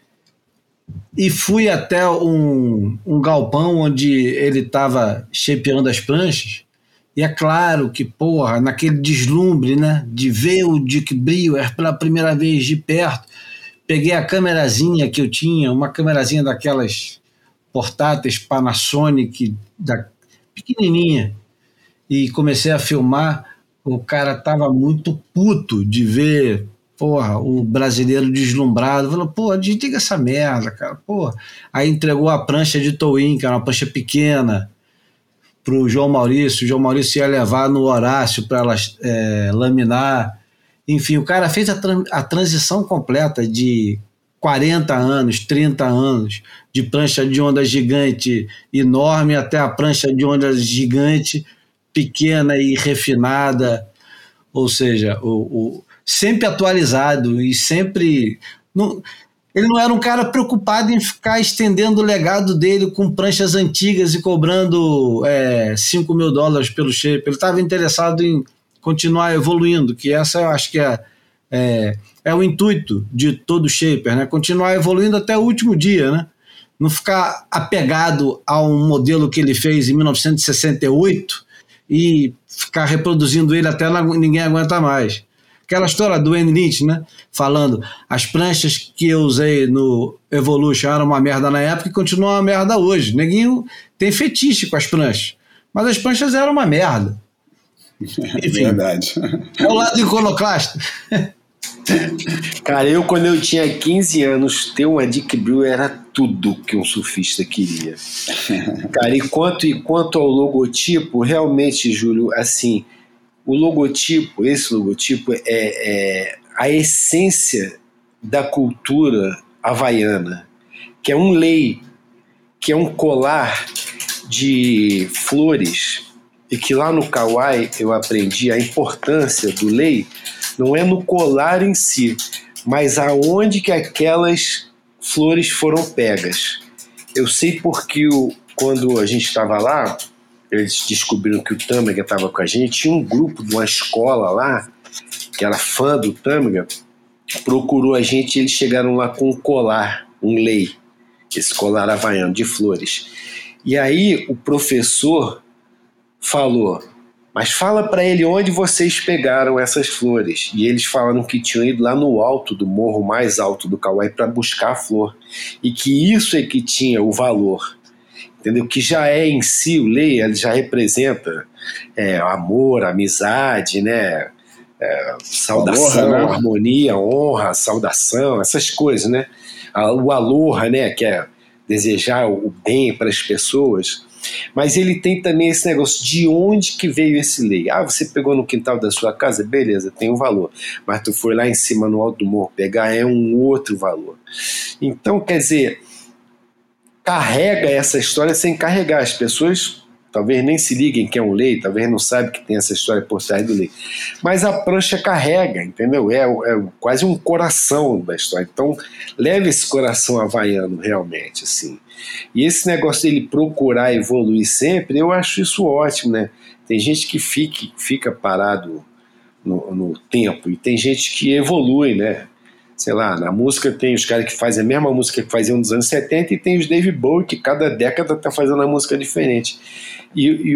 e fui até um galpão onde ele estava shapeando as pranchas. E é claro que, porra, naquele deslumbre, né, de ver o Dick Brewer pela primeira vez de perto, peguei a câmerazinha que eu tinha, uma câmerazinha daquelas portáteis Panasonic, pequenininha, e comecei a filmar. O cara tava muito puto de ver, porra, o brasileiro deslumbrado. Falou, porra, desliga essa merda, cara, porra. Aí entregou a prancha de toe-in, que era uma prancha pequena, pro João Maurício. O João Maurício ia levar no Horácio para ela laminar. Enfim, o cara fez a transição completa de 40 anos, 30 anos, de prancha de onda gigante enorme até a prancha de onda gigante pequena e refinada, ou seja, sempre atualizado e sempre... Ele não era um cara preocupado em ficar estendendo o legado dele com pranchas antigas e cobrando $5.000 pelo shape. Ele estava interessado em continuar evoluindo, que essa eu acho que é o intuito de todo shaper, né? Continuar evoluindo até o último dia, né? Não ficar apegado a um modelo que ele fez em 1968 e ficar reproduzindo ele até ninguém aguenta mais. Aquela história do Wayne Lynch, né? Falando, as pranchas que eu usei no Evolution eram uma merda na época e continuam uma merda hoje. Neguinho tem fetiche com as pranchas, mas as pranchas eram uma merda. Enfim, verdade. É o lado iconoclasta. Cara, quando eu tinha 15 anos, ter uma Dick Brew era tudo que um surfista queria. Cara, e quanto ao logotipo, realmente, Júlio, assim, esse logotipo é a essência da cultura havaiana, que é um lei, que é um colar de flores, e que lá no Kauai eu aprendi a importância do lei, não é no colar em si, mas aonde que aquelas flores foram pegas. Eu sei porque quando a gente estava lá, eles descobriram que o Tâmega estava com a gente, tinha um grupo de uma escola lá, que era fã do Tâmega, procurou a gente e eles chegaram lá com um colar, um lei, esse colar havaiano de flores. E aí o professor falou, mas fala para ele onde vocês pegaram essas flores. E eles falaram que tinham ido lá no alto do morro mais alto do Kauai para buscar a flor. E que isso é que tinha o valor. Entendeu? Que já é em si, o lei, ele já representa amor, amizade, né? Saudação, honra, né? Harmonia, honra, saudação, essas coisas, né? O aloha, né? Que é desejar o bem para as pessoas. Mas ele tem também esse negócio de onde que veio esse lei. Você pegou no quintal da sua casa, beleza, tem um valor, mas tu foi lá em cima no alto do morro pegar, é um outro valor. Então, quer dizer, carrega essa história sem carregar. As pessoas talvez nem se liguem que é um lei, talvez não saibam que tem essa história por trás do lei, mas a prancha carrega, entendeu? É quase um coração da história. Então leva esse coração havaiano realmente, assim. E esse negócio dele procurar evoluir sempre, eu acho isso ótimo, né? Tem gente que fica parado no tempo e tem gente que evolui, né? Sei lá, na música tem os caras que fazem a mesma música que faziam nos anos 70 e tem os David Bowie que cada década tá fazendo uma música diferente. E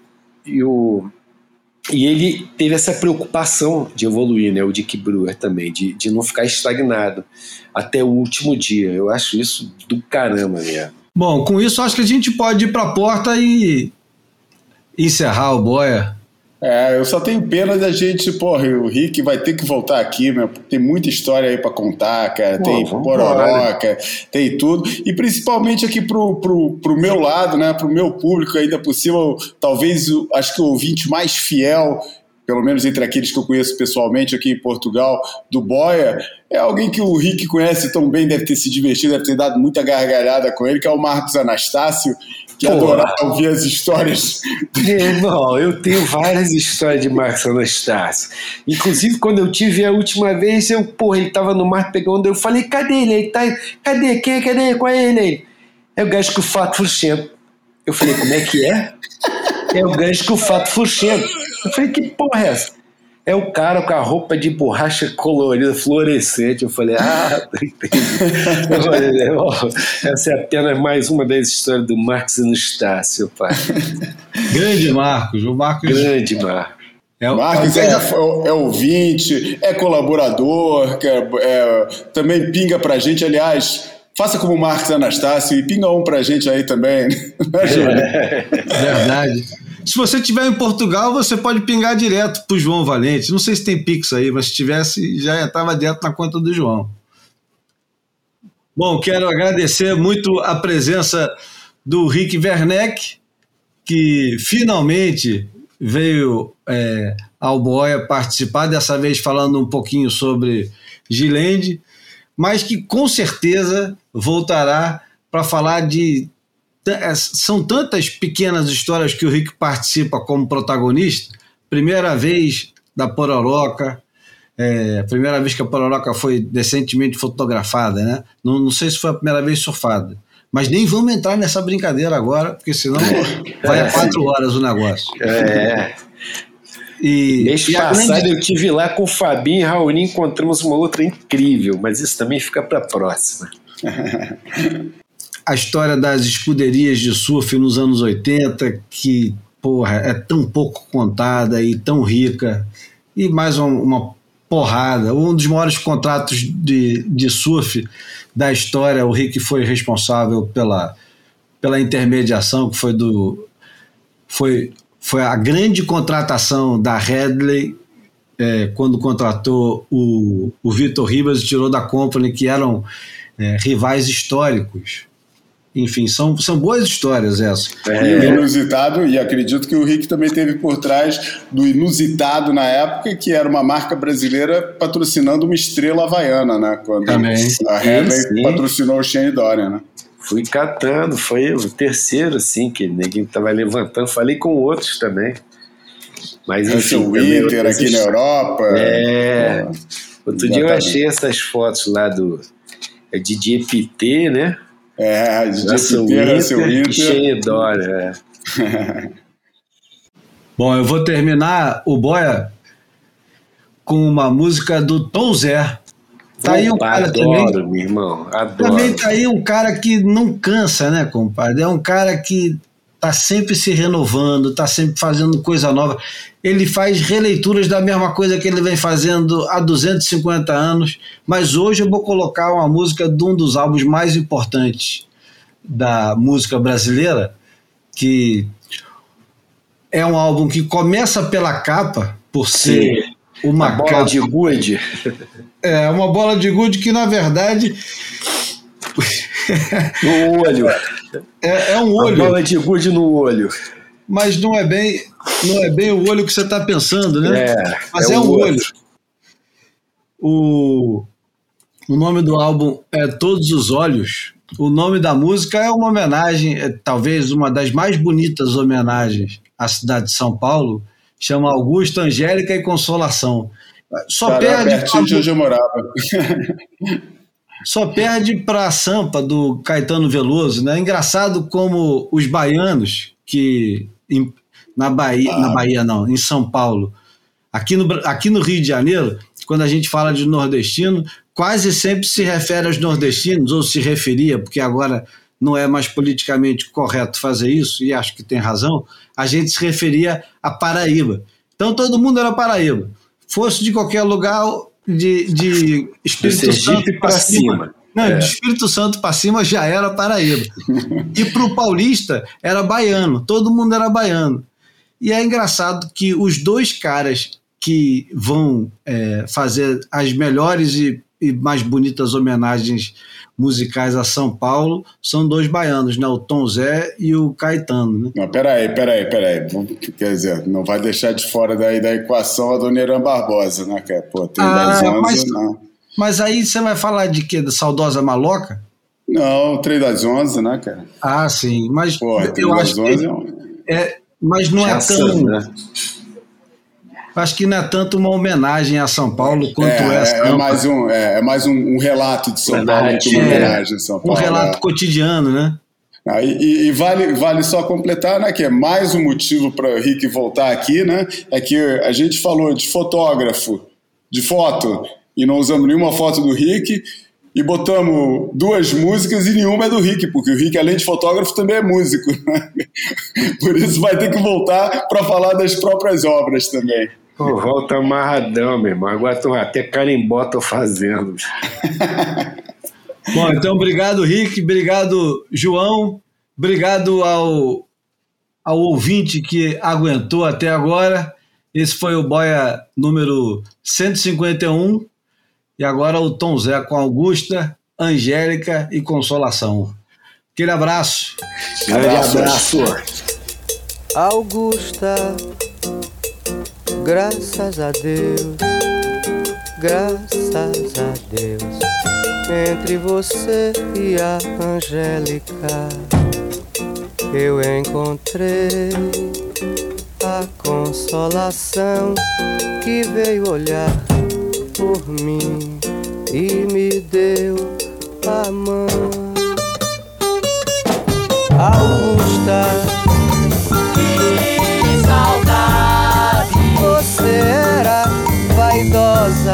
ele teve essa preocupação de evoluir, né? O Dick Brewer também, de não ficar estagnado até o último dia. Eu acho isso do caramba mesmo. Bom, com isso acho que a gente pode ir para a porta e encerrar o Boia. Eu só tenho pena da gente, o Rick vai ter que voltar aqui, meu, porque tem muita história aí pra contar, cara, tem Pororoca, tem tudo, e principalmente aqui pro meu lado, né, pro meu público ainda possível, talvez, acho que o ouvinte mais fiel, pelo menos entre aqueles que eu conheço pessoalmente aqui em Portugal, do Boia, é alguém que o Rick conhece tão bem, deve ter se divertido, deve ter dado muita gargalhada com ele, que é o Marcos Anastácio, que adorava ouvir as histórias. Não, eu tenho várias histórias de Marcos Anastácio. Inclusive, quando eu tive a última vez, ele tava no mar pegando, eu falei, cadê ele? Ele tá, cadê? Cadê? Qual é ele? É o gajo com o fato fluxento. Eu falei, como é que é? É o gajo com o fato fluxento. Eu falei, que porra é essa? É o cara com a roupa de borracha colorida, fluorescente. Eu falei, entendi. Eu falei, essa é apenas mais uma das histórias do Marcos Anastácio, pai. Grande Marcos, o Marcos. Grande Marcos. Marcos é ouvinte, é colaborador, também pinga pra gente, aliás, faça como o Marcos Anastácio e pinga um pra gente aí também. Verdade. Se você estiver em Portugal, você pode pingar direto pro João Valente. Não sei se tem Pix aí, mas se tivesse, já estava direto na conta do João. Bom, quero agradecer muito a presença do Rick Werneck, que finalmente veio ao Boia participar, dessa vez falando um pouquinho sobre Gilead, mas que com certeza voltará para falar de... São tantas pequenas histórias que o Rick participa como protagonista. Primeira vez da Pororoca, primeira vez que a Pororoca foi decentemente fotografada, né? Não sei se foi a primeira vez surfada, mas nem vamos entrar nessa brincadeira agora, porque senão vai a 4 horas o negócio. Mês passado eu estive lá com o Fabinho e Raoni, encontramos uma outra incrível, mas isso também fica para a próxima. A história das escuderias de surf nos anos 80, que porra, é tão pouco contada e tão rica, e mais uma porrada. Um dos maiores contratos de surf da história, o Rick foi responsável pela intermediação, que foi a grande contratação da Headley, quando contratou o Vitor Ribas e tirou da Company, que eram rivais históricos. Enfim, são boas histórias essas. Inusitado, e acredito que o Rick também teve por trás do Inusitado na época, que era uma marca brasileira patrocinando uma estrela havaiana, né? Quando também. A Headley patrocinou o Shane Dorian, né? Fui catando, foi o terceiro, assim, que ninguém estava levantando. Falei com outros também. Mas enfim. O Winter aqui na Europa. Outro dia eu achei essas fotos lá do DJ PT, né? DJ Winter e Shane Dorian. Bom, eu vou terminar o Boia com uma música do Tom Zé. Tá aí um cara adoro, também, meu irmão, adoro. Também tá aí um cara que não cansa, né, compadre? É um cara que tá sempre se renovando, tá sempre fazendo coisa nova. Ele faz releituras da mesma coisa que ele vem fazendo há 250 anos, mas hoje eu vou colocar uma música de um dos álbuns mais importantes da música brasileira, que é um álbum que começa pela capa, por ser uma bola capa de gude. É uma bola de gude que, na verdade, no olho. É um olho. Uma bola de gude no olho. Mas não é bem o olho que você está pensando, né? Mas é um olho. O nome do álbum é Todos os Olhos. O nome da música é uma homenagem, talvez uma das mais bonitas homenagens à cidade de São Paulo, chama Augusto, Angélica e Consolação. Só perde para a Sampa do Caetano Veloso, né? Engraçado como os baianos que em São Paulo, aqui no Rio de Janeiro, quando a gente fala de nordestino, quase sempre se refere aos nordestinos, ou se referia, porque agora não é mais politicamente correto fazer isso, e acho que tem razão, a gente se referia a Paraíba. Então todo mundo era Paraíba. Fosse de qualquer lugar de Espírito Santo para cima. Não, de Espírito Santo para cima já era Paraíba. E para o paulista era baiano, todo mundo era baiano. E é engraçado que os dois caras que vão fazer as melhores e mais bonitas homenagens musicais a São Paulo são dois baianos, né? O Tom Zé e o Caetano, né? Não, peraí. Quer dizer, não vai deixar de fora da equação a Dona Irã Barbosa, né? Que é, Trem das Onze, não. Mas aí você vai falar de quê? Da saudosa Maloca? Não, Trem das Onze, né, cara? Ah, sim. Mas eu acho que mas não é tão... Né? Acho que não é tanto uma homenagem a São Paulo quanto essa. É mais um relato de São Paulo que uma homenagem a São Paulo. Um relato cotidiano, né? E vale só completar, né, que é mais um motivo para o Rick voltar aqui, né? É que a gente falou de fotógrafo, de foto, e não usamos nenhuma foto do Rick, e botamos duas músicas e nenhuma é do Rick, porque o Rick, além de fotógrafo, também é músico. Né? Por isso vai ter que voltar para falar das próprias obras também. Pô, volta amarradão, meu irmão. Agora até carimbó tô fazendo. Bom, então obrigado, Rick. Obrigado, João. Obrigado ao ouvinte que aguentou até agora. Esse foi o Boia número 151. E agora o Tom Zé com Augusta, Angélica e Consolação. Aquele abraço. Grande abraço. Augusta, graças a Deus, entre você e a Angélica, eu encontrei a consolação que veio olhar por mim e me deu a mão. Augusta, que saudade. Você era vaidosa,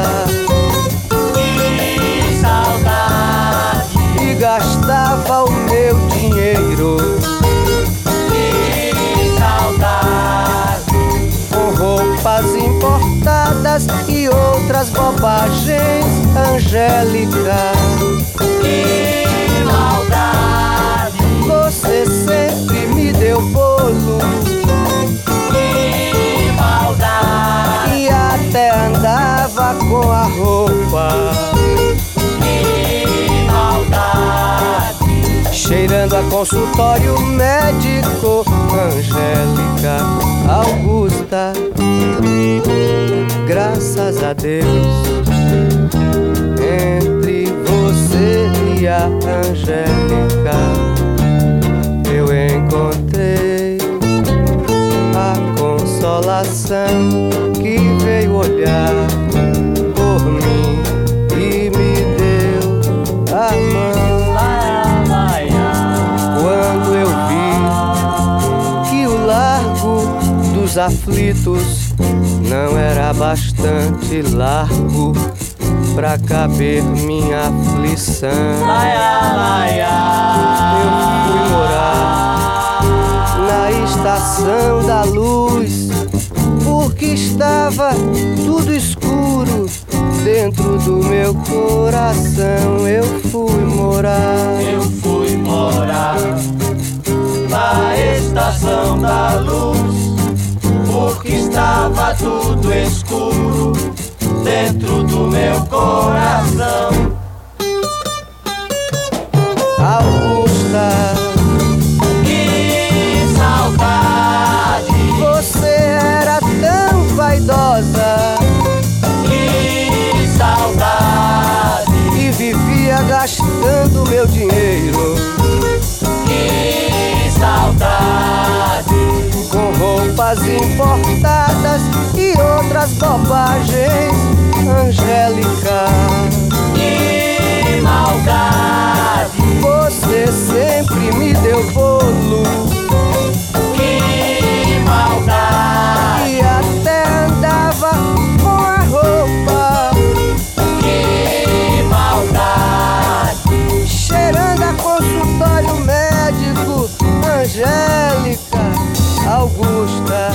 que saudade. E gastava o meu dinheiro, que saudade. outras bobagens, Angélica. Que maldade, Você sempre me deu bolo que maldade, e até andava com a roupa, que maldade, cheirando a consultório médico, Angélica Augusta. Graças a Deus, entre você e a Angélica, eu encontrei a consolação que veio olhar por mim e me deu a mão. Quando eu vi que o largo dos aflitos não era bastante largo pra caber minha aflição, eu fui morar na estação da luz, porque estava tudo escuro dentro do meu coração. Eu fui morar na estação da luz, porque estava tudo escuro dentro do meu coração. Augusta, Que saudade, você era tão vaidosa que saudade, e vivia gastando meu dinheiro que saudade, com roupas importadas e outras bobagens, Angélica. que maldade, Você sempre me deu bolo que maldade, e até andava com a roupa, que maldade, cheirando a consultório médico, Angélica Augusta.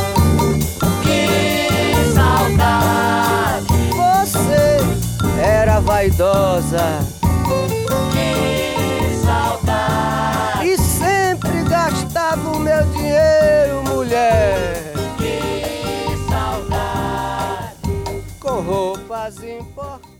que saudade, Você era vaidosa que saudade, e sempre gastava o meu dinheiro, mulher, que saudade. com roupas importadas.